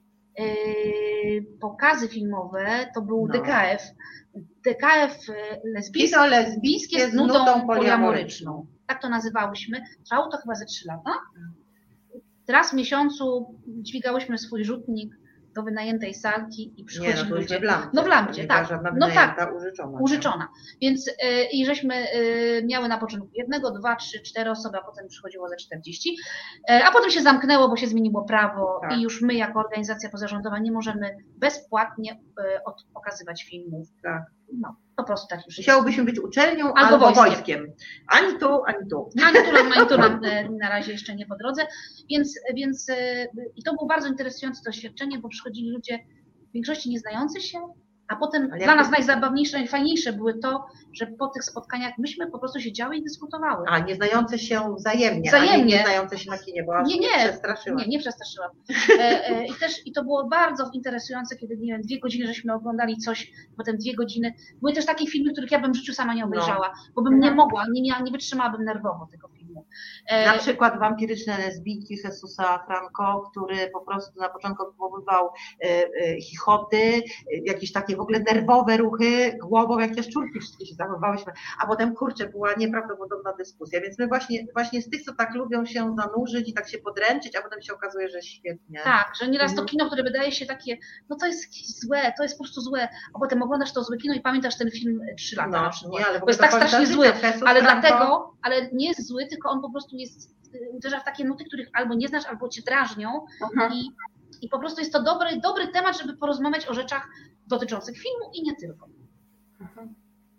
yy, pokazy filmowe, to był no. D K F, D K F lesbijskie, lesbijskie z nudą, nudą poliamoryczną, tak to nazywałyśmy, trwało to chyba ze trzy lata, raz w miesiącu dźwigałyśmy swój rzutnik do wynajętej salki i przychodzili no ludzie. W Lampcie, no w Lampcie, tak. No tak, użyczona. użyczona. Więc y, i żeśmy y, miały na początku jednego, dwa, trzy, cztery osoby, a potem przychodziło ze czterdzieści, y, a potem się zamknęło, bo się zmieniło prawo tak. I już my jako organizacja pozarządowa nie możemy bezpłatnie y, od, pokazywać filmów. Tak. No, po prostu tak już Chciałobyśmy być uczelnią albo, albo wojskiem. wojskiem. Ani tu, ani tu. Ani tu nam, ani tu nam na razie jeszcze nie po drodze. Więc, więc i to było bardzo interesujące doświadczenie, bo przychodzili ludzie w większości nie znający się, A potem Ale dla nas to... najzabawniejsze, najfajniejsze były to, że po tych spotkaniach myśmy po prostu siedziały i dyskutowały. A, nie znające się wzajemnie, wzajemnie. A nie znające się na kinie, bo nie, nie, nie przestraszyłam. Nie, nie przestraszyłam. E, e, i, też, I to było bardzo interesujące, kiedy, nie wiem, dwie godziny żeśmy oglądali coś, potem dwie godziny. Były też takie filmy, których ja bym w życiu sama nie obejrzała, no. bo bym nie mogła, nie, nie, nie wytrzymałabym nerwowo tego filmu. E, na przykład Wampiryczne lesbijki Jesusa Franco, który po prostu na początku wywoływał e, e, chichoty, e, jakieś takie w ogóle nerwowe ruchy głową, jak jaszczurki wszystkie się zachowywałyśmy, a potem kurczę, była nieprawdopodobna dyskusja, więc my właśnie, właśnie z tych, co tak lubią się zanurzyć i tak się podręczyć, a potem się okazuje, że świetnie. Tak, że nieraz to kino, które wydaje się takie, no to jest złe, to jest po prostu złe, a potem oglądasz to złe kino i pamiętasz ten film trzy lata no, na przykład, nie, ale bo jest tak strasznie zły, ale dlatego, ale nie jest zły, tylko on po prostu jest, uderza w takie nuty, których albo nie znasz, albo cię drażnią i, i po prostu jest to dobry, dobry temat, żeby porozmawiać o rzeczach dotyczących filmu i nie tylko. Mhm.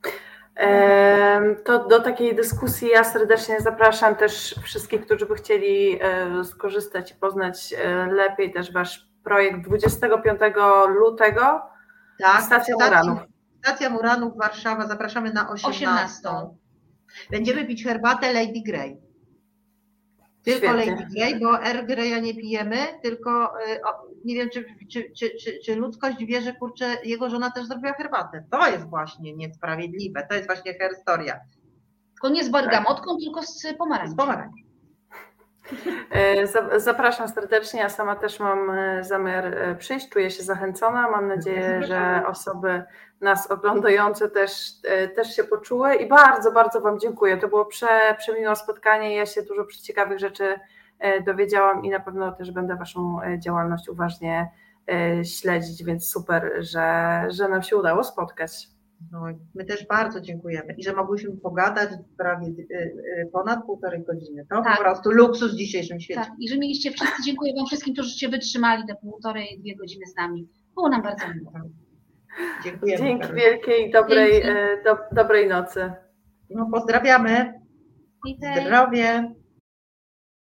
To do takiej dyskusji ja serdecznie zapraszam też wszystkich, którzy by chcieli skorzystać i poznać lepiej też wasz projekt dwudziestego piątego lutego. Tak, Stacja Muranów. Stacja Muranów, Warszawa, zapraszamy na osiemnastą. Będziemy pić herbatę Lady Grey. Tylko Świetnie. Lady Grey, bo Earl Greya nie pijemy, tylko o, nie wiem, czy, czy, czy, czy, czy ludzkość wie, że kurczę, jego żona też zrobiła herbatę. To jest właśnie niesprawiedliwe, to jest właśnie historia. Tylko nie z bergamotką, tylko z pomarańczą. Z pomarańczą. Zapraszam serdecznie, ja sama też mam zamiar przyjść, czuję się zachęcona, mam nadzieję, że osoby nas oglądające też, też się poczuły i bardzo, bardzo Wam dziękuję, to było prze, przemiłe spotkanie, ja się dużo ciekawych rzeczy dowiedziałam i na pewno też będę Waszą działalność uważnie śledzić, więc super, że, że nam się udało spotkać. No, my też bardzo dziękujemy i że mogłyśmy pogadać prawie ponad półtorej godziny. To tak. Po prostu luksus w dzisiejszym świecie. Tak. I że mieliście wszyscy, dziękuję Wam wszystkim, którzy się wytrzymali te półtorej, dwie godziny z nami. Było nam bardzo miło. Dziękujemy. Dzięki wielkiej i dobrej, do, dobrej nocy. No, pozdrawiamy. I Zdrowie.